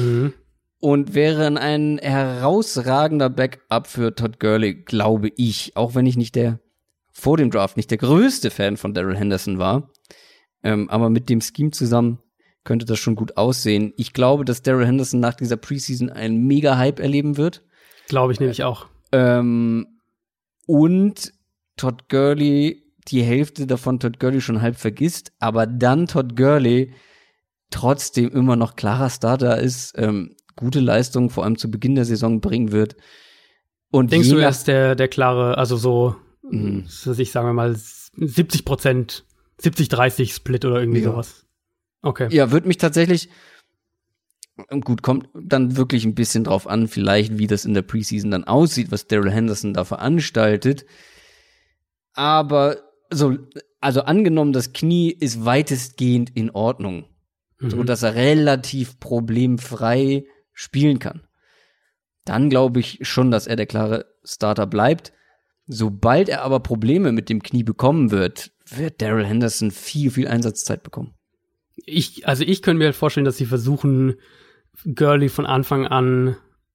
Und wäre ein herausragender Backup für Todd Gurley, glaube ich, auch wenn ich vor dem Draft nicht der größte Fan von Darrell Henderson war. Aber mit dem Scheme zusammen könnte das schon gut aussehen. Ich glaube, dass Darrell Henderson nach dieser Preseason einen Mega-Hype erleben wird. Glaube ich nämlich auch. Und Todd Gurley, die Hälfte davon Todd Gurley schon halb vergisst, aber dann Todd Gurley trotzdem immer noch klarer Starter ist, gute Leistungen vor allem zu Beginn der Saison bringen wird. Und denkst du, er ist der klare, also so, ich sage mal 70%, 70-30 Split oder irgendwie sowas? Okay. Ja, wird mich tatsächlich, gut, kommt dann wirklich ein bisschen drauf an, vielleicht wie das in der Preseason dann aussieht, was Darrell Henderson da veranstaltet. Aber also angenommen, das Knie ist weitestgehend in Ordnung, so dass er relativ problemfrei spielen kann. Dann glaube ich schon, dass er der klare Starter bleibt. Sobald er aber Probleme mit dem Knie bekommen wird Darrell Henderson viel, viel Einsatzzeit bekommen. Ich könnte mir halt vorstellen, dass sie versuchen, Gurley von Anfang an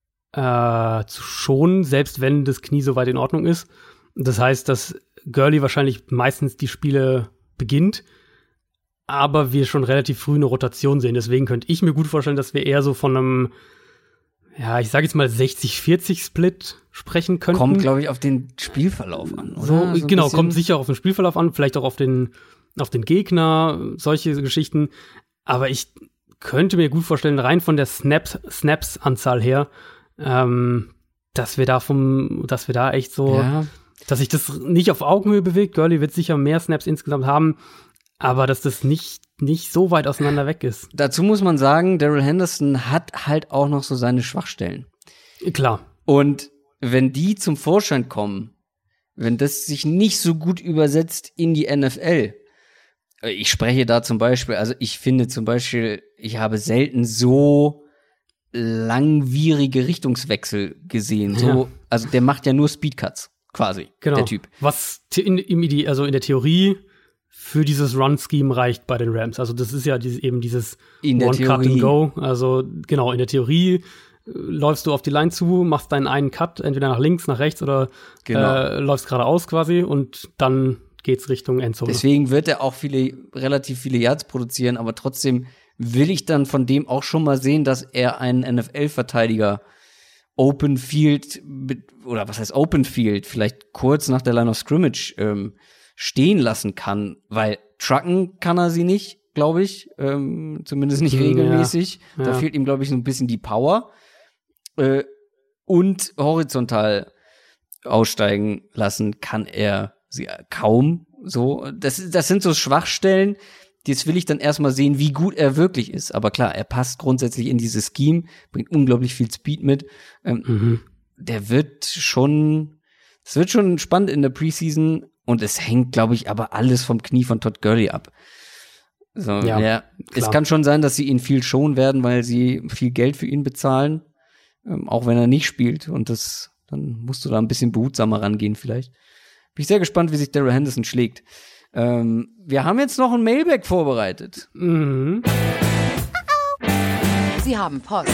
zu schonen, selbst wenn das Knie so weit in Ordnung ist. Das heißt, dass Gurley wahrscheinlich meistens die Spiele beginnt, aber wir schon relativ früh eine Rotation sehen. Deswegen könnte ich mir gut vorstellen, dass wir eher so von einem, ja, ich sage jetzt mal 60-40-Split sprechen könnten. Kommt, glaube ich, auf den Spielverlauf an, oder? So genau, kommt sicher auf den Spielverlauf an, vielleicht auch auf den Gegner, solche Geschichten. Aber ich könnte mir gut vorstellen, rein von der Snaps-Anzahl her, dass wir da echt so, dass sich das nicht auf Augenhöhe bewegt. Gurley wird sicher mehr Snaps insgesamt haben, aber dass das nicht so weit auseinander weg ist. Dazu muss man sagen, Darrell Henderson hat halt auch noch so seine Schwachstellen. Klar. Und wenn die zum Vorschein kommen, wenn das sich nicht so gut übersetzt in die NFL, ich spreche da zum Beispiel, also ich finde zum Beispiel, ich habe selten so langwierige Richtungswechsel gesehen. So, also der macht ja nur Speedcuts, quasi, der Typ. Was in der Theorie für dieses Run-Scheme reicht bei den Rams. Also das ist ja dieses One-Cut-and-Go. Also genau, in der Theorie läufst du auf die Line zu, machst deinen einen Cut, entweder nach links, nach rechts oder läufst geradeaus quasi und dann geht's Richtung Endzone. Deswegen wird er auch relativ viele Yards produzieren, aber trotzdem will ich dann von dem auch schon mal sehen, dass er einen NFL-Verteidiger Open Field, oder was heißt Open Field, vielleicht kurz nach der Line of Scrimmage stehen lassen kann, weil trucken kann er sie nicht, glaube ich, zumindest nicht regelmäßig. Da fehlt ihm, glaube ich, so ein bisschen die Power. Und horizontal aussteigen lassen kann er kaum so. Das sind so Schwachstellen, jetzt will ich dann erstmal sehen, wie gut er wirklich ist. Aber klar, er passt grundsätzlich in dieses Scheme, bringt unglaublich viel Speed mit. Es wird schon spannend in der Preseason und es hängt, glaube ich, aber alles vom Knie von Todd Gurley ab. So, ja, es kann schon sein, dass sie ihn viel schonen werden, weil sie viel Geld für ihn bezahlen, auch wenn er nicht spielt. Und dann musst du da ein bisschen behutsamer rangehen vielleicht. Bin ich sehr gespannt, wie sich Darrell Henderson schlägt. Wir haben jetzt noch ein Mailback vorbereitet. Sie haben Post.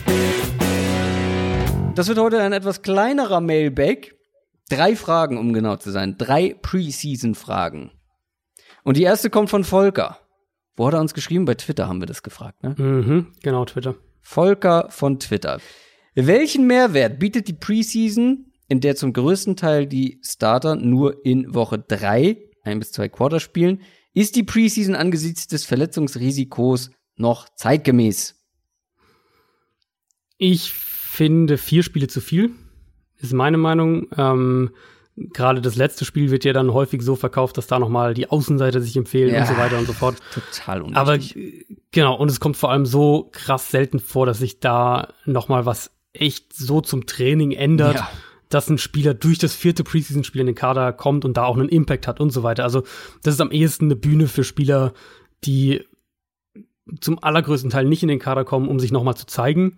Das wird heute ein etwas kleinerer Mailback. 3 Fragen, um genau zu sein. 3 Preseason-Fragen. Und die erste kommt von Volker. Wo hat er uns geschrieben? Bei Twitter haben wir das gefragt, ne? Genau, Twitter. Volker von Twitter. Welchen Mehrwert bietet die Preseason, in der zum größten Teil die Starter nur in Woche 3, 1 bis 2 Quarter spielen? Ist die Preseason angesichts des Verletzungsrisikos noch zeitgemäß? Ich finde 4 Spiele zu viel, ist meine Meinung. Gerade das letzte Spiel wird ja dann häufig so verkauft, dass da nochmal die Außenseiter sich empfehlen und so weiter und so fort. Total unwichtig. Aber genau, und es kommt vor allem so krass selten vor, dass sich da nochmal was echt so zum Training ändert, dass ein Spieler durch das 4. Preseason-Spiel in den Kader kommt und da auch einen Impact hat und so weiter. Also das ist am ehesten eine Bühne für Spieler, die zum allergrößten Teil nicht in den Kader kommen, um sich nochmal zu zeigen.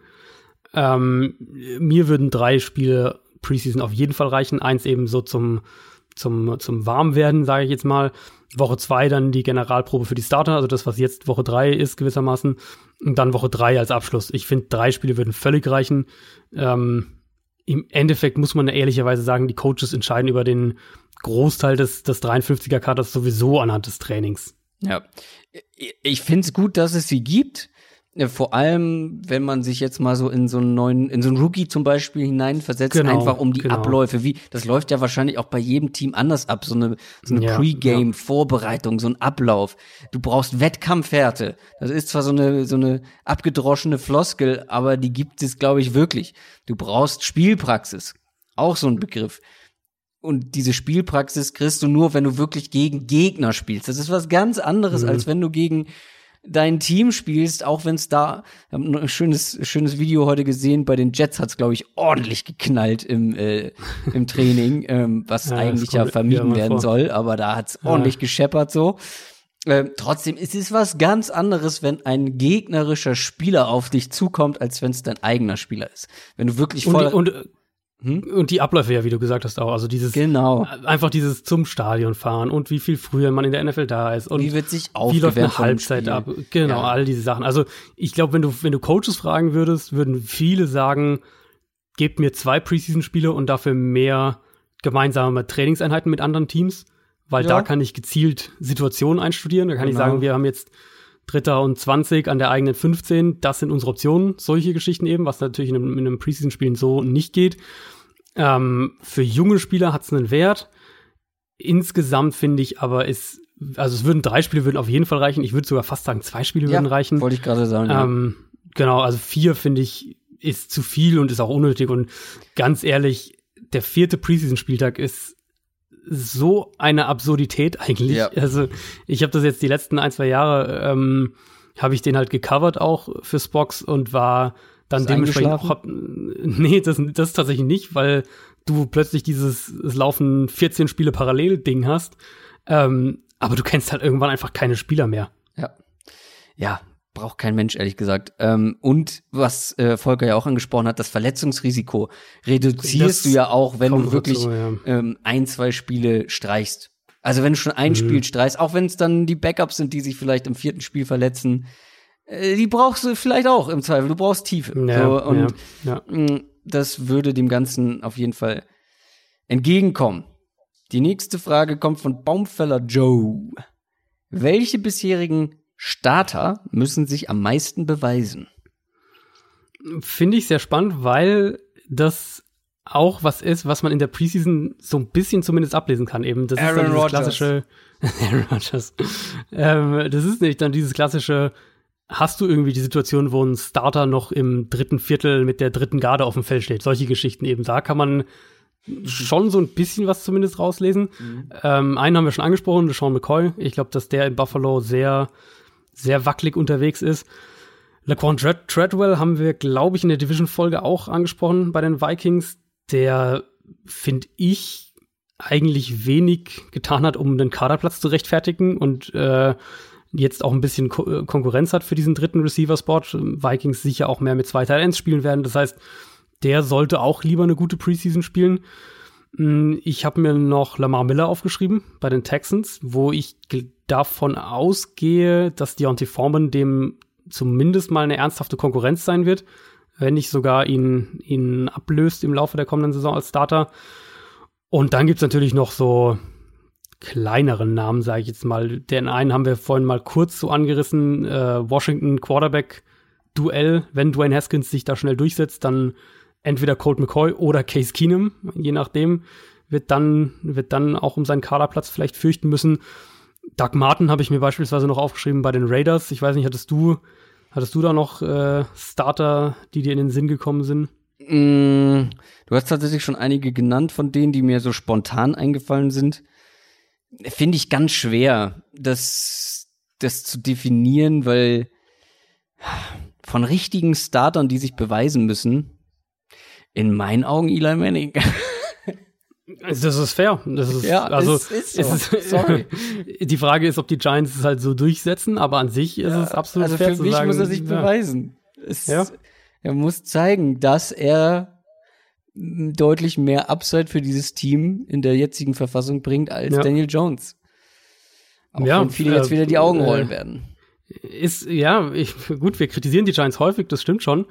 Mir würden 3 Spiele Preseason auf jeden Fall reichen. 1 eben so zum Warmwerden, sage ich jetzt mal. Woche 2 dann die Generalprobe für die Starter, also das, was jetzt Woche 3 ist gewissermaßen. Und dann Woche 3 als Abschluss. Ich finde, 3 Spiele würden völlig reichen. Im Endeffekt muss man ehrlicherweise sagen, die Coaches entscheiden über den Großteil des 53er-Kaders sowieso anhand des Trainings. Ja, ich finde es gut, dass es sie gibt. Vor allem, wenn man sich jetzt mal so in so einen Rookie zum Beispiel hineinversetzt, einfach um die Abläufe, das läuft ja wahrscheinlich auch bei jedem Team anders ab, so eine Pre-Game-Vorbereitung, so ein Ablauf. Du brauchst Wettkampfhärte. Das ist zwar so eine abgedroschene Floskel, aber die gibt es, glaube ich, wirklich. Du brauchst Spielpraxis. Auch so ein Begriff. Und diese Spielpraxis kriegst du nur, wenn du wirklich gegen Gegner spielst. Das ist was ganz anderes, als wenn du gegen dein Team spielst, auch wenn es da, ich habe ein schönes Video heute gesehen, bei den Jets hat's, glaube ich, ordentlich geknallt im Training, was eigentlich ja vermieden werden soll, aber da hat's ordentlich gescheppert so. Trotzdem ist es was ganz anderes, wenn ein gegnerischer Spieler auf dich zukommt, als wenn es dein eigener Spieler ist. Wenn du wirklich voll Und die Abläufe ja, wie du gesagt hast auch, also einfach dieses zum Stadion fahren und wie viel früher man in der NFL da ist und wie wird sich wie läuft eine Halbzeit ab, all diese Sachen. Also ich glaube, wenn du Coaches fragen würdest, würden viele sagen, gebt mir 2 Preseason-Spiele und dafür mehr gemeinsame Trainingseinheiten mit anderen Teams, weil da kann ich gezielt Situationen einstudieren, da kann ich sagen, wir haben jetzt 3. und 20 an der eigenen 15, das sind unsere Optionen, solche Geschichten eben, was natürlich in einem Preseason-Spiel so nicht geht. Für junge Spieler hat es einen Wert. Insgesamt finde ich aber es würden 3 Spiele würden auf jeden Fall reichen. Ich würde sogar fast sagen, 2 Spiele würden reichen. Wollte ich gerade sagen. Genau, also 4 finde ich ist zu viel und ist auch unnötig. Und ganz ehrlich, der 4. Preseason-Spieltag ist so eine Absurdität eigentlich. Ja. Also ich habe das jetzt die letzten 1-2 Jahre, habe ich den halt gecovert auch für Spox und war dann dementsprechend auch, nee, das tatsächlich nicht, weil du plötzlich es laufen 14 Spiele Parallel-Ding hast, aber du kennst halt irgendwann einfach keine Spieler mehr. Ja, braucht kein Mensch, ehrlich gesagt. Und was Volker ja auch angesprochen hat, das Verletzungsrisiko reduzierst du ja auch, wenn du wirklich 1-2 Spiele streichst. Also wenn du schon ein Spiel streichst, auch wenn es dann die Backups sind, die sich vielleicht im 4. Spiel verletzen, die brauchst du vielleicht auch im Zweifel. Du brauchst Tiefe. Das würde dem Ganzen auf jeden Fall entgegenkommen. Die nächste Frage kommt von Baumfeller Joe. Welche bisherigen Starter müssen sich am meisten beweisen? Finde ich sehr spannend, weil das auch was ist, was man in der Preseason so ein bisschen zumindest ablesen kann. Eben, das ist dann dieses klassische Aaron Rodgers. Das ist nicht dann dieses klassische, hast du irgendwie die Situation, wo ein Starter noch im 3. Viertel mit der 3. Garde auf dem Feld steht. Solche Geschichten eben. Da kann man schon so ein bisschen was zumindest rauslesen. Einen haben wir schon angesprochen, Sean McCoy. Ich glaube, dass der in Buffalo sehr, sehr wackelig unterwegs ist. Laquan Treadwell haben wir, glaube ich, in der Division-Folge auch angesprochen bei den Vikings. Der, finde ich, eigentlich wenig getan hat, um den Kaderplatz zu rechtfertigen und jetzt auch ein bisschen Konkurrenz hat für diesen dritten Receiver-Spot. Vikings sicher auch mehr mit 2 Tight Ends spielen werden. Das heißt, der sollte auch lieber eine gute Preseason spielen. Ich habe mir noch Lamar Miller aufgeschrieben bei den Texans, wo ich davon ausgehe, dass Deontay Foreman dem zumindest mal eine ernsthafte Konkurrenz sein wird, wenn nicht sogar ihn ablöst im Laufe der kommenden Saison als Starter. Und dann gibt's natürlich noch so kleineren Namen, sage ich jetzt mal. Den einen haben wir vorhin mal kurz so angerissen, Washington Quarterback-Duell. Wenn Dwayne Haskins sich da schnell durchsetzt, dann entweder Colt McCoy oder Case Keenum, je nachdem, wird dann auch um seinen Kaderplatz vielleicht fürchten müssen. Doug Martin habe ich mir beispielsweise noch aufgeschrieben bei den Raiders. Ich weiß nicht, hattest du da noch Starter, die dir in den Sinn gekommen sind? Du hast tatsächlich schon einige genannt von denen, die mir so spontan eingefallen sind. Finde ich ganz schwer, das zu definieren, weil von richtigen Startern, die sich beweisen müssen, in meinen Augen Eli Manning. Das ist fair. Das ist, ja, also, ist so. Sorry. Die Frage ist, ob die Giants es halt so durchsetzen, aber an sich ist es absolut also fair zu sagen. Also für mich muss er sich beweisen. Er muss zeigen, dass er deutlich mehr Upside für dieses Team in der jetzigen Verfassung bringt als Daniel Jones. Auch wenn viele jetzt wieder die Augen rollen werden. Gut, wir kritisieren die Giants häufig, das stimmt schon.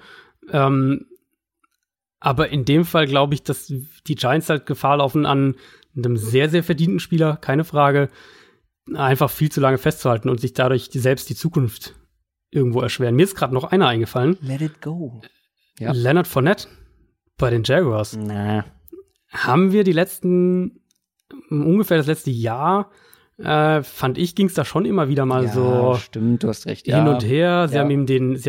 Aber in dem Fall glaube ich, dass die Giants halt Gefahr laufen, an einem sehr, sehr verdienten Spieler, keine Frage, einfach viel zu lange festzuhalten und sich dadurch selbst die Zukunft irgendwo erschweren. Mir ist gerade noch einer eingefallen. Let it go. Ja. Leonard Fournette bei den Jaguars. Haben wir ungefähr das letzte Jahr, fand ich, ging es da schon immer wieder mal so. Stimmt, du hast recht. Hin und her. Sie haben ihm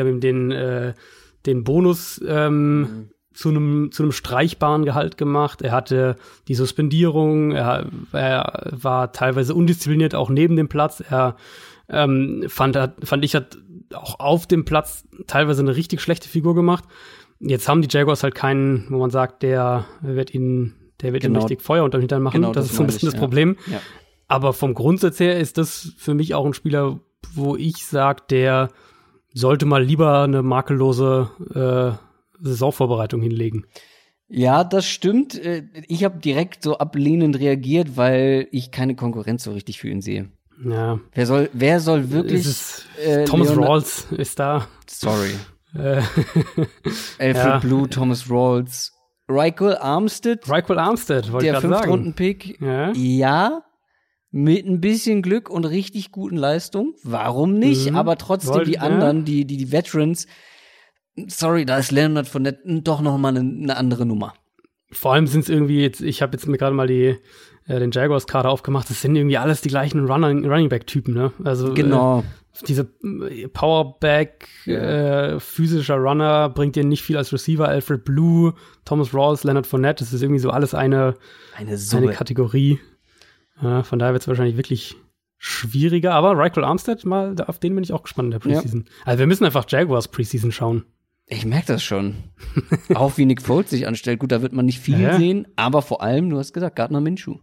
den Bonus zu einem streichbaren Gehalt gemacht. Er hatte die Suspendierung. Er war teilweise undiszipliniert, auch neben dem Platz. Er fand ich, hat auch auf dem Platz teilweise eine richtig schlechte Figur gemacht. Jetzt haben die Jaguars halt keinen, wo man sagt, der wird ihm richtig Feuer unterm Hintern machen. Genau, das ist so ein bisschen das Problem. Ja. Aber vom Grundsatz her ist das für mich auch ein Spieler, wo ich sage, der sollte mal lieber eine makellose Saisonvorbereitung hinlegen. Ja, das stimmt. Ich habe direkt so ablehnend reagiert, weil ich keine Konkurrenz so richtig für ihn sehe. Ja. Wer soll wirklich Thomas Rawls ist da. Sorry. Alfred Blue, Thomas Rawls, Ryquell Armstead, wollte ich der gerade sagen. 5-Runden-Pick. Ja, mit ein bisschen Glück und richtig guten Leistungen. Warum nicht? Aber trotzdem die anderen, die Veterans, sorry, da ist Leonard Fournette doch noch mal eine andere Nummer. Vor allem sind es irgendwie, ich habe jetzt mir gerade mal den Jaguars-Kader aufgemacht, das sind irgendwie alles die gleichen Running-Back-Typen, ne? Also genau. Diese Powerback, physischer Runner bringt dir nicht viel als Receiver. Alfred Blue, Thomas Rawls, Leonard Fournette, das ist irgendwie so alles eine Kategorie. Ja, von daher wird es wahrscheinlich wirklich schwieriger. Aber Ryquell Armstead, auf den bin ich auch gespannt in der Preseason. Ja. Also wir müssen einfach Jaguars Preseason schauen. Ich merke das schon. Auch wie Nick Foles sich anstellt. Gut, da wird man nicht viel sehen, aber vor allem, du hast gesagt, Gardner Minshew.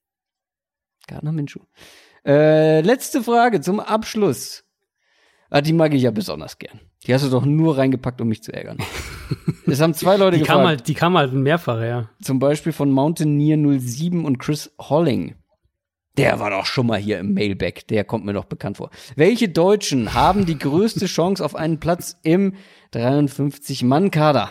Letzte Frage zum Abschluss. Die mag ich ja besonders gern. Die hast du doch nur reingepackt, um mich zu ärgern. Es haben 2 Leute gefragt. Die kam halt mehrfach, ja. Zum Beispiel von Mountaineer 07 und Chris Holling. Der war doch schon mal hier im Mailback. Der kommt mir doch bekannt vor. Welche Deutschen haben die größte Chance auf einen Platz im 53-Mann-Kader?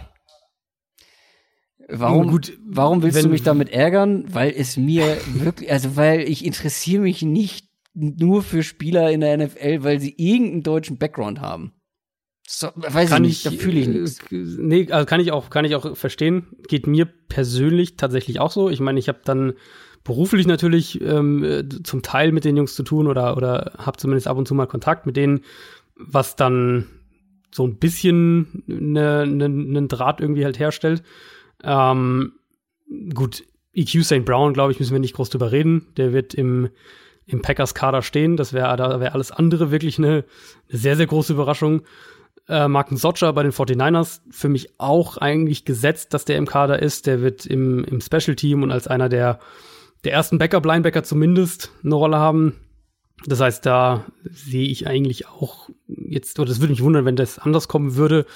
Warum willst du mich damit ärgern? Weil es mir wirklich, weil ich interessiere mich nicht nur für Spieler in der NFL, weil sie irgendeinen deutschen Background haben. So, weiß ich nicht, da fühle ich nichts. Nee, also kann ich auch verstehen. Geht mir persönlich tatsächlich auch so. Ich meine, ich habe dann beruflich natürlich zum Teil mit den Jungs zu tun oder habe zumindest ab und zu mal Kontakt mit denen, was dann so ein bisschen einen Draht irgendwie halt herstellt. Gut, EQ St. Brown, glaube ich, müssen wir nicht groß drüber reden. Der wird im Packers-Kader stehen. Da wäre alles andere wirklich eine sehr, sehr große Überraschung. Marcus Socha bei den 49ers, für mich auch eigentlich gesetzt, dass der im Kader ist. Der wird im Special-Team und als einer der ersten Backup-Linebacker zumindest eine Rolle haben. Das heißt, da sehe ich eigentlich auch jetzt, oder das würde mich wundern, wenn das anders kommen würde.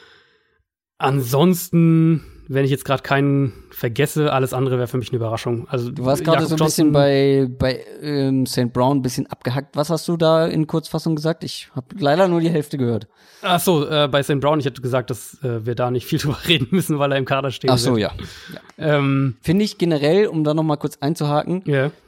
Ansonsten, wenn ich jetzt gerade keinen vergesse, alles andere wäre für mich eine Überraschung. Also du warst gerade so ein bisschen bei St. Brown ein bisschen abgehackt. Was hast du da in Kurzfassung gesagt? Ich habe leider nur die Hälfte gehört. Ach so, bei St. Brown, ich hätte gesagt, dass wir da nicht viel drüber reden müssen, weil er im Kader steht. Ach so, ja. Finde ich generell, um da noch mal kurz einzuhaken,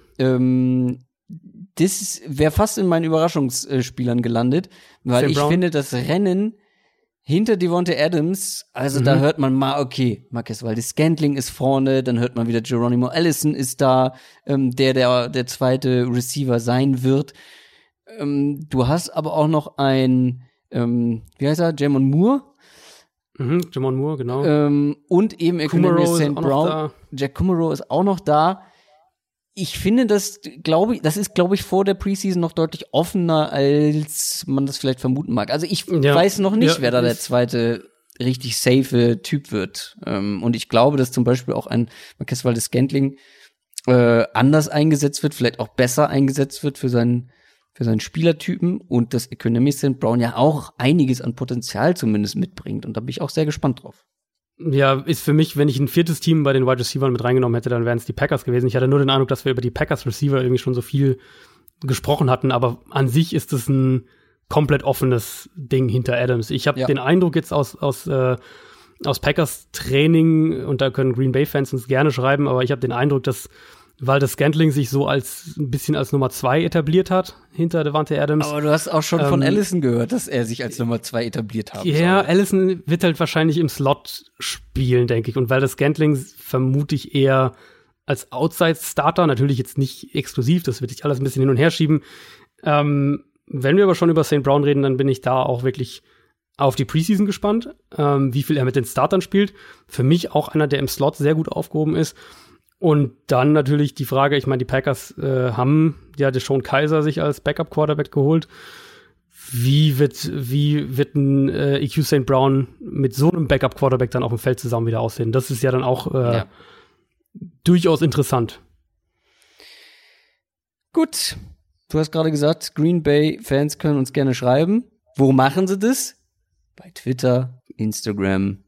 das wäre fast in meinen Überraschungsspielern gelandet, weil ich finde, das Rennen hinter Devontae Adams, also da hört man mal, okay, Marquez Valdes-Scantling ist vorne, dann hört man wieder Geronimo Allison ist da, der zweite Receiver sein wird. Du hast aber auch noch ein, wie heißt er, Jamon Moore? Jamon Moore, genau. Und eben Equanimeous St. Brown. Jack Kumaro ist auch noch da. Ich finde, das ist, glaube ich, vor der Preseason noch deutlich offener, als man das vielleicht vermuten mag. Also ich weiß noch nicht, wer da der zweite richtig safe Typ wird. Und ich glaube, dass zum Beispiel auch ein Marquez Valdes-Scantling anders eingesetzt wird, vielleicht auch besser eingesetzt wird für seinen Spielertypen und dass Equanimeous St. Brown ja auch einiges an Potenzial zumindest mitbringt. Und da bin ich auch sehr gespannt drauf. Ja, ist für mich, wenn ich ein viertes Team bei den Wide Receivers mit reingenommen hätte, dann wären es die Packers gewesen. Ich hatte nur den Eindruck, dass wir über die Packers Receiver irgendwie schon so viel gesprochen hatten, aber an sich ist es ein komplett offenes Ding hinter Adams. Ich habe den Eindruck jetzt aus Packers Training, und da können Green Bay Fans uns gerne schreiben, aber ich habe den Eindruck, dass Valdes-Scantling sich so ein bisschen als Nummer 2 etabliert hat hinter Devontae Adams. Aber du hast auch schon von Allison gehört, dass er sich als Nummer 2 etabliert hat. Ja, Allison wird halt wahrscheinlich im Slot spielen, denke ich. Und Valdes-Scantling vermute ich eher als Outside-Starter, natürlich jetzt nicht exklusiv, das wird sich alles ein bisschen hin und her schieben. Wenn wir aber schon über St. Brown reden, dann bin ich da auch wirklich auf die Preseason gespannt, wie viel er mit den Startern spielt. Für mich auch einer, der im Slot sehr gut aufgehoben ist. Und dann natürlich die Frage, ich meine, die Packers haben ja Deshaun Kaiser sich als Backup-Quarterback geholt. Wie wird ein EQ St. Brown mit so einem Backup-Quarterback dann auf dem Feld zusammen wieder aussehen? Das ist ja dann auch durchaus interessant. Gut, du hast gerade gesagt, Green Bay-Fans können uns gerne schreiben. Wo machen sie das? Bei Twitter, Instagram.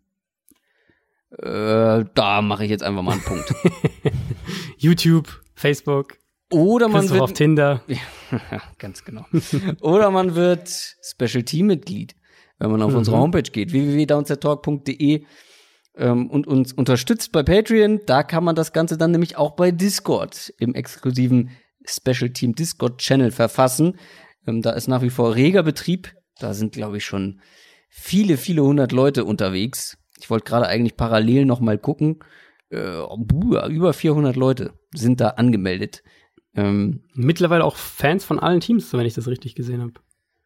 Da mache ich jetzt einfach mal einen Punkt. YouTube, Facebook. Oder man wird auf Tinder. Ja, ganz genau. Oder man wird Special Team Mitglied, wenn man auf unsere Homepage geht, www.downsettalk.de und uns unterstützt bei Patreon. Da kann man das Ganze dann nämlich auch bei Discord im exklusiven Special Team Discord Channel verfassen. Da ist nach wie vor reger Betrieb. Da sind, glaube ich, schon viele, viele hundert Leute unterwegs. Ich wollte gerade eigentlich parallel noch mal gucken. Über 400 Leute sind da angemeldet. Mittlerweile auch Fans von allen Teams, wenn ich das richtig gesehen habe.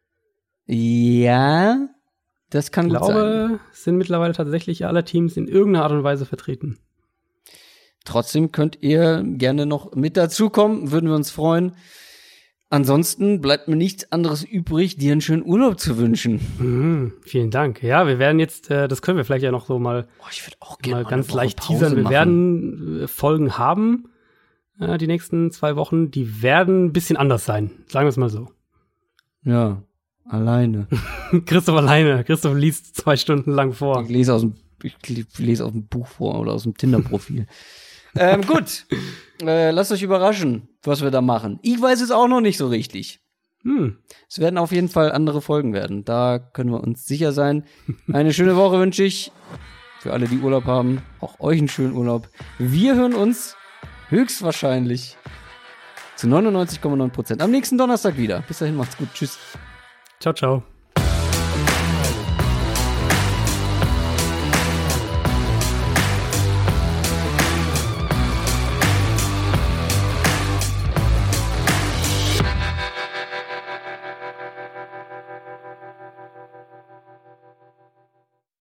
Ja, das kann gut sein. Ich glaube, sind mittlerweile tatsächlich alle Teams in irgendeiner Art und Weise vertreten. Trotzdem könnt ihr gerne noch mit dazukommen, würden wir uns freuen. Ansonsten bleibt mir nichts anderes übrig, dir einen schönen Urlaub zu wünschen. Vielen Dank. Ja, wir werden jetzt, das können wir vielleicht ja noch so mal, ich würde auch gerne mal ganz leicht teasern. Wir werden Folgen haben, die nächsten 2 Wochen. Die werden ein bisschen anders sein, sagen wir es mal so. Ja, alleine. Christoph alleine. Christoph liest 2 Stunden lang vor. Ich lese aus dem Buch vor oder aus dem Tinder-Profil. Gut, lasst euch überraschen, was wir da machen. Ich weiß es auch noch nicht so richtig. Es werden auf jeden Fall andere Folgen werden. Da können wir uns sicher sein. Eine schöne Woche wünsche ich. Für alle, die Urlaub haben, auch euch einen schönen Urlaub. Wir hören uns höchstwahrscheinlich zu 99,9% am nächsten Donnerstag wieder. Bis dahin, macht's gut. Tschüss. Ciao, ciao.